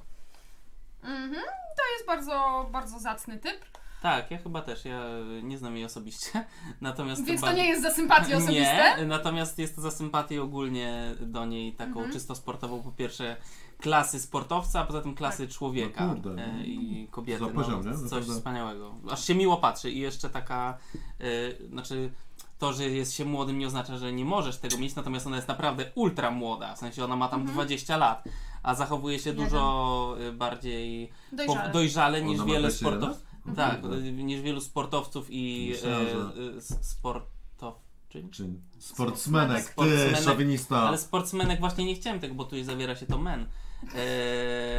Mhm, to jest bardzo, bardzo zacny typ, Tak, ja chyba też, ja nie znam jej osobiście. Natomiast więc chyba... to nie jest za sympatie osobiste. Nie, natomiast jest to za sympatię ogólnie do niej taką Mhm. czysto sportową. Po pierwsze klasy sportowca, a poza tym klasy człowieka No kurde, no. e, i kobiety. Za poziom, nie? no, coś Naprawdę. wspaniałego. Aż się miło patrzy i jeszcze taka, e, znaczy to, że jest się młodym nie oznacza, że nie możesz tego mieć, natomiast ona jest naprawdę ultra młoda, w sensie ona ma tam Mhm. dwadzieścia lat, a zachowuje się Jeden. dużo e, bardziej Dojrzale. po, dojrzale niż Ona ma wiele dwadzieścia jeden? sportowców. Mhm. Tak, e, niż wielu sportowców i Myślałem, e, że- e, s- sportowczyń. Czy sportsmenek, ty Sportsmenek. szowinista. Ale sportsmenek właśnie nie chciałem tego, bo tu zawiera się to men. Eee,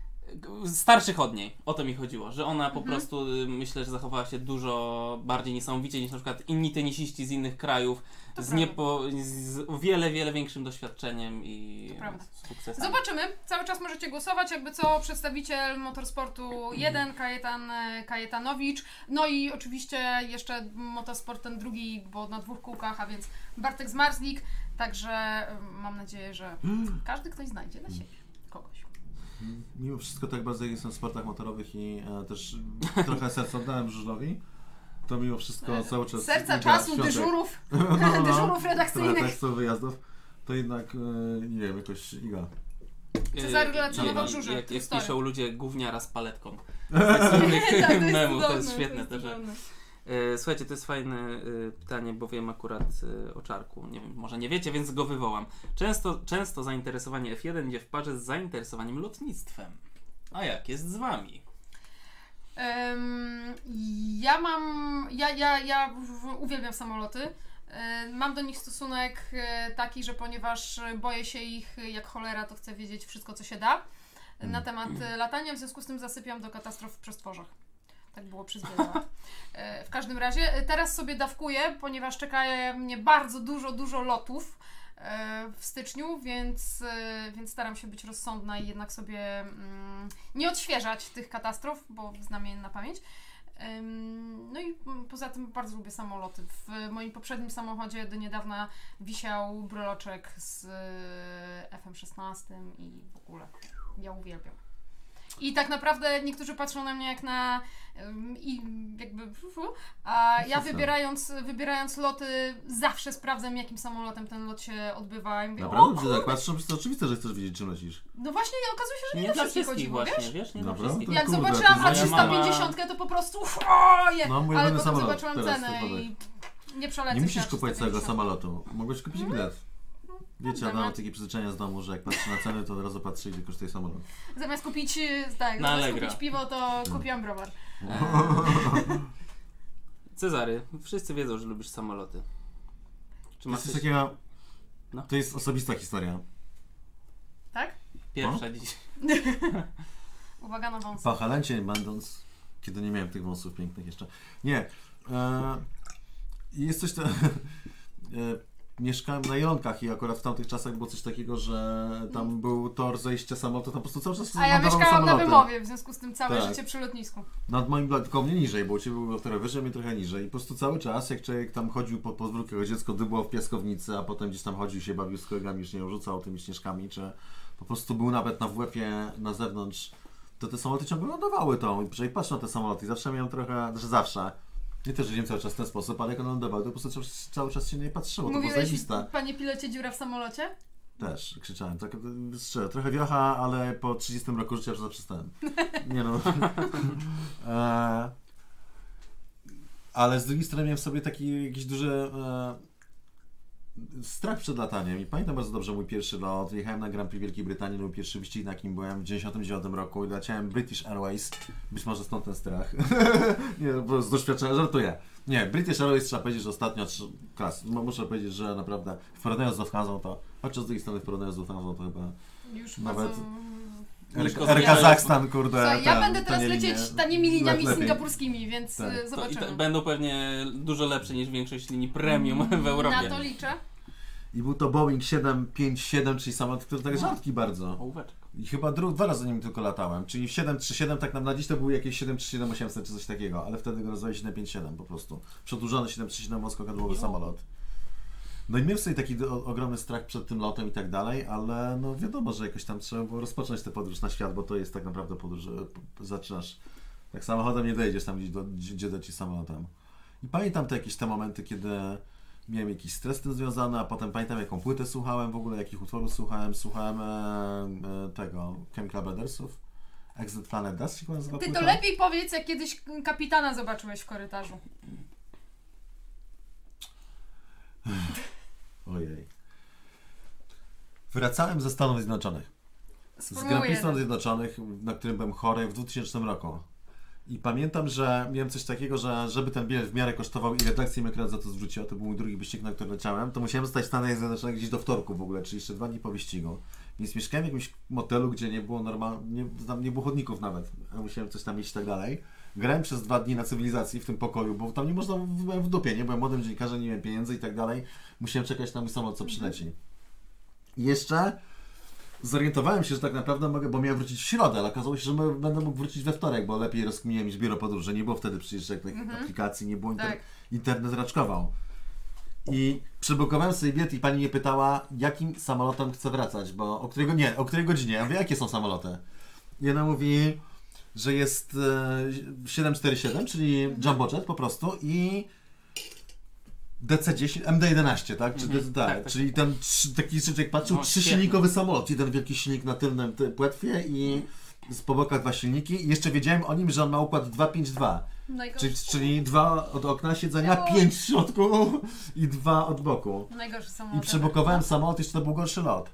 starszych od niej, o to mi chodziło, że ona po Mhm. prostu y, myślę, że zachowała się dużo bardziej niesamowicie niż na przykład inni tenisiści z innych krajów To z, prawda. niepo, z o wiele, wiele większym doświadczeniem i To prawda. sukcesem. Zobaczymy. Cały czas możecie głosować, jakby co przedstawiciel Motorsportu jeden, Kajetan e, Kajetanowicz. No i oczywiście jeszcze Motorsport ten drugi, bo na dwóch kółkach, a więc Bartek Zmarzlik. Także e, mam nadzieję, że każdy ktoś znajdzie na siebie kogoś. Mimo wszystko tak bardzo jestem w sportach motorowych i e, też trochę serca oddałem żużlowi. to mimo wszystko cały czas... Serca, iga czasu, świątek. dyżurów, No, no, dyżurów trochę redakcyjnych. tak są wyjazdów, to jednak, e, nie wiem, jakoś iga. Cezary relacjonował Nie, żużel, Jak, true jak story. piszą ludzie gówniara z paletką. Tak, to jest Memów, to cudowne, jest świetne to też. jest cudowne. E, Słuchajcie, to jest fajne e, pytanie, bo wiem akurat e, o Czarku. Nie wiem, może nie wiecie, więc go wywołam. Często, często zainteresowanie F jeden idzie w parze z zainteresowaniem lotnictwem. A jak jest z wami? Em, ja mam, ja, ja, ja w- uwielbiam samoloty. E, Mam do nich stosunek e, taki, że ponieważ boję się ich jak cholera, to chcę wiedzieć wszystko, co się da na temat e, latania, w związku z tym zasypiam do katastrof w przestworzach. Tak było przez wiele lat. E, W każdym razie e, teraz sobie dawkuję, ponieważ czeka mnie bardzo dużo, dużo lotów e, w styczniu, więc, e, więc staram się być rozsądna i jednak sobie mm, nie odświeżać tych katastrof, bo znam je na pamięć. Ym, No i mm, poza tym bardzo lubię samoloty. W moim poprzednim samochodzie do niedawna wisiał bryloczek z e, F M szesnaście i w ogóle ja uwielbiam. I tak naprawdę niektórzy patrzą na mnie jak na ym, i jakby fu, fu, a ja wybierając, wybierając loty zawsze sprawdzam, jakim samolotem ten lot się odbywa i mówię, o, Naprawdę, że tak patrzą, to oczywiste, że chcesz wiedzieć, czym lecisz. no właśnie okazuje się, że nie, Nie do dla wszystkich wszystkich chodziło, właśnie, wiesz? wiesz? Nie Dobra, dla wszystkich. to Jak kurde, zobaczyłam to A jest- trzysta pięćdziesiąt, to po prostu oje, No, mój ale ulubiony potem samolot zobaczyłam teraz, cenę typowy. i nie przelecę Nie się musisz na kupować całego trzysta pięćdziesiąt. samolotu. Mogłeś kupić bilet. Wiecie, Dobra. ja mam takie przyzwyczajenia z domu, że jak patrzę na ceny, to od razu patrzę, ile kosztuje samolot. Zamiast kupić, y, tak, Na zamiast Allegro. kupić piwo, to kupiłam browar. Cezary, wszyscy wiedzą, że lubisz samoloty. Czy To masz jest coś coś takiego... No. To jest osobista historia. Tak? pierwsza dziś? Uwaga na wąsy. Po Halencie będąc, kiedy nie miałem tych wąsów pięknych jeszcze. Nie. E, jest coś... To, e, mieszkałem na Jelonkach i akurat w tamtych czasach było coś takiego, że tam był tor zejścia samolotu, tam po prostu cały czas A ja lądowały mieszkałam na samoloty. Wymowie, w związku z tym całe Tak. życie przy lotnisku. Nad moim blokiem, tylko mnie niżej, bo u Ciebie było trochę wyżej, mnie trochę niżej. I po prostu cały czas, jak człowiek tam chodził pod podwórko, jak dziecko dybło w piaskownicy, a potem gdzieś tam chodził się, bawił z kolegami, już nie wiem, rzucał tymi śnieżkami, czy po prostu był nawet na W Ł P-ie na zewnątrz, to te samoloty ciągle lądowały tą. I jeżeli patrzę na te samoloty i zawsze miałem trochę, znaczy zawsze, nie też żyłem cały czas w ten sposób, ale jak one lądowały, to po prostu cały, cały czas się nie patrzyło, to było Mówiłeś, zajebiste. panie pilocie, dziura w samolocie? Też krzyczałem, tak szczerze, trochę wiocha, ale po trzydziestym roku życia już zaprzestałem. Nie no. e, ale z drugiej strony miałem w sobie taki jakiś duży e, strach przed lataniem i pamiętam bardzo dobrze mój pierwszy lot. Jechałem na Grand Prix Wielkiej Brytanii, mój pierwszy wyścig, na kim byłem w dziewięćdziesiątym dziewiątym roku i leciałem British Airways. Być może stąd ten strach. Nie, bo z doświadczenia żartuję. Nie, British Airways trzeba powiedzieć, że ostatnio klas. Muszę powiedzieć, że naprawdę w porównaniu z Lufthansą to, chociaż z drugiej strony w porównaniu z Lufthansą to chyba Już Nawet- bardzo... Już Air Kazachstan, kurde. Słuchaj, ja ten, będę teraz tanie lecieć linie. tanimi liniami Lepiej. singapurskimi, więc Tak. y, To, i zobaczymy. to będą pewnie dużo lepsze niż większość linii premium w Europie. Na to liczę. I był to Boeing siedem pięć siedem, czyli samolot, który tak rzadki bardzo. Ołóweczek. I chyba dru- dwa razy nim tylko latałem. Czyli w siedem trzy siedem tak nam na dziś to był jakieś siedem trzy siedem osiemset czy coś takiego, ale wtedy go nazwali siedem pięć siedem po prostu. Przedłużony siedem trzy siedem wąskokadłowy samolot. No i miałem sobie taki o- ogromny strach przed tym lotem i tak dalej, ale no wiadomo, że jakoś tam trzeba było rozpocząć tę podróż na świat, bo to jest tak naprawdę podróż, że p- zaczynasz tak samochodem nie dojedziesz tam gdzieś, do, gdzie gdzie leci samolotem. I pamiętam te jakieś te momenty, kiedy miałem jakiś stres z tym związany, a potem pamiętam jaką płytę słuchałem, w ogóle jakich utworów słuchałem. Słuchałem e, e, tego, Chemical Brothersów. Exit Planet Dust się chyba nazywa Ty to płyta? lepiej powiedz, jak kiedyś kapitana zobaczyłeś w korytarzu. Ojej. Wracałem ze Stanów Zjednoczonych. Z Grand Prix Spróbuję. Stanów Zjednoczonych, na którym byłem chory w dwutysięcznym roku. I pamiętam, że miałem coś takiego, że żeby ten bilet w miarę kosztował i redakcja mi akurat za to zwróciła, to był mój drugi wyścig, na który leciałem, to musiałem zostać w Stanach Zjednoczonych gdzieś do wtorku w ogóle, czyli jeszcze dwa dni po wyścigu. Więc mieszkałem w jakimś motelu, gdzie nie było normalnie, nie, tam nie było chodników nawet. Ja musiałem coś tam iść i tak dalej. Grałem przez dwa dni na cywilizacji w tym pokoju, bo tam nie można, byłem w dupie, nie? Byłem młodym dziennikarzem, nie miałem pieniędzy i tak dalej. Musiałem czekać na mój samolot, co przyleci. I jeszcze zorientowałem się, że tak naprawdę mogę, bo miałem wrócić w środę, ale okazało się, że my- będę mógł wrócić we wtorek, bo lepiej rozkminiłem niż biuro podróży. Nie było wtedy przecież jak takich Mhm. aplikacji, nie było inter- Tak. internet raczkował. I przebukowałem sobie bilet i pani mnie pytała, jakim samolotem chcę wracać, bo o której, go- nie, o której godzinie. Ja mówię, jakie są samoloty? I ona mówi, że jest e, siedem cztery siedem, czyli Jumbo Jet po prostu i D C dziesięć, M D jedenaście, tak? Czy, Mhm. tak, Tak, tak. czyli ten trzy, taki jak patrzył, No, trzysilnikowy samolot, jeden wielki silnik na tylnym ty- płetwie i z po bokach dwa silniki i jeszcze wiedziałem o nim, że on ma układ dwa pięć dwa. Najgorszy, Czyli, czyli dwa od okna siedzenia, Oj. pięć w środku i dwa od boku. najgorszy samolot. I przebokowałem samolot, jeszcze to był gorszy lot.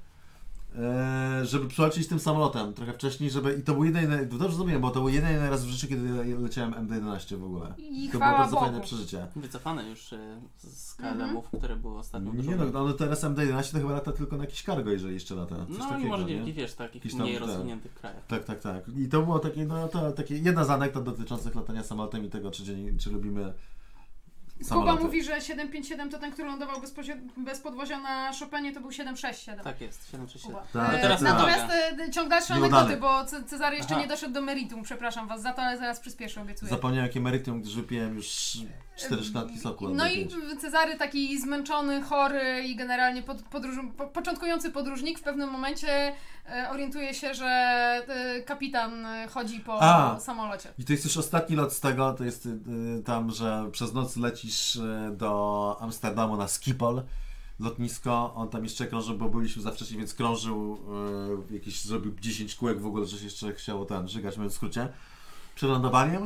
Eee, żeby przelecieć tym samolotem trochę wcześniej, żeby... I to był jedyny... Dobrze zrobiłem, bo to był jedyny raz w życiu, kiedy leciałem M D jedenaście w ogóle. I to chwała było bardzo Bogu. fajne przeżycie. Wycofane już e, z K L M-ów, które były ostatnio Nie no, ale teraz M D jedenaście to chyba lata tylko na jakiś cargo, jeżeli jeszcze lata. Coś No i takiego, może nie? dzięki, wiesz, takich Jakiś tam mniej ten- rozwiniętych krajach. Tak, tak, tak. I to było takie, no to takie jedna z anegdot dotyczących latania samolotem i tego, czy, dzień, czy lubimy Kuba samoloty. mówi, że siedem pięć siedem to ten, który lądował bez, pozi- bez podwozia na Chopinie, to był siedem sześć siedem. Tak jest, siedem sześć siedem. Kuba. Tak, E, teraz Natomiast uwaga. e, ciąg dalszy Nieudany. anegdoty, bo Ce- Cezary jeszcze Aha. nie doszedł do meritum, przepraszam was za to, ale zaraz przyspieszę, obiecuję. Zapomniałem jakie meritum, gdyż wypiłem już cztery szklanki soku. No albo i pięć. Cezary taki zmęczony, chory i generalnie pod, podróż, po, początkujący podróżnik w pewnym momencie e, orientuje się, że e, kapitan e, chodzi po A. samolocie. I to jest już ostatni lot z tego, to jest y, tam, że przez noc lecisz y, do Amsterdamu na Schiphol, lotnisko, on tam jeszcze krążył, bo byliśmy za wcześnie, więc krążył, y, jakiś zrobił dziesięć kółek w ogóle, że się jeszcze chciało ten, żygać, mówiąc w skrócie, przed lądowaniem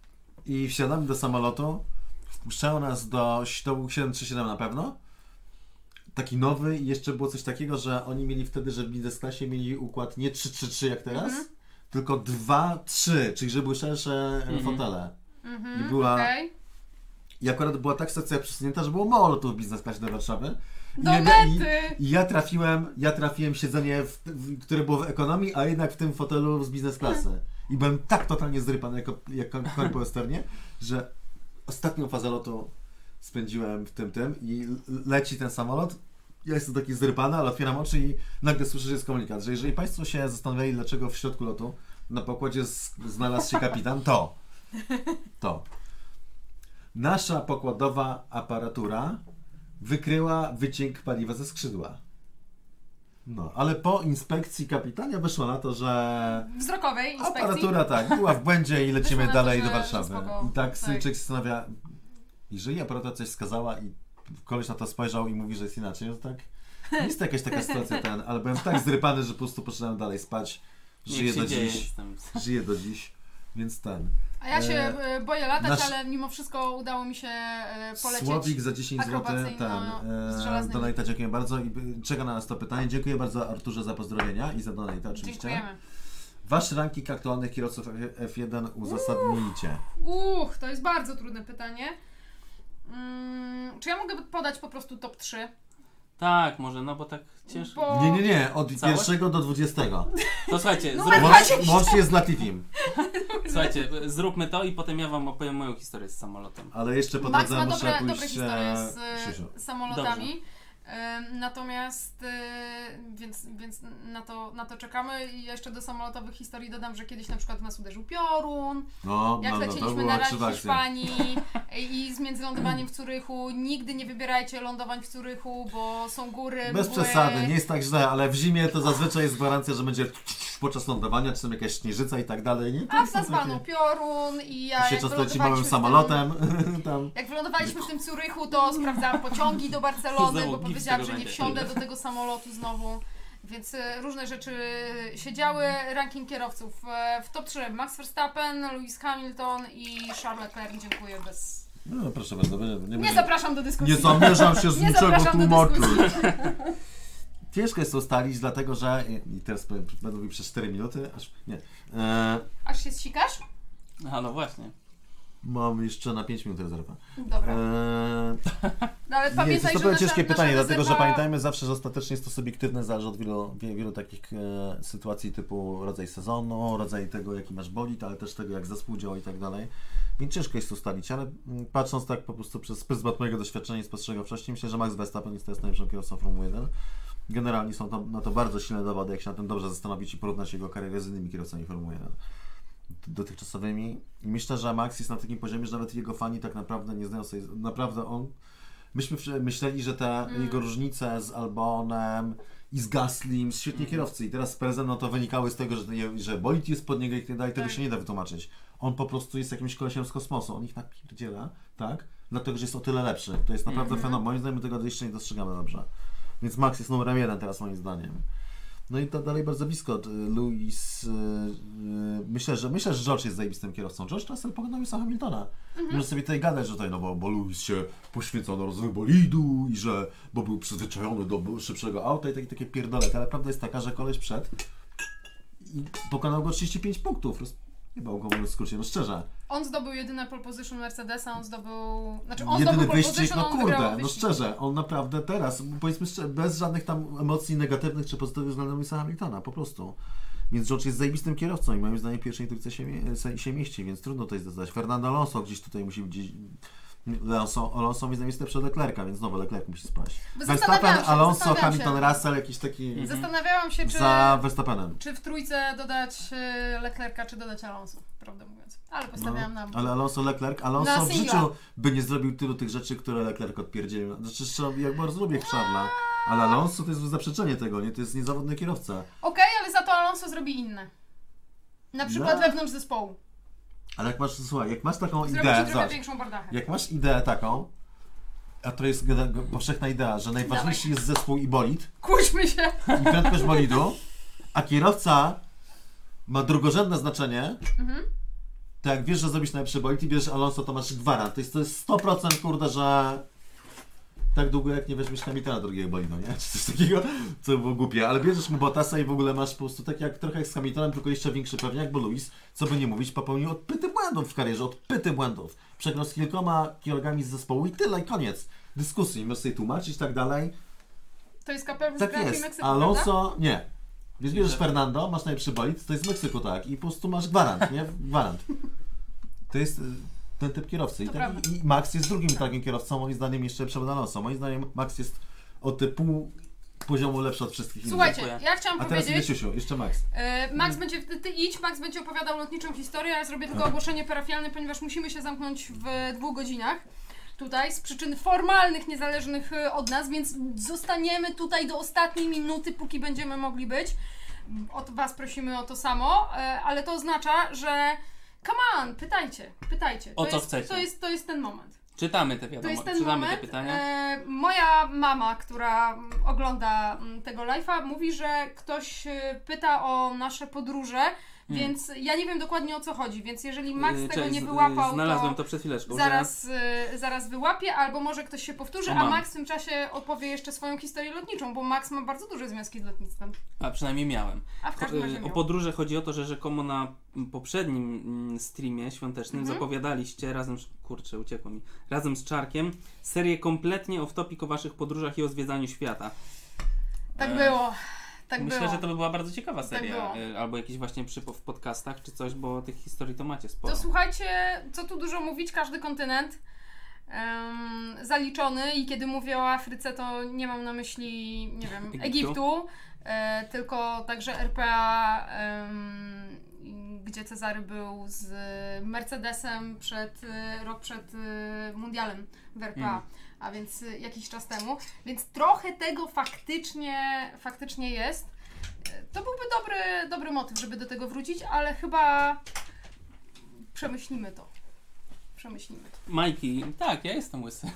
i wsiadamy do samolotu, wpuszczają nas do, to był siedem trzy siedem na pewno, taki nowy i jeszcze było coś takiego, że oni mieli wtedy, że w business classie mieli układ nie trzy trzy trzy jak teraz, Mhm. tylko dwa trzy, czyli że były szersze Mhm. fotele. Mhm, I była- okej. I akurat była tak stacja przesunięta, że było mało lotów w business classie do Warszawy. I Do ja- mety! I, I ja trafiłem, ja trafiłem siedzenie, w, w, które było w ekonomii, a jednak w tym fotelu z biznes klasy. I byłem tak totalnie zrypany jako, jak koń koń po westernie, że ostatnią fazę lotu spędziłem w tym tym i l- leci ten samolot. Ja jestem taki zrypany, ale otwieram oczy i nagle słyszę, że jest komunikat, że jeżeli Państwo się zastanawiali, dlaczego w środku lotu na pokładzie z, znalazł się kapitan, to to nasza pokładowa aparatura wykryła wyciek paliwa ze skrzydła. No, ale po inspekcji kapitania wyszło na to, że Wzrokowej inspekcji. aparatura tak, była w błędzie i lecimy Wyszło na to, dalej że- do że Warszawy. spoko. I tak Tak. Syjczyk się zastanawia, jeżeli aparatura coś skazała i koleś na to spojrzał i mówi, że jest inaczej, no to tak, nie jest to jakaś taka sytuacja ten, ale byłem tak zrypany, że po prostu poszedłem dalej spać, żyję Niech do się dzieje dziś, z tym. żyję do dziś, więc ten. A ja się E, e, boję latać, nasz- ale mimo wszystko udało mi się e, polecieć. Słowik za dziesięć złotych, ten, akrobacyjno z e, żelaznymi. donata, dziękuję bardzo i y, czeka na nas to pytanie. Dziękuję bardzo Arturze za pozdrowienia i za donata oczywiście. Dziękujemy. Wasz ranking aktualnych kierowców F jeden uzasadnijcie. Uch, to jest bardzo trudne pytanie. Mm, czy ja mogę podać po prostu top trzy? Tak, może, no bo tak ciężko. Bo... Nie, nie, nie, od Całe? pierwszego do dwudziestego. To słuchajcie, No, zrób, ale- Łącz, łącznie z Latifim. słuchajcie, zróbmy to i potem ja wam opowiem moją historię z samolotem. Ale jeszcze po Max drodze ma muszę dobre, pójść... dobre historie e, z Krzysiu. e, samolotami. Em, Natomiast, e, więc, więc na, to, na to czekamy i jeszcze do samolotowych historii dodam, że kiedyś na przykład w nas uderzył piorun, No, jak no, no, to leciliśmy była na raj w krzywa akcja. Hiszpanii i z międzylądowaniem w Curychu. Nigdy nie wybierajcie lądowań w Curychu, bo są góry, Bez mgły. przesady, nie jest tak źle, ale w zimie to zazwyczaj jest gwarancja, że będzie podczas lądowania, czy tam jakaś śnieżyca i tak dalej, nie? To A w są nas walnął takie- piorun i ja się jak często leci wylądowaliśmy małym w tym- samolotem, tam. Jak wylądowaliśmy w tym Curychu, to sprawdzałam pociągi do Barcelony, Znowu bo gif z powiedziałam, tego że nie będzie. wsiądę do tego samolotu znowu. Więc e, różne rzeczy się działy. Ranking kierowców. E, W top trzy Max Verstappen, Lewis Hamilton i Charles Leclerc. Dziękuję bez... No proszę bardzo, nie, nie, Nie zapraszam do dyskusji. nie zamierzam się z Nie niczego zapraszam do tłumaczyć. dyskusji. Ciężko jest to ustalić, dlatego że, i teraz powiem, będę mówił przez cztery minuty, aż nie. E, Aż się zsikasz? A no właśnie. mam jeszcze na pięć minut rezerwę. Dobra. E, No, ale nie, pamiętaj, jest to że trochę nasza, ciężkie nasza pytanie, dlatego że rezerwa- pamiętajmy zawsze, że ostatecznie jest to subiektywne, zależy od wielu, wie- wielu takich e, sytuacji typu rodzaj sezonu, rodzaj tego jaki masz bolid, ale też tego jak zespół działa i tak dalej. Więc ciężko jest ustalić, ale mm, patrząc tak po prostu przez pryzmat mojego doświadczenia i spostrzegawczości, myślę, że Max Verstappen jest teraz najlepszym kierowcą Formuły jeden. Generalnie są tam na to bardzo silne dowody, jak się na tym dobrze zastanowić i porównać jego karierę z innymi kierowcami Formuły jeden. Dotychczasowymi. I myślę, że Max jest na takim poziomie, że nawet jego fani tak naprawdę nie znają sobie, naprawdę on myśmy wsz- myśleli, że te Mm. jego różnice z Albonem i z Gaslim, świetni Mm. kierowcy i teraz z Perezem no to wynikały z tego, że, nie- że bolid jest pod niego i tak dalej, tego Tak. się nie da wytłumaczyć. On po prostu jest jakimś kolesiem z kosmosu, on ich napierdziela, tak? Dlatego, że jest o tyle lepszy. To jest naprawdę Mhm. fenomen. Moim zdaniem my tego jeszcze nie dostrzegamy dobrze. Więc Max jest numerem jeden teraz moim zdaniem. No i to dalej bardzo blisko. Lewis, yy, yy, myślę, że myślę, że George jest zajebistym kierowcą. George Russell pokonał Lewisa Hamiltona. Mhm. Może sobie tutaj gadać, że tutaj, no bo, bo Lewis się poświęcał na rozwój bolidu i że, bo był przyzwyczajony do szybszego auta i takie, takie pierdolety, ale prawda jest taka, że koleś przed i pokonał go trzydzieści pięć punktów. Jebał go w skrócie, no szczerze. On zdobył jedyne pole position Mercedesa, on zdobył... Znaczy on Jedyny zdobył pole wyścig, position, no on wygrał kurde, no wyścig. szczerze, on naprawdę teraz, powiedzmy szczerze, bez żadnych tam emocji negatywnych czy pozytywnych względem Lewisa Hamiltona, po prostu. Więc George jest zajebistym kierowcą i moim zdaniem pierwszej trójce się, mie- się mieści, więc trudno tutaj zdecydować. Fernando Alonso gdzieś tutaj musi gdzieś... Alonso, Alonso moim zdaniem jest lepszy od Leclerca, więc znowu Leclerc musi spaść. Bo Verstappen, zastanawiałam się, Alonso, zastanawiałam się. Hamilton, Russell, jakiś taki Mhm. Zastanawiałam się, czy, za Verstappenem. czy w trójce dodać y, Leclerca, czy dodać Alonso, prawdę mówiąc. Ale postawiałam na... Ale Alonso, Leclerc, Alonso Na w singla. życiu by nie zrobił tylu tych rzeczy, które Leclerc odpierdzielił. Znaczy, Szar- ja bardzo lubię Charlesa, ale Alonso to jest zaprzeczenie tego, nie? To jest niezawodny kierowca. Okej, ale za to Alonso zrobi inne. Na przykład No. wewnątrz zespołu. Ale jak masz, słuchaj, jak masz taką Zrobi ci ideę, trochę zobacz, większą bardachę. jak masz ideę taką, a to jest gena- g- powszechna idea, że najważniejszy jest zespół i bolid, Kłóćmy się. i prędkość bolidu, a kierowca ma drugorzędne znaczenie, Mhm. to jak wiesz, że zrobisz najlepszy bolid i bierzesz Alonso, to masz gwarant. To jest, to jest sto procent kurde, że tak długo jak nie weźmiesz Hamiltona drugiego bolidu, nie? Czy coś takiego, co było głupie, ale bierzesz mu Bottasa i w ogóle masz po prostu tak jak trochę jak z Hamiltonem, tylko jeszcze większy pewnie, jak bo Lewis, co by nie mówić, popełnił odpyty błędów w karierze, odpyty błędów. Przegrał z kilkoma kierowcami z zespołu i tyle, i koniec dyskusji. Możesz sobie tłumaczyć i tak dalej. To jest kapel z Tak Grand Prix jest. Meksyku, prawda? Alonso, nie. Więc bierzesz Fernando, masz najlepszy bolid, to jest w Meksyku, tak, i po prostu masz gwarant, nie? Gwarant. To jest y, ten typ kierowcy. I, To ten, prawda. I Max jest drugim takim kierowcą, moim zdaniem jeszcze przed Alonso. Moim zdaniem Max jest o te pół poziomu lepszy od wszystkich innych. Słuchajcie, Dziękuję. ja chciałam A teraz idę powiedzieć... Siusiu, jeszcze Max. E, Max będzie, ty, ty idź, Max będzie opowiadał lotniczą historię, a ja zrobię tylko ogłoszenie parafialne, ponieważ musimy się zamknąć w dwóch godzinach tutaj z przyczyn formalnych, niezależnych e, od nas, więc zostaniemy tutaj do ostatniej minuty, póki będziemy mogli być. Od was prosimy o to samo, e, ale to oznacza, że come on, pytajcie, pytajcie. O to co jest, chcecie. To jest, to jest ten moment. Czytamy te To wiadomo, jest ten czytamy moment. te pytania. E, moja mama, która mm, ogląda mm, tego live'a, mówi, że ktoś e, pyta o nasze podróże, więc ja nie wiem dokładnie o co chodzi, więc jeżeli Max Yy, tego cześć, nie z- wyłapał, Znalazłem to to przed chwileczką. zaraz, e, zaraz wyłapie, albo może ktoś się powtórzy, O, a mam. Max w tym czasie opowie jeszcze swoją historię lotniczą, bo Max ma bardzo duże związki z lotnictwem. Że... A przynajmniej miałem. A w każdym razie O miał. podróże chodzi o to, że rzekomo na poprzednim mm, streamie świątecznym Mhm. zapowiadaliście razem, z- kurczę, uciekło mi, razem z Czarkiem serię kompletnie off-topic o waszych podróżach i o zwiedzaniu świata. Tak E, było, tak Myślę, było. że to by była bardzo ciekawa Tak seria, było. e, albo jakieś właśnie przy, w podcastach czy coś, bo tych historii to macie sporo. To słuchajcie, co tu dużo mówić, każdy kontynent em, zaliczony i kiedy mówię o Afryce, to nie mam na myśli, nie wiem, Egiptu. Egiptu, e, tylko także R P A, em, gdzie Cezary był z Mercedesem przed, e, rok przed e, mundialem w R P A, Mm. a więc e, jakiś czas temu, więc trochę tego faktycznie, faktycznie jest. E, To byłby dobry, dobry motyw, żeby do tego wrócić, ale chyba przemyślimy to. Przemyślimy to. Majki, tak, ja jestem łysy.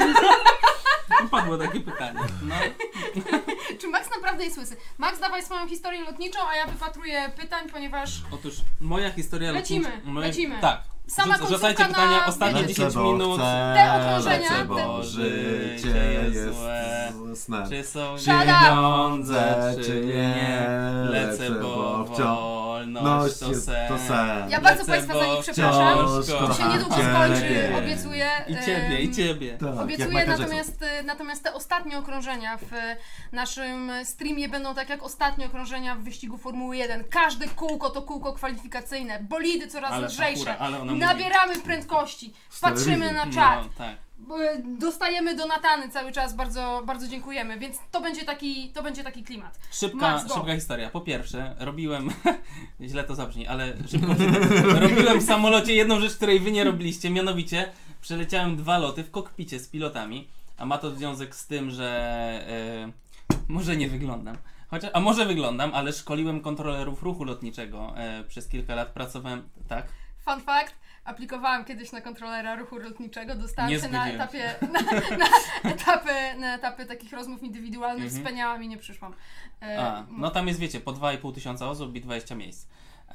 Padło takie pytanie. No, Czy Max naprawdę jest łysy? Max, dawaj swoją historię lotniczą, a ja wypatruję pytań, ponieważ otóż moja historia Lecimy, lotnicza- moje- lecimy. Tak. Sama Rzuc- Rzucajcie końcówka pytania, na- ostatnie Lecę, dziesięć bo minut. chcę, Te okrążenia, lecę, te- bo życie Życie jest jest złe. snem. Czy są Shut pieniądze, czy nie? Lecę, bo wolność to jest sen. to sen. Ja bardzo Lecę, Państwa za bo nich przepraszam. wciąż To się niedługo kocham skończy, ciebie. obiecuję. I ciebie, i Em, ciebie. Tak, jak Obiecuję, Michael Jackson. natomiast, e, natomiast te ostatnie okrążenia w e, naszym streamie będą tak jak ostatnie okrążenia w wyścigu Formuły jeden. Każde kółko to kółko kwalifikacyjne, bolidy coraz Ale lżejsze, Sakura, ale ona mówi. nabieramy prędkości, patrzymy na telewizji. czat, No, tak. e, dostajemy donatany cały czas, bardzo, bardzo dziękujemy, więc to będzie taki, to będzie taki klimat. Szybka, Max, go. szybka historia. Po pierwsze, robiłem, źle to zabrzmi, ale szybko, robiłem w samolocie jedną rzecz, której wy nie robiliście, mianowicie przeleciałem dwa loty w kokpicie z pilotami. a ma to związek z tym, że e, może nie wyglądam. Chociaż, a może wyglądam, ale szkoliłem kontrolerów ruchu lotniczego e, przez kilka lat, pracowałem, tak? Fun fact, aplikowałam kiedyś na kontrolera ruchu lotniczego, dostałam Nie się na zgodziłem etapie, na, na, etapy, na etapy takich rozmów indywidualnych, Mhm. speniałam i nie przyszłam. E, A, no tam jest, wiecie, po dwa i pół tysiąca osób i dwadzieścia miejsc.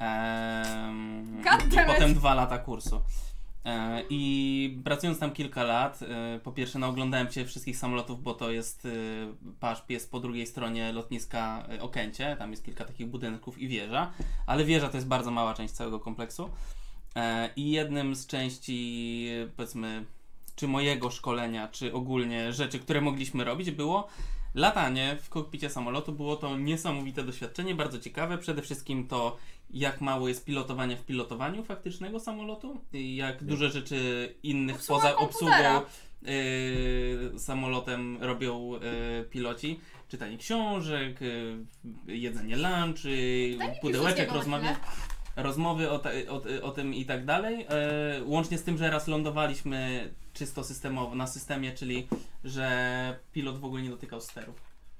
Ehm, God I damn it. potem dwa lata kursu. E, I pracując tam kilka lat, e, po pierwsze no, oglądałem się wszystkich samolotów, bo to jest e, Paszp jest po drugiej stronie lotniska e, Okęcie, tam jest kilka takich budynków i wieża, ale wieża to jest bardzo mała część całego kompleksu. E, I jednym z części, e, powiedzmy, czy mojego szkolenia, czy ogólnie rzeczy, które mogliśmy robić, było latanie w kokpicie samolotu. Było to niesamowite doświadczenie, bardzo ciekawe. Przede wszystkim to, jak mało jest pilotowania w pilotowaniu faktycznego samolotu, i jak duże rzeczy innych Obsługa poza komputera. obsługą yy, samolotem robią yy, piloci. Czytanie książek, yy, jedzenie lunch, yy, Daj mi pudełeczek, Piłsudskiego na rozmawianie chwilę. rozmowy o, te, o, o tym i tak dalej. E, łącznie z tym, że raz lądowaliśmy czysto systemowo, na systemie, czyli że pilot w ogóle nie dotykał steru.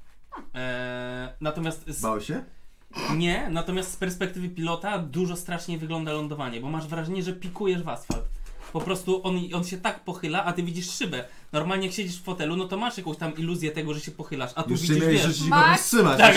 E, natomiast z, Bał się? nie, natomiast z perspektywy pilota dużo straszniej wygląda lądowanie, bo masz wrażenie, że pikujesz w asfalt. Po prostu on, on się tak pochyla, a ty widzisz szybę. Normalnie jak siedzisz w fotelu, no to masz jakąś tam iluzję tego, że się pochylasz, a tu Już się widzisz, miałeś, wiesz... że ci go Max? powstrzymać. Tak.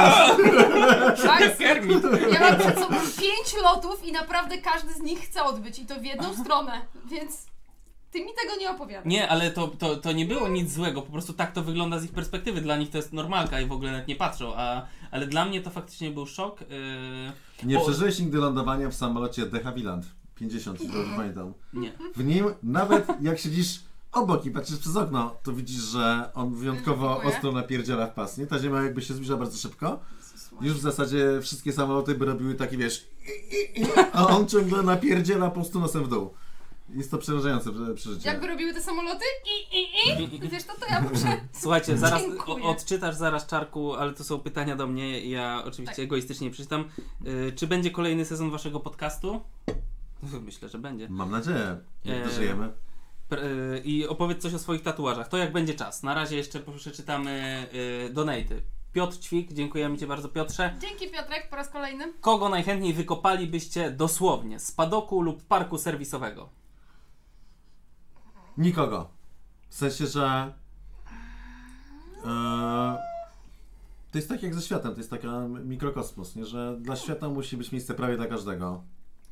Max, Kermit. ja mam przed sobą pięć lotów i naprawdę każdy z nich chce odbyć i to w jedną stronę, więc ty mi tego nie opowiadasz. Nie, ale to, to, to nie było nic złego, po prostu tak to wygląda z ich perspektywy. Dla nich to jest normalka i w ogóle nawet nie patrzą, a, ale dla mnie to faktycznie był szok. Yy, Nie O- przeżyłeś nigdy lądowania w samolocie De Havilland pięćdziesiąt, jeśli dobrze pamiętam. nie. W nim nawet jak siedzisz obok i patrzysz przez okno, to widzisz, że on wyjątkowo Dziękuję. ostro napierdziela w pas, nie? Ta ziemia jakby się zbliża bardzo szybko. Już w zasadzie wszystkie samoloty by robiły taki, wiesz, i, i, i, a on ciągle napierdziela po prostu nosem w dół. Jest to przerażające prze- przeżycie. Jakby robiły te samoloty i i i wiesz to, to ja muszę... Słuchajcie, zaraz Dziękuję. o, odczytasz zaraz, Czarku, ale to są pytania do mnie i ja oczywiście Tak. egoistycznie przeczytam. Yy, czy będzie kolejny sezon waszego podcastu? Myślę, że będzie. Mam nadzieję, jak Eee, dożyjemy. Pr- yy, I opowiedz coś o swoich tatuażach. To jak będzie czas. Na razie jeszcze przeczytamy yy, donaty. Piotr Ćwik, dziękujemy Ci bardzo, Piotrze. Dzięki Piotrek po raz kolejny. Kogo najchętniej wykopalibyście dosłownie z padoku lub parku serwisowego? Nikogo. W sensie, że e, to jest tak jak ze światem, to jest taki mikrokosmos, nie? Że dla świata musi być miejsce prawie dla każdego.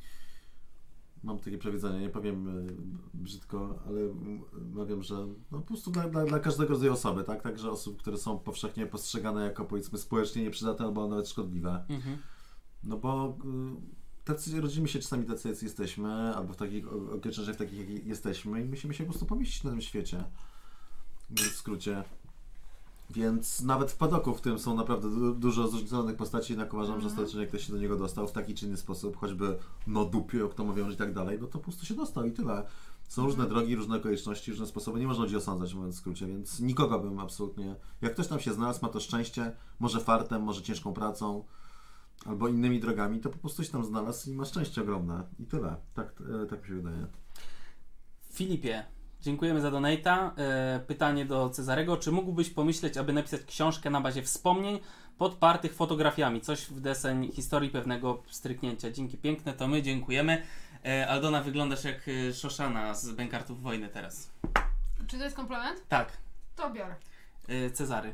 Mam takie przewidzenie, nie powiem e, brzydko, ale m- mawiam, że no, po prostu dla, dla, dla każdego rodzaju osoby, tak? Także osób, które są powszechnie postrzegane jako, powiedzmy, społecznie nieprzydatne albo nawet szkodliwe. Mhm. No bo y, tacy, rodzimy się czasami tacy, jacy jesteśmy, albo w takich o- okolicznościach, w takich, jak jesteśmy i musimy się po prostu pomieścić na tym świecie. W skrócie. Więc nawet w padoku w tym są naprawdę du- dużo zróżnicowanych postaci, jednak uważam, że ostatecznie jak ktoś się do niego dostał w taki czy inny sposób, choćby no dupie, jak to mówią, i tak dalej, no to po prostu się dostał i tyle. Są różne drogi, różne okoliczności, różne sposoby, nie można ludzi osądzać, mówiąc w skrócie, więc nikogo bym absolutnie... Jak ktoś tam się znalazł, ma to szczęście, może fartem, może ciężką pracą, albo innymi drogami, to po prostu się tam znalazł i ma szczęście ogromne. I tyle. Tak, e, tak mi się wydaje. Filipie, dziękujemy za donata. E, pytanie do Cezarego. Czy mógłbyś pomyśleć, aby napisać książkę na bazie wspomnień podpartych fotografiami? Coś w deseń historii pewnego stryknięcia. Dzięki piękne, to my dziękujemy. E, Aldona, wyglądasz jak e, Szoszana z Bękartów Wojny teraz. Czy to jest komplement? Tak. To biorę. E, Cezary.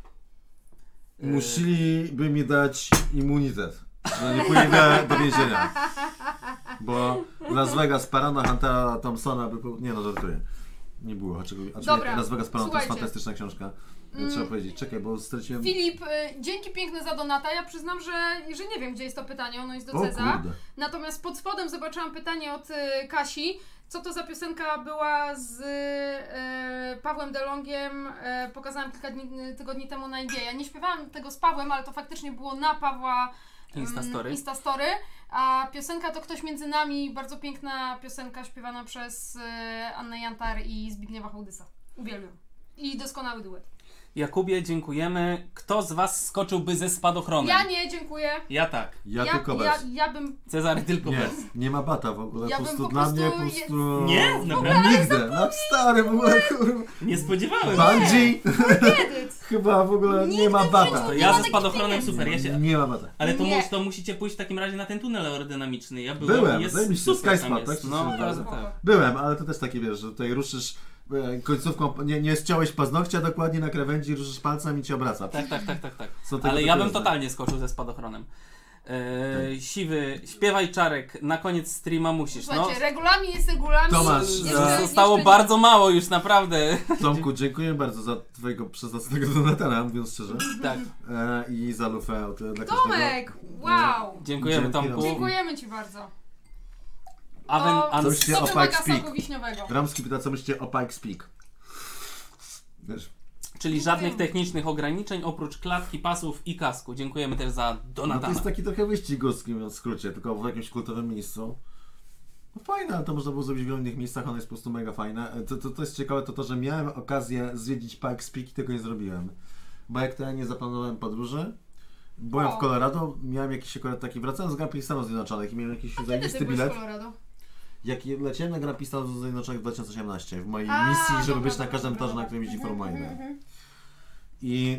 E, Musieliby mi dać immunitet, że nie pójdę do więzienia. Bo Las Vegas Parana Huntera Thompsona by... po- Nie no, żartuję. Nie było. Dlaczego? Dobra, Las Vegas Parana to jest słuchajcie. fantastyczna książka. Mm. Trzeba powiedzieć. Czekaj, bo straciłem... Filip, y, dzięki piękne za donata. Ja przyznam, że, że nie wiem, gdzie jest to pytanie, ono jest do O Ceza. kurde. Natomiast pod spodem zobaczyłam pytanie od y, Kasi. Co to za piosenka była z y, Pawłem DeLongiem? Y, pokazałam kilka dni, tygodni temu na I G. Ja nie śpiewałam tego z Pawłem, ale to faktycznie było na Pawła ym, Instastory. Instastory. A piosenka to Ktoś między nami. Bardzo piękna piosenka śpiewana przez y, Annę Jantar i Zbigniewa Hołdysa. Uwielbiam. I doskonały duet. Jakubie, dziękujemy. Kto z was skoczyłby ze spadochronem? Ja nie, dziękuję. Ja tak. Ja, ja, tylko ja, bez. ja bym... Cezary tylko Nie, bez. nie ma bata w ogóle. Ja po bym prostu po dla prostu mnie po je- prostu... Nie? Naprawdę? Nigdy. No stary w ogóle kurwa. Nie spodziewałem. Bungee Kiedy? chyba w ogóle nie ma Nigdy w bata. życiu To nie ja ma ze takich spadochronem pieniędzy. super. Ja się... Nie ma bata. Ale to, Nie. mus, to musicie pójść w takim razie na ten tunel aerodynamiczny. Ja byłem. Byłem, jest zajebiście, super tam Skyspot, jest. tak? No, Czy coś tak, takiego? tak. Byłem, ale to też takie wiesz, że tutaj ruszysz e, końcówką, nie, nie ściąłeś paznokcia dokładnie na krawędzi, ruszysz palcem i cię obraca. Tak, tak, tak, tak, tak. Są tego Ale typu ja bym różne. totalnie skoczył ze spadochronem. Eee, siwy, śpiewaj Czarek, na koniec streama musisz. No, Słuchajcie, regulamin jest regulamin. Tomasz, Jeszcze- za- zostało jeszcze- bardzo mało już, naprawdę. Tomku, dziękuję bardzo za twojego przeznaczonego donatara, mówiąc szczerze. Tak, E, I za lufę od, dla każdego. Tomek! Wow! dziękujemy Dzięki, Tomku. Tomku. Dziękujemy Ci bardzo. Aven, To, Ans- Coś się to o wymaga Pikes Peak. soku wiśniowego. Ramski pyta, co myślicie o Pikes Peak? Wiesz, czyli żadnych technicznych ograniczeń oprócz klatki, pasów i kasku. Dziękujemy też za no to donatana. jest taki trochę wyścig górski, mówiąc w skrócie, tylko w jakimś kultowym miejscu. No fajne, ale to można było zrobić w wielu innych miejscach, ono jest po prostu mega fajne. To, to, to jest ciekawe to, to, że miałem okazję zwiedzić Pikes Peak i tego nie zrobiłem. Bo jak to ja nie zaplanowałem podróży, byłem O. w Colorado, miałem jakiś akurat taki, wracałem z Grand Prix Stanów Zjednoczonych i miałem jakiś Kiedy zajebisty Ty byłeś bilet. w Colorado? Jak leciałem na Grand Prix Stanów Zjednoczonych w dwa tysiące osiemnastym w mojej A, misji, żeby dobra, być na dobra, każdym dobra, torze, na dobra. którym jeździ Mhm, Formuła mhm, jeden. mhm. I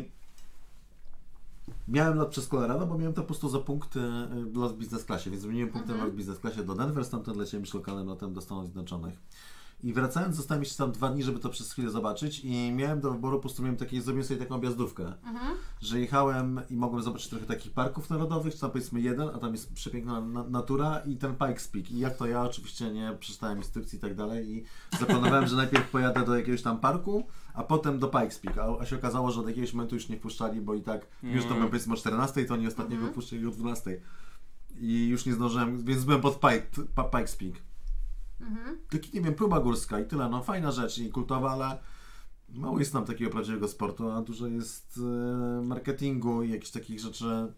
miałem lot przez Colorado, bo miałem to po prostu za punkty y, lot w business classie, więc zmieniłem punkty Mhm. lot w business classie do Denver, stamtąd leciałem już lokalnym lotem do Stanów Zjednoczonych. I wracając, zostałem jeszcze tam dwa dni, żeby to przez chwilę zobaczyć i miałem do wyboru, po prostu miałem takie, zrobiłem sobie taką objazdówkę, Mhm. że jechałem i mogłem zobaczyć trochę takich parków narodowych, czy tam powiedzmy jeden, a tam jest przepiękna na natura i ten Pikes Peak. I jak to ja oczywiście nie przeczytałem instrukcji i tak dalej i zaplanowałem, że najpierw pojadę do jakiegoś tam parku, a potem do Pikes Peak. A, a się okazało, że od jakiegoś momentu już nie wpuszczali, bo i tak już to Mm. byłem powiedzmy o czternastej, to oni ostatniego Mhm. wpuszczali o dwunastej. I już nie zdążyłem, więc byłem pod Pike, pa, Pikes Peak. Mhm. Taki, nie wiem, próba górska i tyle, no fajna rzecz i kultowa, ale mało jest tam takiego prawdziwego sportu, a dużo jest e, marketingu i jakichś takich rzeczy,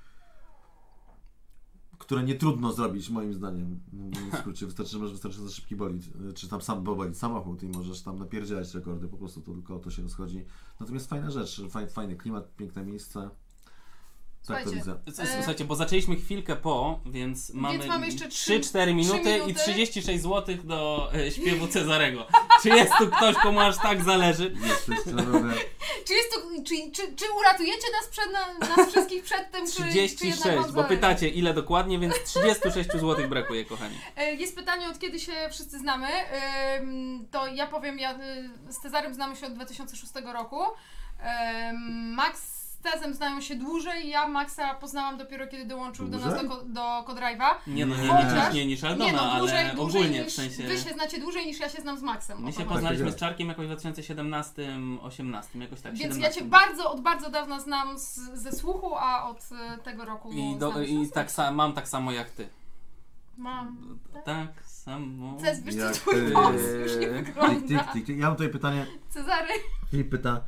które nie trudno zrobić moim zdaniem. W skrócie, wystarczy, że masz wystarczająco szybki bolid, e, czy tam sam bolid, samochód i możesz tam napierdzielać rekordy, po prostu to tylko o to się rozchodzi. Natomiast fajna rzecz, fajny, fajny klimat, piękne miejsce. Tak to Słuchajcie, widzę. S- Słuchajcie, bo zaczęliśmy chwilkę po, więc mamy, mamy jeszcze trzy cztery minuty, trzy i minuty. trzydzieści sześć złotych do e, śpiewu Cezarego. Czy jest tu ktoś, komu aż tak zależy? Jesteście naprawdę... Czy, jest to, czy, czy, czy uratujecie nas, przed, na, nas wszystkich przed tym, czy, czy trzydzieści jednak sześć, wam bo zależy? pytacie ile dokładnie, więc trzydzieści sześć złotych brakuje, kochani. E, Jest pytanie, od kiedy się wszyscy znamy. Ym, To ja powiem, ja y, z Cezarym znamy się od dwa tysiące szóstego roku. Ym, Max z Cezem znają się dłużej. Ja Maxa poznałam dopiero, kiedy dołączył do nas Dłużej? do, ko- do Kodrive'a. Nie no, nie, nie, Chociaż- nie, nie niż Nie Aldona, no, dłużej, ale dłużej ogólnie niż, w sensie... Wy się znacie dłużej niż ja się znam z Maxem. My o się to chodzi. poznaliśmy Tak, z tak. Czarkiem jakoś w dwa tysiące siedemnastym osiemnastym, jakoś tak. Więc ja siedemnastym. Cię bardzo, od bardzo dawna znam z, ze słuchu, a od e, tego roku I, do, znamy się i z- tak sa- mam tak samo jak ty. Mam. Tak samo. Cez, wiesz Jak co, twój ty- głos już nie Tik, tik, wygląda. tik, tik. Ja mam tutaj pytanie. Cezary, Filip pyta,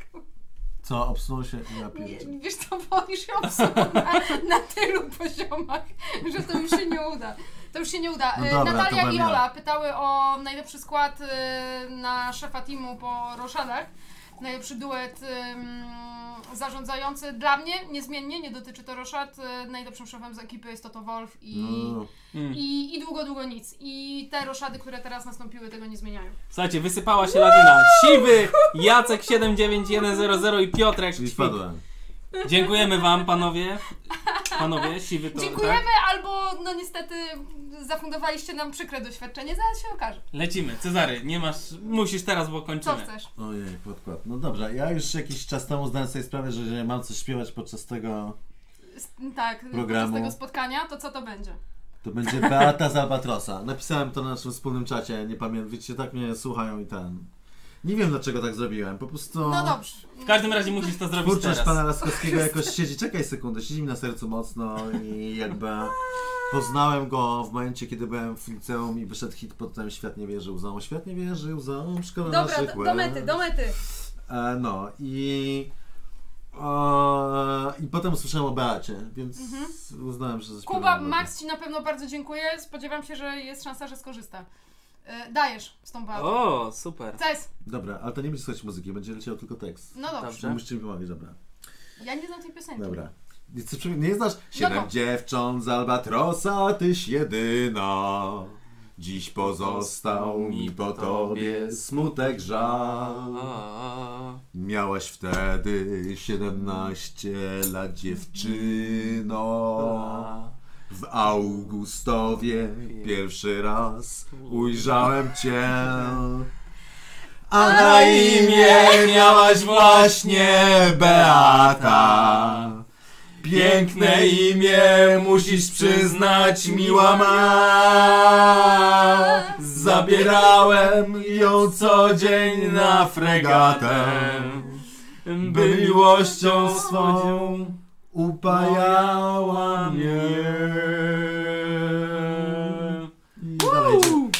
co obsunął się? Ja nie, pierdzielę. wiesz co, bo już ją obsługa na, na tylu poziomach, że to już się nie uda. To już się nie uda. No E, dobra, to Natalia byłem i ja. Ola pytały o najlepszy skład e, na szefa teamu po Roszadach. Najlepszy duet ym, zarządzający dla mnie niezmiennie, nie dotyczy to Roszad. E, najlepszym szefem z ekipy jest Toto Wolff i, No, Mm. i, i długo, długo nic. I te Roszady, które teraz nastąpiły, tego nie zmieniają. Słuchajcie, wysypała się lawina. Siwy, Jacek siedem dziewięć jeden zero zero i Piotrek czyli Ćwik. spadłem. Dziękujemy wam, panowie. Panowie, Siwy to... Dziękujemy, Tak? albo no niestety zafundowaliście nam przykre doświadczenie, zaraz się okaże. Lecimy. Cezary, nie masz... Musisz teraz, bo Co kończymy. chcesz? Ojej, podkład. No dobrze, ja już jakiś czas temu zdałem sobie sprawę, że jeżeli mam coś śpiewać podczas tego, S- Tak, Programu. podczas tego spotkania, to co to będzie? to będzie Beata z Albatrosa. Napisałem to na naszym wspólnym czacie, nie pamiętam, wiecie, tak mnie słuchają i ten. Nie wiem dlaczego tak zrobiłem, po prostu... No dobrze. W każdym razie musisz to zrobić Twórczość teraz. pana Laskowskiego jakoś siedzi, czekaj sekundę, siedzi mi na sercu mocno i jakby poznałem go w momencie, kiedy byłem w liceum i wyszedł hit pod tytułem Świat nie wierzył ząb, Świat nie wierzył ząb, szkoda Dobra, naszych do, łez. do mety, do mety. E, no i e, i potem usłyszałem o Beacie, więc uznałem, że zaśpiewam Kuba, Beatę. Max Ci na pewno bardzo dziękuję. Spodziewam się, że jest szansa, że skorzysta. Y, dajesz z tą Beatą. O, super. Co jest? Dobra, ale to nie będzie słuchać muzyki, będzie leciał tylko tekst. No dobrze. Dobrze. No musicie mi pomagać, dobra. Ja nie znam tej piosenki. Dobra. Nie, chcesz przypomnieć- nie znasz? Siedem to. dziewcząt z Albatrosa, tyś jedyna. Dziś pozostał mi po tobie smutek, żal. A, Miałaś wtedy siedemnaście lat, dziewczyno. a. W Augustowie pierwszy raz ujrzałem cię. A na imię miałaś właśnie Beata. Piękne imię musisz przyznać, miła ma. Zabierałem ją co dzień na fregatę, by miłością swą upajała mnie. I dalej.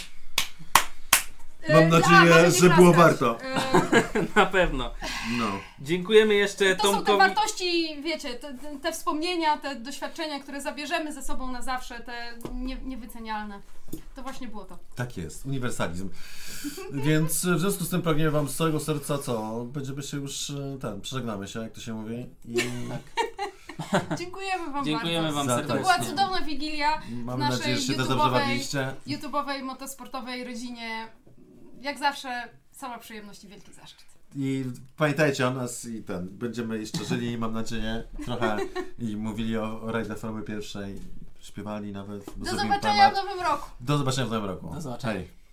Y, Mam a, nadzieję, mamy nie że było klaskać. warto. Y, Na pewno. No. Dziękujemy jeszcze To są te Tomkowi. wartości, wiecie, te, te, te wspomnienia, te doświadczenia, które zabierzemy ze sobą na zawsze, te nie, niewycenialne. To właśnie było to. Tak jest, uniwersalizm. Więc w związku z tym pragniemy wam z całego serca co? Będziemy się już, e, ten, przeżegnamy się, jak to się mówi. I Dziękujemy wam Dziękujemy bardzo. wam Za- To serdecznie. była cudowna wigilia mamy naszej nadzieję, że się też dobrze YouTube'owej- bawiliście. YouTube'owej, motosportowej rodzinie. Jak zawsze, sama przyjemność i wielki zaszczyt. I pamiętajcie o nas i ten, będziemy jeszcze żyli, mam nadzieję, trochę i mówili o, o rajdach Formuły pierwszej, śpiewali nawet. Do zrobimy zobaczenia w temat. nowym roku. Do zobaczenia w nowym roku. Do zobaczenia. Hej.